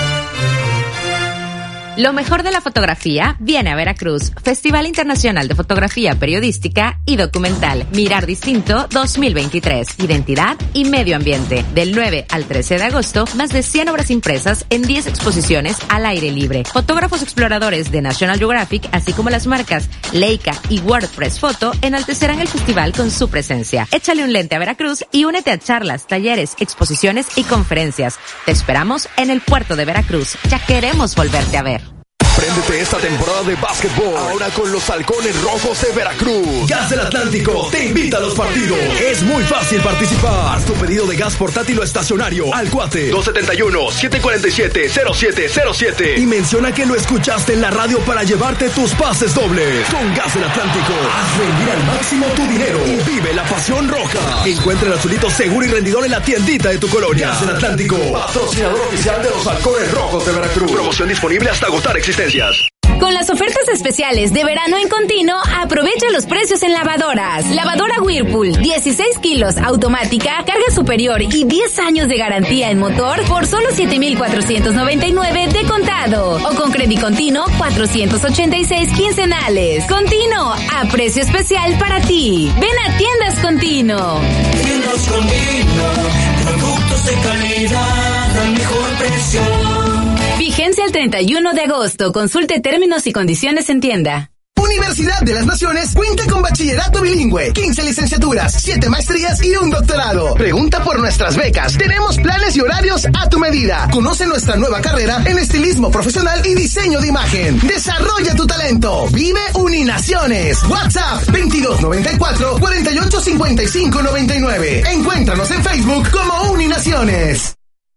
Speaker 2: Lo mejor de la fotografía viene a Veracruz. Festival Internacional de Fotografía Periodística y Documental Mirar Distinto dos mil veintitrés. Identidad y medio ambiente. Del nueve al trece de agosto, más de cien obras impresas en diez exposiciones al aire libre. Fotógrafos exploradores de National Geographic, así como las marcas Leica y WordPress Photo, enaltecerán el festival con su presencia. Échale un lente a Veracruz y únete a charlas, talleres, exposiciones y conferencias. Te esperamos en el puerto de Veracruz. Ya queremos volverte a ver.
Speaker 8: Préndete esta temporada de básquetbol, ahora con los Halcones Rojos de Veracruz. Gas del Atlántico te invita a los partidos. Es muy fácil participar. Haz tu pedido de gas portátil o estacionario al cuate dos siete uno, siete cuatro siete, cero siete cero siete y menciona que lo escuchaste en la radio para llevarte tus pases dobles. Con Gas del Atlántico, haz rendir al máximo tu dinero y vive la pasión roja. Encuentra el azulito seguro y rendidor en la tiendita de tu colonia. Gas del Atlántico, patrocinador oficial de los Halcones Rojos de Veracruz. Promoción disponible hasta agotar existencias.
Speaker 9: Con las ofertas especiales de verano en Contino, aprovecha los precios en lavadoras. Lavadora Whirlpool, dieciséis kilos, automática, carga superior y diez años de garantía en motor por solo siete mil cuatrocientos noventa y nueve de contado. O con Credit Contino, cuatrocientos ochenta y seis quincenales. Contino, a precio especial para ti. Ven a Tiendas Contino.
Speaker 14: Tiendas Contino, productos de calidad al mejor precio.
Speaker 9: Vigencia el treinta y uno de agosto. Consulte términos y condiciones en tienda.
Speaker 15: Universidad de las Naciones cuenta con bachillerato bilingüe, quince licenciaturas, siete maestrías y un doctorado. Pregunta por nuestras becas. Tenemos planes y horarios a tu medida. Conoce nuestra nueva carrera en estilismo profesional y diseño de imagen. Desarrolla tu talento. Vive Uninaciones. WhatsApp veintidós noventa y cuatro, cuarenta y ocho cincuenta y cinco noventa y nueve. Encuéntranos en Facebook como Uninaciones.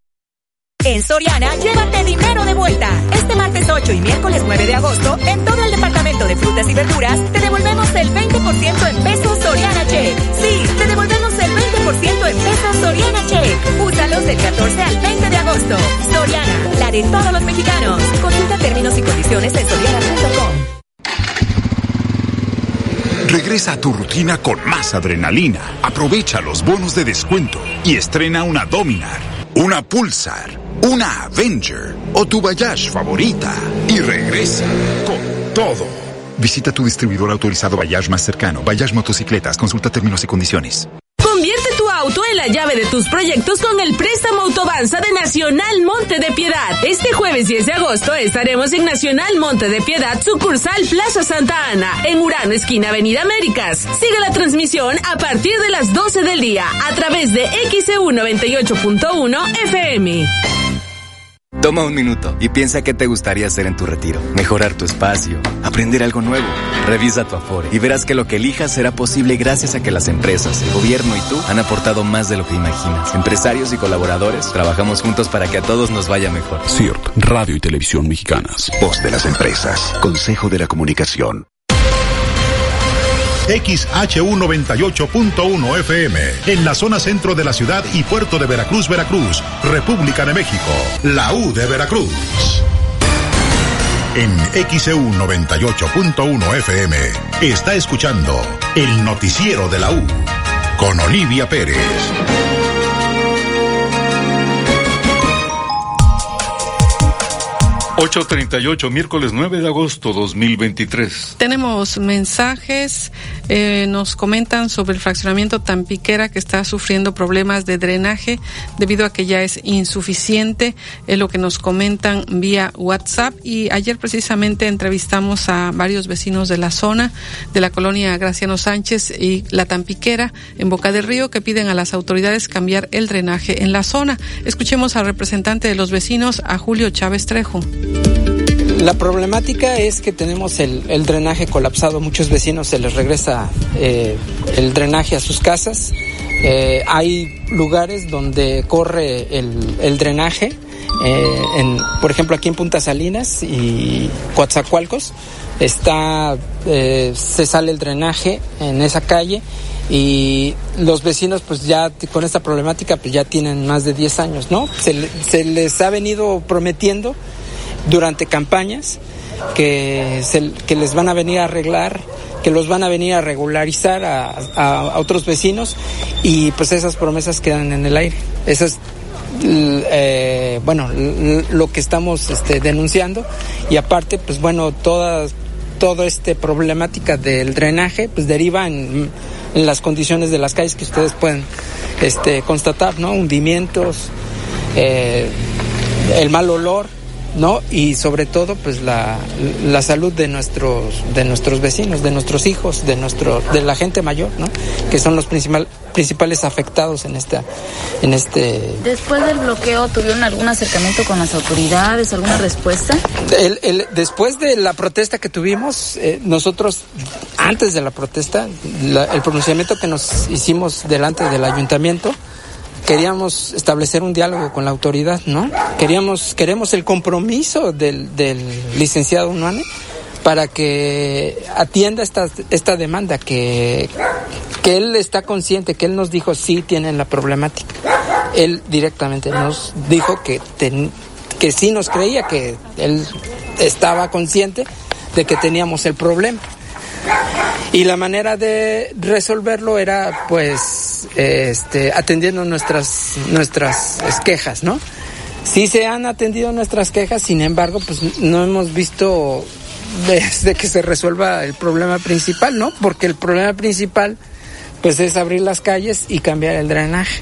Speaker 26: En Soriana, llévate dinero de vuelta. Este martes ocho y miércoles nueve de agosto, en todo el departamento de frutas y verduras, te devolvemos el veinte por ciento en pesos Soriana Check. Sí, te devolvemos el veinte por ciento en pesos Soriana Check. Úsalos del catorce al veinte de agosto. Soriana, la de todos los mexicanos. Consulta términos y condiciones en soriana punto com.
Speaker 16: Regresa a tu rutina con más adrenalina. Aprovecha los bonos de descuento y estrena una Dominar, una Pulsar, una Avenger o tu Bayash favorita y regresa con todo. Visita tu distribuidor autorizado Bayash más cercano. Bayash Motocicletas. Consulta términos y condiciones.
Speaker 17: Convierte tu auto en la llave de tus proyectos con el préstamo Autobanza de Nacional Monte de Piedad. Este jueves diez de agosto estaremos en Nacional Monte de Piedad, sucursal Plaza Santa Ana, en Urano, esquina Avenida Américas. Sigue la transmisión a partir de las doce del día a través de X E U noventa y ocho punto uno F M.
Speaker 25: Toma un minuto y piensa qué te gustaría hacer en tu retiro. Mejorar tu espacio, aprender algo nuevo. Revisa tu Afore y verás que lo que elijas será posible gracias a que las empresas, el gobierno y tú han aportado más de lo que imaginas. Empresarios y colaboradores, trabajamos juntos para que a todos nos vaya mejor.
Speaker 27: C I R T, Radio y Televisión Mexicanas.
Speaker 28: Voz de las empresas. Consejo de la Comunicación.
Speaker 3: X H U noventa y ocho punto uno F M, en la zona centro de la ciudad y puerto de Veracruz, Veracruz, República de México, la U de Veracruz. En X E U noventa y ocho punto uno F M, está escuchando el noticiero de la U, con Olivia Pérez.
Speaker 1: ocho treinta y ocho, miércoles nueve de agosto dos mil veintitrés.
Speaker 4: Tenemos mensajes, eh, nos comentan sobre el fraccionamiento Tampiquera, que está sufriendo problemas de drenaje debido a que ya es insuficiente, es lo que nos comentan vía WhatsApp. Y ayer precisamente entrevistamos a varios vecinos de la zona, de la colonia Graciano Sánchez y la Tampiquera, en Boca del Río, que piden a las autoridades cambiar el drenaje en la zona. Escuchemos al representante de los vecinos, a Julio Chávez Trejo.
Speaker 10: La problemática es que tenemos el, el drenaje colapsado. Muchos vecinos se les regresa eh, el drenaje a sus casas. Eh, hay lugares donde corre el, el drenaje, eh, en, por ejemplo aquí en Punta Salinas y Coatzacoalcos, está, eh, se sale el drenaje en esa calle. Y los vecinos pues ya con esta problemática pues ya tienen más de diez años, ¿no? Se, se les ha venido prometiendo durante campañas que, se, que les van a venir a arreglar, que los van a venir a regularizar a, a, a otros vecinos, y pues esas promesas quedan en el aire. Eso es eh, bueno lo que estamos este, denunciando. Y aparte pues bueno toda toda esta problemática del drenaje pues deriva en, en las condiciones de las calles que ustedes pueden este, constatar, ¿no? Hundimientos, eh, el mal olor, ¿no? Y sobre todo pues la, la salud de nuestros de nuestros vecinos, de nuestros hijos, de nuestro de la gente mayor, ¿no? Que son los principal, principales afectados en esta en este.
Speaker 11: Después del bloqueo, ¿tuvieron algún acercamiento con las autoridades, alguna respuesta?
Speaker 10: El, el, después de la protesta que tuvimos, eh, nosotros antes de la protesta, la, el pronunciamiento que nos hicimos delante del ayuntamiento, queríamos establecer un diálogo con la autoridad, ¿no? Queríamos, queremos el compromiso del, del licenciado Unane para que atienda esta, esta demanda, que, que él está consciente, que él nos dijo sí tienen la problemática. Él directamente nos dijo que, ten, que sí nos creía, que él estaba consciente de que teníamos el problema. Y la manera de resolverlo era pues este atendiendo nuestras nuestras quejas, ¿no? Sí se han atendido nuestras quejas, sin embargo, pues no hemos visto desde que se resuelva el problema principal, ¿no? Porque el problema principal pues es abrir las calles y cambiar el drenaje.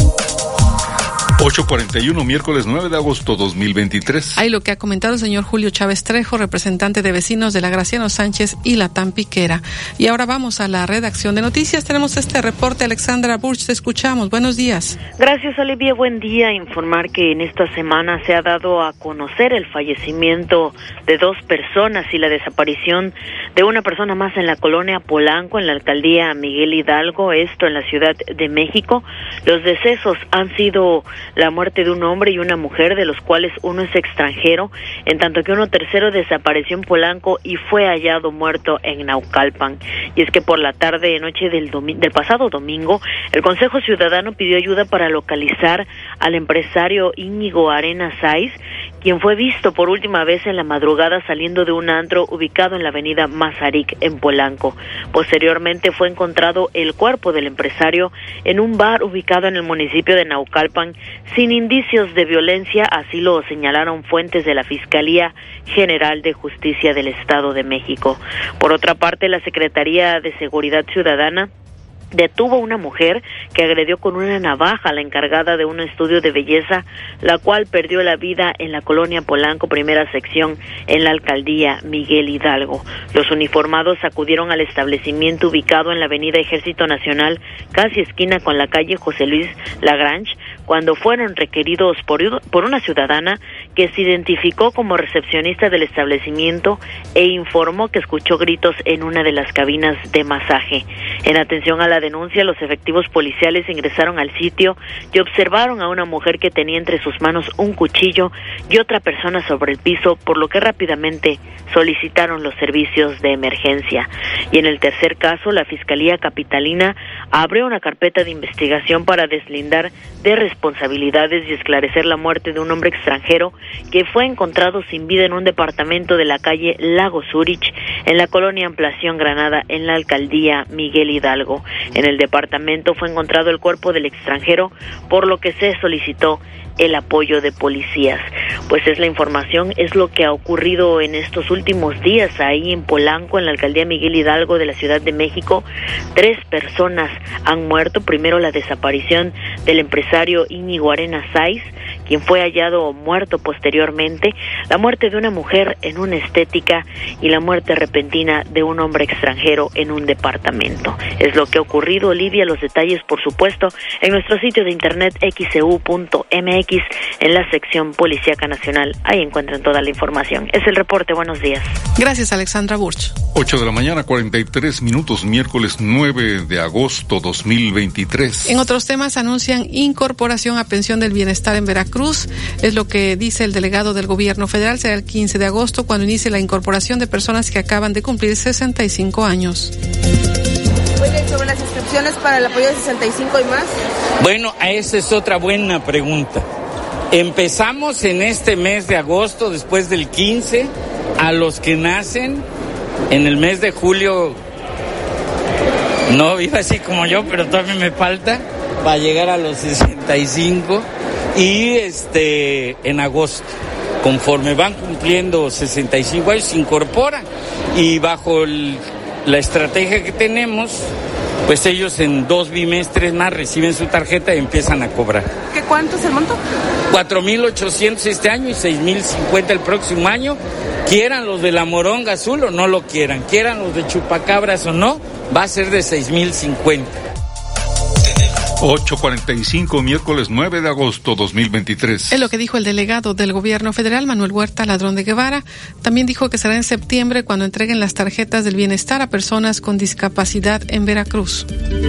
Speaker 1: ocho cuarenta y uno, miércoles nueve de agosto dos mil veintitrés.
Speaker 4: Ahí lo que ha comentado el señor Julio Chávez Trejo, representante de vecinos de la Graciano Sánchez y la Tampiquera. Y ahora vamos a la redacción de noticias. Tenemos este reporte. Alexandra Burch, te escuchamos. Buenos días.
Speaker 12: Gracias, Olivia. Buen día. Informar que en esta semana se ha dado a conocer el fallecimiento de dos personas y la desaparición de una persona más en la colonia Polanco, en la alcaldía Miguel Hidalgo, esto en la Ciudad de México. Los decesos han sido la muerte de un hombre y una mujer, de los cuales uno es extranjero, en tanto que uno tercero desapareció en Polanco y fue hallado muerto en Naucalpan. Y es que por la tarde y noche del, domi- del pasado domingo, el Consejo Ciudadano pidió ayuda para localizar al empresario Íñigo Arenas Sáiz, quien fue visto por última vez en la madrugada saliendo de un antro ubicado en la avenida Mazarik en Polanco. Posteriormente fue encontrado el cuerpo del empresario en un bar ubicado en el municipio de Naucalpan, sin indicios de violencia, así lo señalaron fuentes de la Fiscalía General de Justicia del Estado de México. Por otra parte, la Secretaría de Seguridad Ciudadana detuvo a una mujer que agredió con una navaja a la encargada de un estudio de belleza, la cual perdió la vida en la colonia Polanco, primera sección, en la alcaldía Miguel Hidalgo. Los uniformados acudieron al establecimiento ubicado en la avenida Ejército Nacional, casi esquina con la calle José Luis Lagrange, cuando fueron requeridos por, por una ciudadana que se identificó como recepcionista del establecimiento e informó que escuchó gritos en una de las cabinas de masaje. En atención a la denuncia, los efectivos policiales ingresaron al sitio y observaron a una mujer que tenía entre sus manos un cuchillo y otra persona sobre el piso, por lo que rápidamente solicitaron los servicios de emergencia. Y en el tercer caso, la Fiscalía Capitalina abrió una carpeta de investigación para deslindar de responsabilidades y esclarecer la muerte de un hombre extranjero que fue encontrado sin vida en un departamento de la calle Lago Zurich, en la colonia Ampliación Granada, en la alcaldía Miguel Hidalgo. En el departamento fue encontrado el cuerpo del extranjero, por lo que se solicitó el apoyo de policías. Pues es la información, es lo que ha ocurrido en estos últimos días ahí en Polanco, en la alcaldía Miguel Hidalgo de la Ciudad de México. Tres personas han muerto. Primero, la desaparición del empresario Íñigo Arenas Sáiz, quien fue hallado muerto posteriormente, la muerte de una mujer en una estética y la muerte repentina de un hombre extranjero en un departamento. Es lo que ha ocurrido, Olivia. Los detalles, por supuesto, en nuestro sitio de internet x e u punto m x, en la sección Policíaca Nacional. Ahí encuentran toda la información. Es el reporte. Buenos días.
Speaker 4: Gracias, Alexandra Burch.
Speaker 1: ocho de la mañana, cuarenta y tres minutos, miércoles nueve de agosto dos mil veintitrés.
Speaker 4: En otros temas, anuncian incorporación a pensión del bienestar en Veracruz. Es lo que dice el delegado del gobierno federal. Será el quince de agosto cuando inicie la incorporación de personas que acaban de cumplir sesenta y cinco años.
Speaker 13: Oye, sobre las inscripciones para el apoyo de sesenta y cinco y más.
Speaker 18: Bueno, esa es otra buena pregunta. Empezamos en este mes de agosto, después del quince, a los que nacen en el mes de julio. No vivo así como yo, pero todavía me falta para llegar a los sesenta y cinco. Y este en agosto, conforme van cumpliendo sesenta y cinco años, se incorporan. Y bajo el, la estrategia que tenemos, pues ellos en dos bimestres más reciben su tarjeta y empiezan a cobrar.
Speaker 13: ¿Qué cuánto es el monto?
Speaker 18: cuatro mil ochocientos este año y seis mil cincuenta el próximo año. Quieran los de la moronga azul o no lo quieran, quieran los de chupacabras o no, va a ser de seis mil cincuenta.
Speaker 1: ocho cuarenta y cinco, miércoles nueve de agosto dos mil veintitrés.
Speaker 4: Es lo que dijo el delegado del gobierno federal, Manuel Huerta Ladrón de Guevara. También dijo que será en septiembre cuando entreguen las tarjetas del bienestar a personas con discapacidad en Veracruz.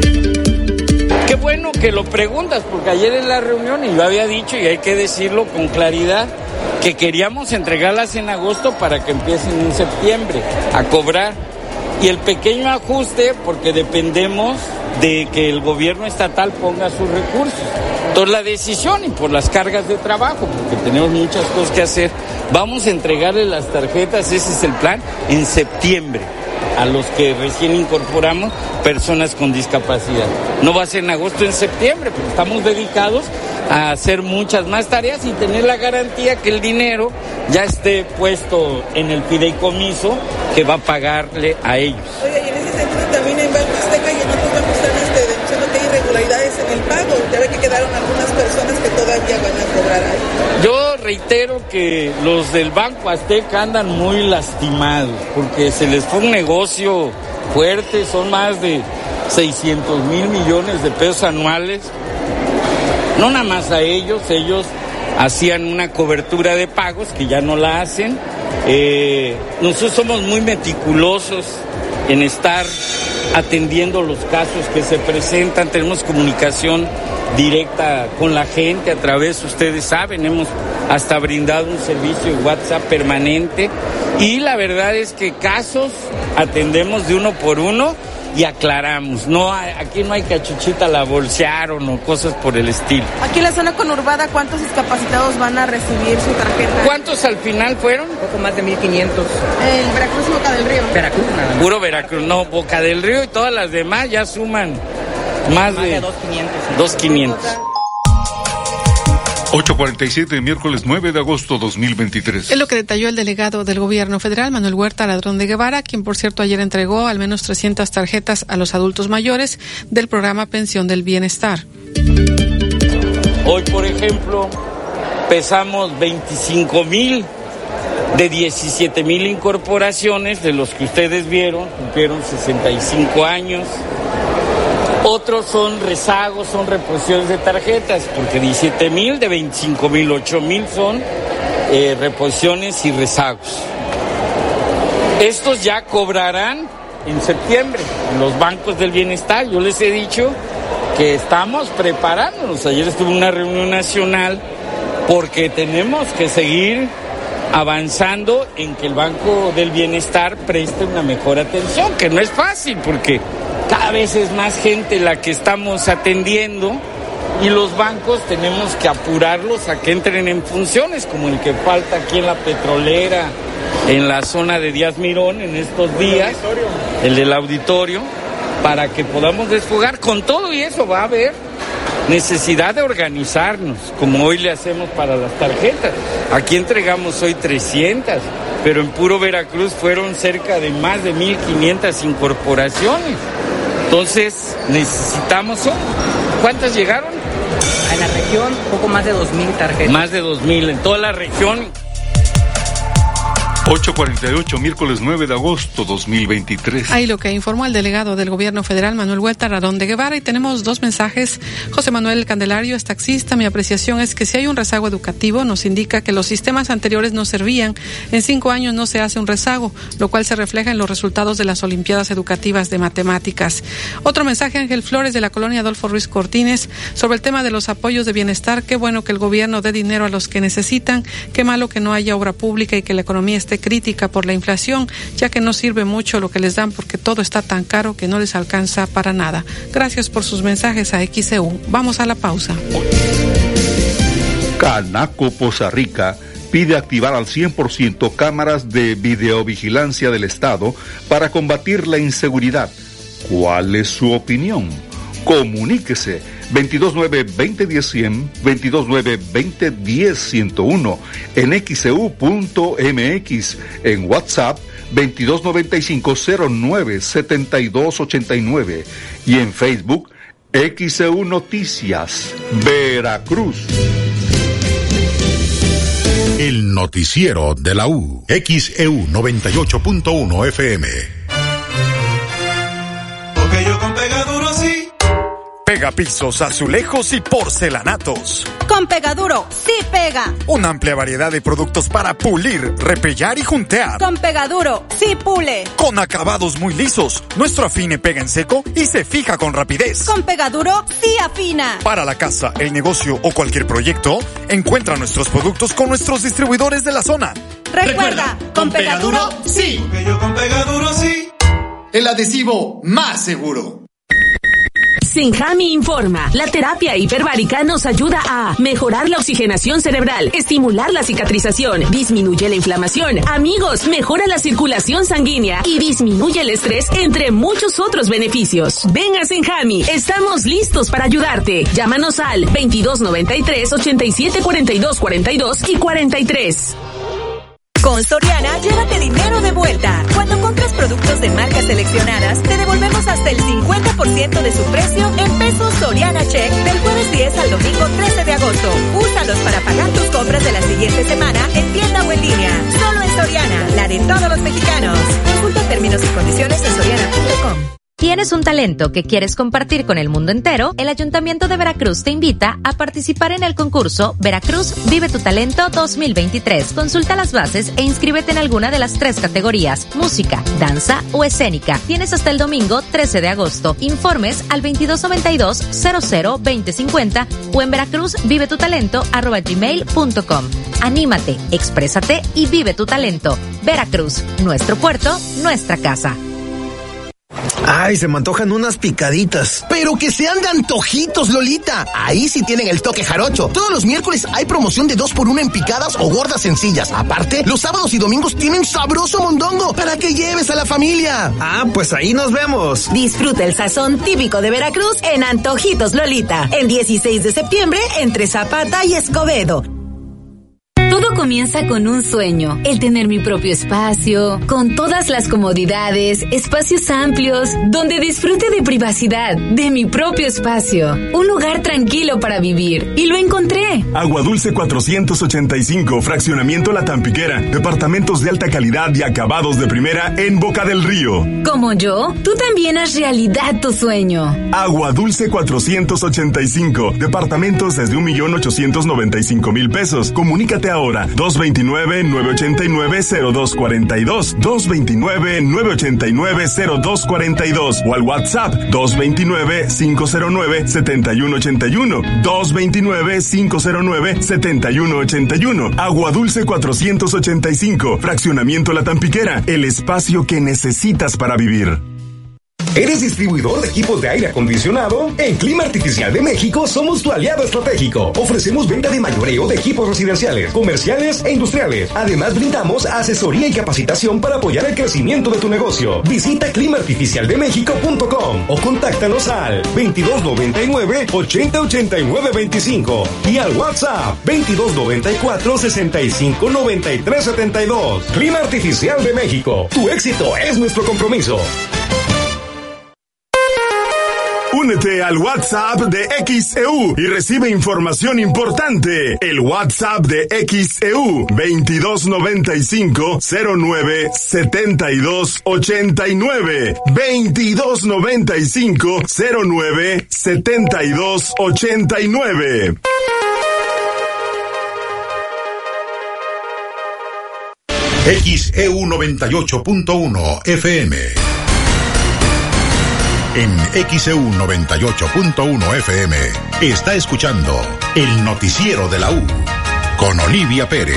Speaker 18: Qué bueno que lo preguntas, porque ayer en la reunión, y yo había dicho, y hay que decirlo con claridad, que queríamos entregarlas en agosto para que empiecen en septiembre a cobrar. Y el pequeño ajuste, porque dependemos de que el gobierno estatal ponga sus recursos. Entonces la decisión, y por las cargas de trabajo, porque tenemos muchas cosas que hacer, vamos a entregarle las tarjetas, ese es el plan, en septiembre, a los que recién incorporamos personas con discapacidad. No va a ser en agosto, en septiembre, porque estamos dedicados a hacer muchas más tareas y tener la garantía que el dinero ya esté puesto en el fideicomiso que va a pagarle a ellos.
Speaker 13: Oye, y en ese sentido también en Banco Azteca y en otros bancos están este, denunciando que hay irregularidades en el pago. Ya ve que quedaron algunas personas que todavía van a cobrar ahí.
Speaker 18: Yo reitero que los del Banco Azteca andan muy lastimados porque se les fue un negocio fuerte, son más de seiscientos mil millones de pesos anuales. No nada más a ellos, ellos hacían una cobertura de pagos que ya no la hacen. Eh, nosotros somos muy meticulosos en estar atendiendo los casos que se presentan, tenemos comunicación directa con la gente a través, ustedes saben, hemos hasta brindado un servicio de WhatsApp permanente y la verdad es que casos atendemos de uno por uno y aclaramos, no hay, aquí no hay cachuchita, la bolsearon o cosas por el estilo.
Speaker 13: Aquí en la zona conurbada, ¿cuántos discapacitados van a recibir su tarjeta?
Speaker 18: ¿Cuántos al final fueron?
Speaker 13: Un poco más de mil quinientos. El Veracruz y Boca del Río.
Speaker 18: Veracruz nada más. Puro Veracruz, no, Boca del Río y todas las demás ya suman más, más de, de dos mil quinientos.
Speaker 1: ocho cuarenta y siete, miércoles nueve de agosto dos mil veintitrés.
Speaker 4: Es lo que detalló el delegado del gobierno federal, Manuel Huerta Ladrón de Guevara, quien por cierto ayer entregó al menos trescientas tarjetas a los adultos mayores del programa Pensión del Bienestar.
Speaker 18: Hoy, por ejemplo, pesamos veinticinco mil de diecisiete mil incorporaciones, de los que ustedes vieron, cumplieron sesenta y cinco años. Otros son rezagos, son reposiciones de tarjetas, porque diecisiete mil de veinticinco mil, ocho mil son eh, reposiciones y rezagos. Estos ya cobrarán en septiembre en los bancos del bienestar. Yo les he dicho que estamos preparándonos. Ayer estuve en una reunión nacional porque tenemos que seguir avanzando en que el Banco del Bienestar preste una mejor atención, que no es fácil porque cada vez es más gente la que estamos atendiendo y los bancos tenemos que apurarlos a que entren en funciones, como el que falta aquí en la Petrolera, en la zona de Díaz Mirón en estos días, el del auditorio, para que podamos desfogar. Con todo y eso va a haber necesidad de organizarnos, como hoy le hacemos para las tarjetas. Aquí entregamos hoy trescientas, pero en puro Veracruz fueron cerca de más de mil quinientas incorporaciones. Entonces necesitamos, ¿cuántas llegaron?
Speaker 7: En la región, poco más de dos mil tarjetas.
Speaker 18: Más de dos mil en toda la región.
Speaker 1: ocho cuarenta y ocho, miércoles nueve de agosto dos mil veintitrés.
Speaker 4: Ahí lo que informó el delegado del gobierno federal, Manuel Huerta Radón de Guevara, y tenemos dos mensajes. José Manuel Candelario es taxista. Mi apreciación es que si hay un rezago educativo, nos indica que los sistemas anteriores no servían. En cinco años no se hace un rezago, lo cual se refleja en los resultados de las Olimpiadas Educativas de Matemáticas. Otro mensaje, Ángel Flores, de la colonia Adolfo Ruiz Cortines, sobre el tema de los apoyos de bienestar. Qué bueno que el gobierno dé dinero a los que necesitan. Qué malo que no haya obra pública y que la economía esté crítica por la inflación, ya que no sirve mucho lo que les dan porque todo está tan caro que no les alcanza para nada. Gracias por sus mensajes a X E U. Vamos a la pausa.
Speaker 1: Canaco Poza Rica pide activar al cien por ciento cámaras de videovigilancia del Estado para combatir la inseguridad. ¿Cuál es su opinión? Comuníquese veintidós nueve veinte diez cien, veintidós nueve veinte diez ciento uno, en x e u punto m x, en WhatsApp veintidós noventa y cinco cero nueve setenta y dos ochenta y nueve y en Facebook X E U Noticias, Veracruz.
Speaker 3: El noticiero de la U, X E U noventa y ocho punto uno F M.
Speaker 14: Porque yo con Pegaduro sí.
Speaker 19: Pegapisos, azulejos y porcelanatos.
Speaker 20: Con Pegaduro, sí pega.
Speaker 19: Una amplia variedad de productos para pulir, repellar y juntear.
Speaker 20: Con Pegaduro, sí pule.
Speaker 19: Con acabados muy lisos, nuestro afine pega en seco y se fija con rapidez.
Speaker 20: Con Pegaduro, sí afina.
Speaker 19: Para la casa, el negocio o cualquier proyecto, encuentra nuestros productos con nuestros distribuidores de la zona.
Speaker 20: Recuerda, Recuerda con Pegaduro, Pegaduro sí.
Speaker 14: Porque yo con Pegaduro sí.
Speaker 19: El adhesivo más seguro.
Speaker 17: Senjami informa. La terapia hiperbárica nos ayuda a mejorar la oxigenación cerebral, estimular la cicatrización, disminuye la inflamación. Amigos, mejora la circulación sanguínea y disminuye el estrés, entre muchos otros beneficios. Ven a Senjami. Estamos listos para ayudarte. Llámanos al veintidós noventa y tres, ochenta y siete cuarenta y dos cuarenta y dos y cuarenta y tres.
Speaker 26: Con Soriana, llévate dinero de vuelta. Cuando compras productos de marcas seleccionadas, te devolvemos hasta el cincuenta por ciento de su precio en pesos Soriana Check del jueves diez al domingo trece de agosto. Úsalos para pagar tus compras de la siguiente semana en tienda o en línea. Solo en Soriana, la de todos los mexicanos. Consulta términos y condiciones en soriana punto com.
Speaker 2: ¿Tienes un talento que quieres compartir con el mundo entero? El Ayuntamiento de Veracruz te invita a participar en el concurso Veracruz Vive tu Talento dos mil veintitrés. Consulta las bases e inscríbete en alguna de las tres categorías: música, danza o escénica. Tienes hasta el domingo trece de agosto. Informes al veintidós noventa y dos cero cero veinte cincuenta o en veracruzvivetutalento arroba gmail punto com. Anímate, exprésate y vive tu talento. Veracruz, nuestro puerto, nuestra casa.
Speaker 15: Ay, se me antojan unas picaditas. Pero que sean de antojitos, Lolita. Ahí sí tienen el toque jarocho. Todos los miércoles hay promoción de dos por uno en picadas o gordas sencillas. Aparte, los sábados y domingos tienen sabroso mondongo para que lleves a la familia.
Speaker 19: Ah, pues ahí nos vemos.
Speaker 26: Disfruta el sazón típico de Veracruz en Antojitos Lolita. El dieciséis de septiembre entre Zapata y Escobedo.
Speaker 9: Todo comienza con un sueño, el tener mi propio espacio, con todas las comodidades, espacios amplios, donde disfrute de privacidad, de mi propio espacio, un lugar tranquilo para vivir. Y lo encontré.
Speaker 5: Agua Dulce cuatrocientos ochenta y cinco, Fraccionamiento La Tampiquera, departamentos de alta calidad y acabados de primera en Boca del Río.
Speaker 9: Como yo, tú también haz realidad tu sueño.
Speaker 5: Agua Dulce cuatrocientos ochenta y cinco, departamentos desde un millón ochocientos noventa y cinco mil pesos. Comunícate ahora, dos veintinueve, nueve ochenta y nueve, cero dos cuarenta y dos, dos veintinueve, nueve ochenta y nueve, cero dos cuarenta y dos o al WhatsApp dos veintinueve, cinco cero nueve, setenta y uno ochenta y uno, dos veintinueve, cinco cero nueve, setenta y uno ochenta y uno. Agua Dulce cuatrocientos ochenta y cinco, Fraccionamiento La Tampiquera, el espacio que necesitas para vivir.
Speaker 6: ¿Eres distribuidor de equipos de aire acondicionado? En Clima Artificial de México somos tu aliado estratégico. Ofrecemos venta de mayoreo de equipos residenciales, comerciales e industriales. Además, brindamos asesoría y capacitación para apoyar el crecimiento de tu negocio. Visita clima artificial de méxico punto com o contáctanos al veintidós noventa y nueve, ochenta ochenta y nueve veinticinco y al WhatsApp veintidós noventa y cuatro, sesenta y cinco, noventa y tres setenta y dos. Clima Artificial de México. Tu éxito es nuestro compromiso.
Speaker 5: Únete al WhatsApp de X E U y recibe información importante. El WhatsApp de X E U, veintidós noventa y cinco, cero nueve, setenta y dos ochenta y nueve. veintidós noventa y cinco, cero nueve, setenta y dos ochenta y nueve.
Speaker 3: X E U noventa y ocho punto uno F M. En X E U noventa y ocho punto uno F M está escuchando el noticiero de la U con Olivia Pérez.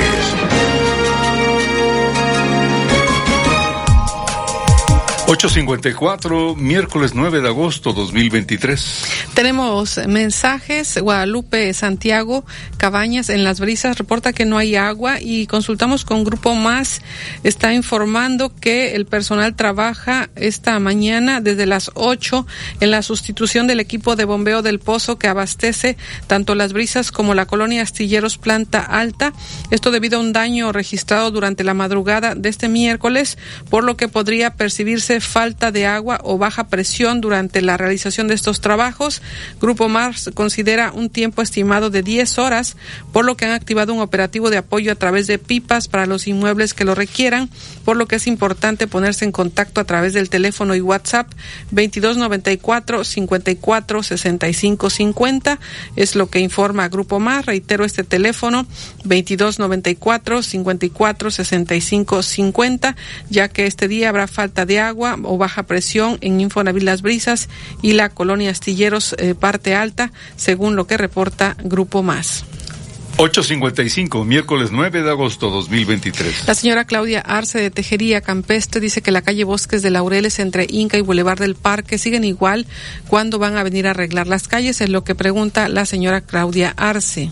Speaker 1: ocho cincuenta y cuatro, miércoles nueve de agosto dos mil veintitrés.
Speaker 4: Tenemos mensajes. Guadalupe Santiago Cabañas en Las Brisas reporta que no hay agua y consultamos con Grupo Más. Está informando que el personal trabaja esta mañana desde las ocho en la sustitución del equipo de bombeo del pozo que abastece tanto Las Brisas como la colonia Astilleros Planta Alta. Esto debido a un daño registrado durante la madrugada de este miércoles, por lo que podría percibirse falta de agua o baja presión durante la realización de estos trabajos. Grupo Mars considera un tiempo estimado de diez horas, por lo que han activado un operativo de apoyo a través de pipas para los inmuebles que lo requieran, por lo que es importante ponerse en contacto a través del teléfono y WhatsApp veintidós noventa y cuatro, cincuenta y cuatro, sesenta y cinco cincuenta, es lo que informa Grupo Mars. Reitero este teléfono veintidós noventa y cuatro, cincuenta y cuatro, sesenta y cinco cincuenta, ya que este día habrá falta de agua o baja presión en Infonavit Las Brisas y la colonia Astilleros eh, Parte Alta, según lo que reporta Grupo Más.
Speaker 1: ocho cincuenta y cinco, miércoles nueve de agosto dos mil veintitrés.
Speaker 4: La señora Claudia Arce de Tejería Campestre dice que la calle Bosques de Laureles entre Inca y Boulevard del Parque siguen igual. ¿Cuándo van a venir a arreglar las calles? Es lo que pregunta la señora Claudia Arce.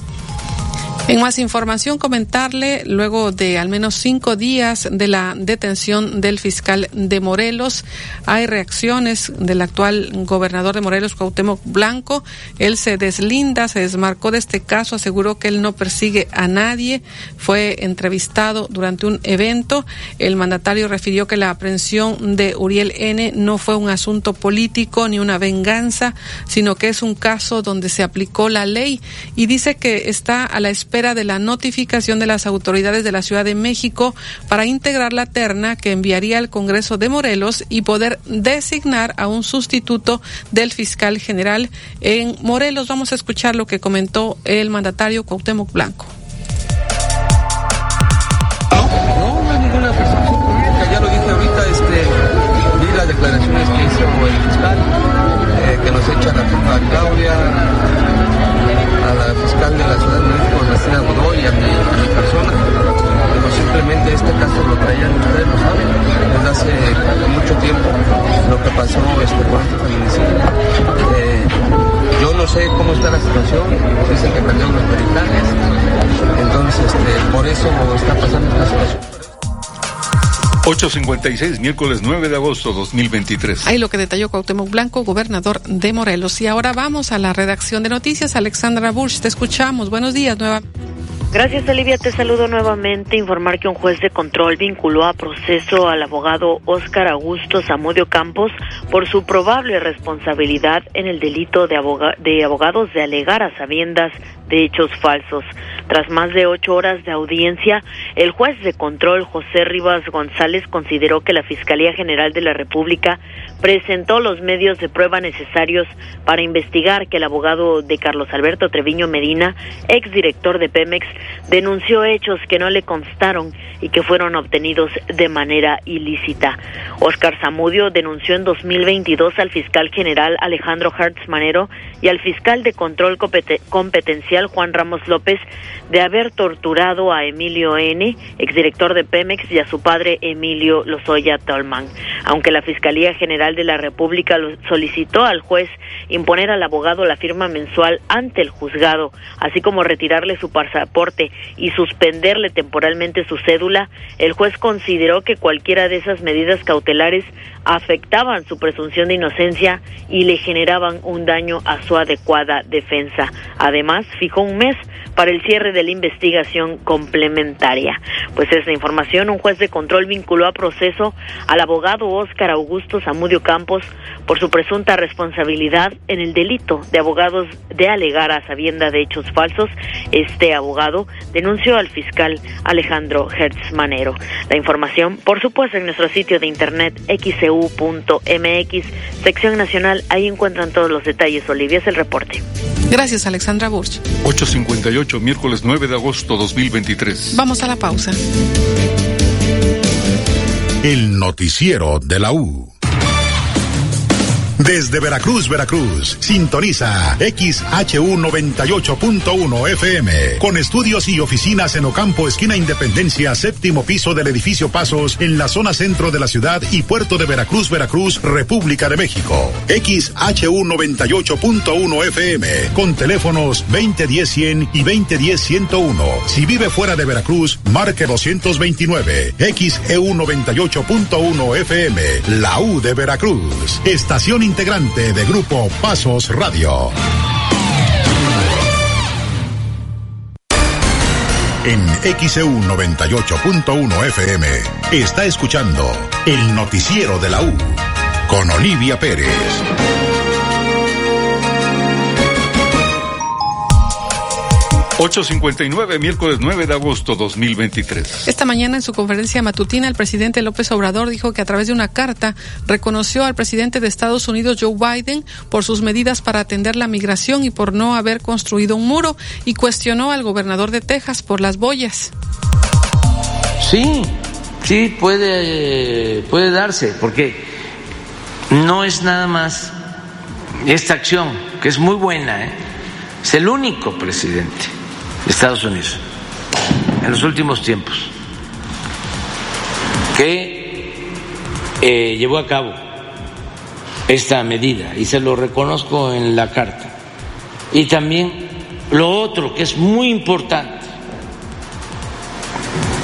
Speaker 4: En más información, comentarle, luego de al menos cinco días de la detención del fiscal de Morelos, hay reacciones del actual gobernador de Morelos, Cuauhtémoc Blanco. Él se deslinda, se desmarcó de este caso, aseguró que él no persigue a nadie. Fue entrevistado durante un evento. El mandatario refirió que la aprehensión de Uriel N. no fue un asunto político ni una venganza, sino que es un caso donde se aplicó la ley, y dice que está a la espera de la notificación de las autoridades de la Ciudad de México para integrar la terna que enviaría al Congreso de Morelos y poder designar a un sustituto del fiscal general en Morelos. Vamos a escuchar lo que comentó el mandatario Cuauhtémoc Blanco.
Speaker 8: No, no hay ninguna persecución política, ya lo dije ahorita, este, vi las declaraciones que hizo el fiscal, eh, que nos echa a, a Claudia, a la fiscal de la Ciudad de México, Cristina Godoy, y a mi, a mi persona. Pero simplemente este caso lo traían, ustedes lo saben, desde hace mucho tiempo, lo que pasó este, por este feminicidio. Eh, yo no sé cómo está la situación, dicen que perdieron los peritajes, entonces este, por eso está pasando esta situación.
Speaker 1: ocho cincuenta y seis, miércoles nueve de agosto dos mil veintitrés.
Speaker 4: Ahí lo que detalló Cuauhtémoc Blanco, gobernador de Morelos. Y ahora vamos a la redacción de noticias. Alexandra Bush, te escuchamos. Buenos días, nueva.
Speaker 12: Gracias, Olivia. Te saludo nuevamente. Informar que un juez de control vinculó a proceso al abogado Óscar Augusto Zamudio Campos por su probable responsabilidad en el delito de, aboga- de abogados de alegar a sabiendas de hechos falsos. Tras más de ocho horas de audiencia, el juez de control José Rivas González consideró que la Fiscalía General de la República presentó los medios de prueba necesarios para investigar que el abogado de Carlos Alberto Treviño Medina, exdirector de Pemex, denunció hechos que no le constaron y que fueron obtenidos de manera ilícita. Óscar Zamudio denunció en dos mil veintidós al fiscal general Alejandro Hertz Manero y al fiscal de control competencial Juan Ramos López de haber torturado a Emilio N., exdirector de Pemex, y a su padre Emilio Lozoya Tolman. Aunque la Fiscalía General de la República solicitó al juez imponer al abogado la firma mensual ante el juzgado, así como retirarle su pasaporte y suspenderle temporalmente su cédula, el juez consideró que cualquiera de esas medidas cautelares afectaban su presunción de inocencia y le generaban un daño a su adecuada defensa. Además, fijó un mes para el cierre de la investigación complementaria. Pues esa información, un juez de control vinculó a proceso al abogado Óscar Augusto Zamudio Campos por su presunta responsabilidad en el delito de abogados de alegar a sabienda de hechos falsos. Este abogado denunció al fiscal Alejandro Hertz Manero. La información, por supuesto, en nuestro sitio de internet x e u punto m x, sección nacional. Ahí encuentran todos los detalles. Olivia, es el reporte.
Speaker 4: Gracias, Alexandra Burch.
Speaker 1: ocho cincuenta y ocho, miércoles nueve de agosto dos mil veintitrés.
Speaker 4: Vamos a la pausa.
Speaker 3: El noticiero de la U. Desde Veracruz, Veracruz, sintoniza X H U noventa y ocho punto uno F M, con estudios y oficinas en Ocampo, esquina Independencia, séptimo piso del edificio Pasos, en la zona centro de la ciudad y puerto de Veracruz, Veracruz, República de México. X H U noventa y ocho punto uno F M, con teléfonos veinte diez cien y veinte diez ciento uno. Si vive fuera de Veracruz, marque doscientos veintinueve. X E U noventa y ocho punto uno F M, la U de Veracruz. Estación integrante de Grupo Pasos Radio. En X E U noventa y ocho punto uno F M está escuchando el noticiero de la U con Olivia Pérez.
Speaker 1: ocho cincuenta y nueve, miércoles nueve de agosto dos mil veintitrés.
Speaker 4: Esta mañana en su conferencia matutina, el presidente López Obrador dijo que a través de una carta reconoció al presidente de Estados Unidos, Joe Biden, por sus medidas para atender la migración y por no haber construido un muro, y cuestionó al gobernador de Texas por las boyas.
Speaker 16: Sí, sí puede, puede darse, porque no es nada más esta acción, que es muy buena, ¿eh? Es el único presidente de Estados Unidos en los últimos tiempos que eh, llevó a cabo esta medida, y se lo reconozco en la carta. Y también lo otro que es muy importante,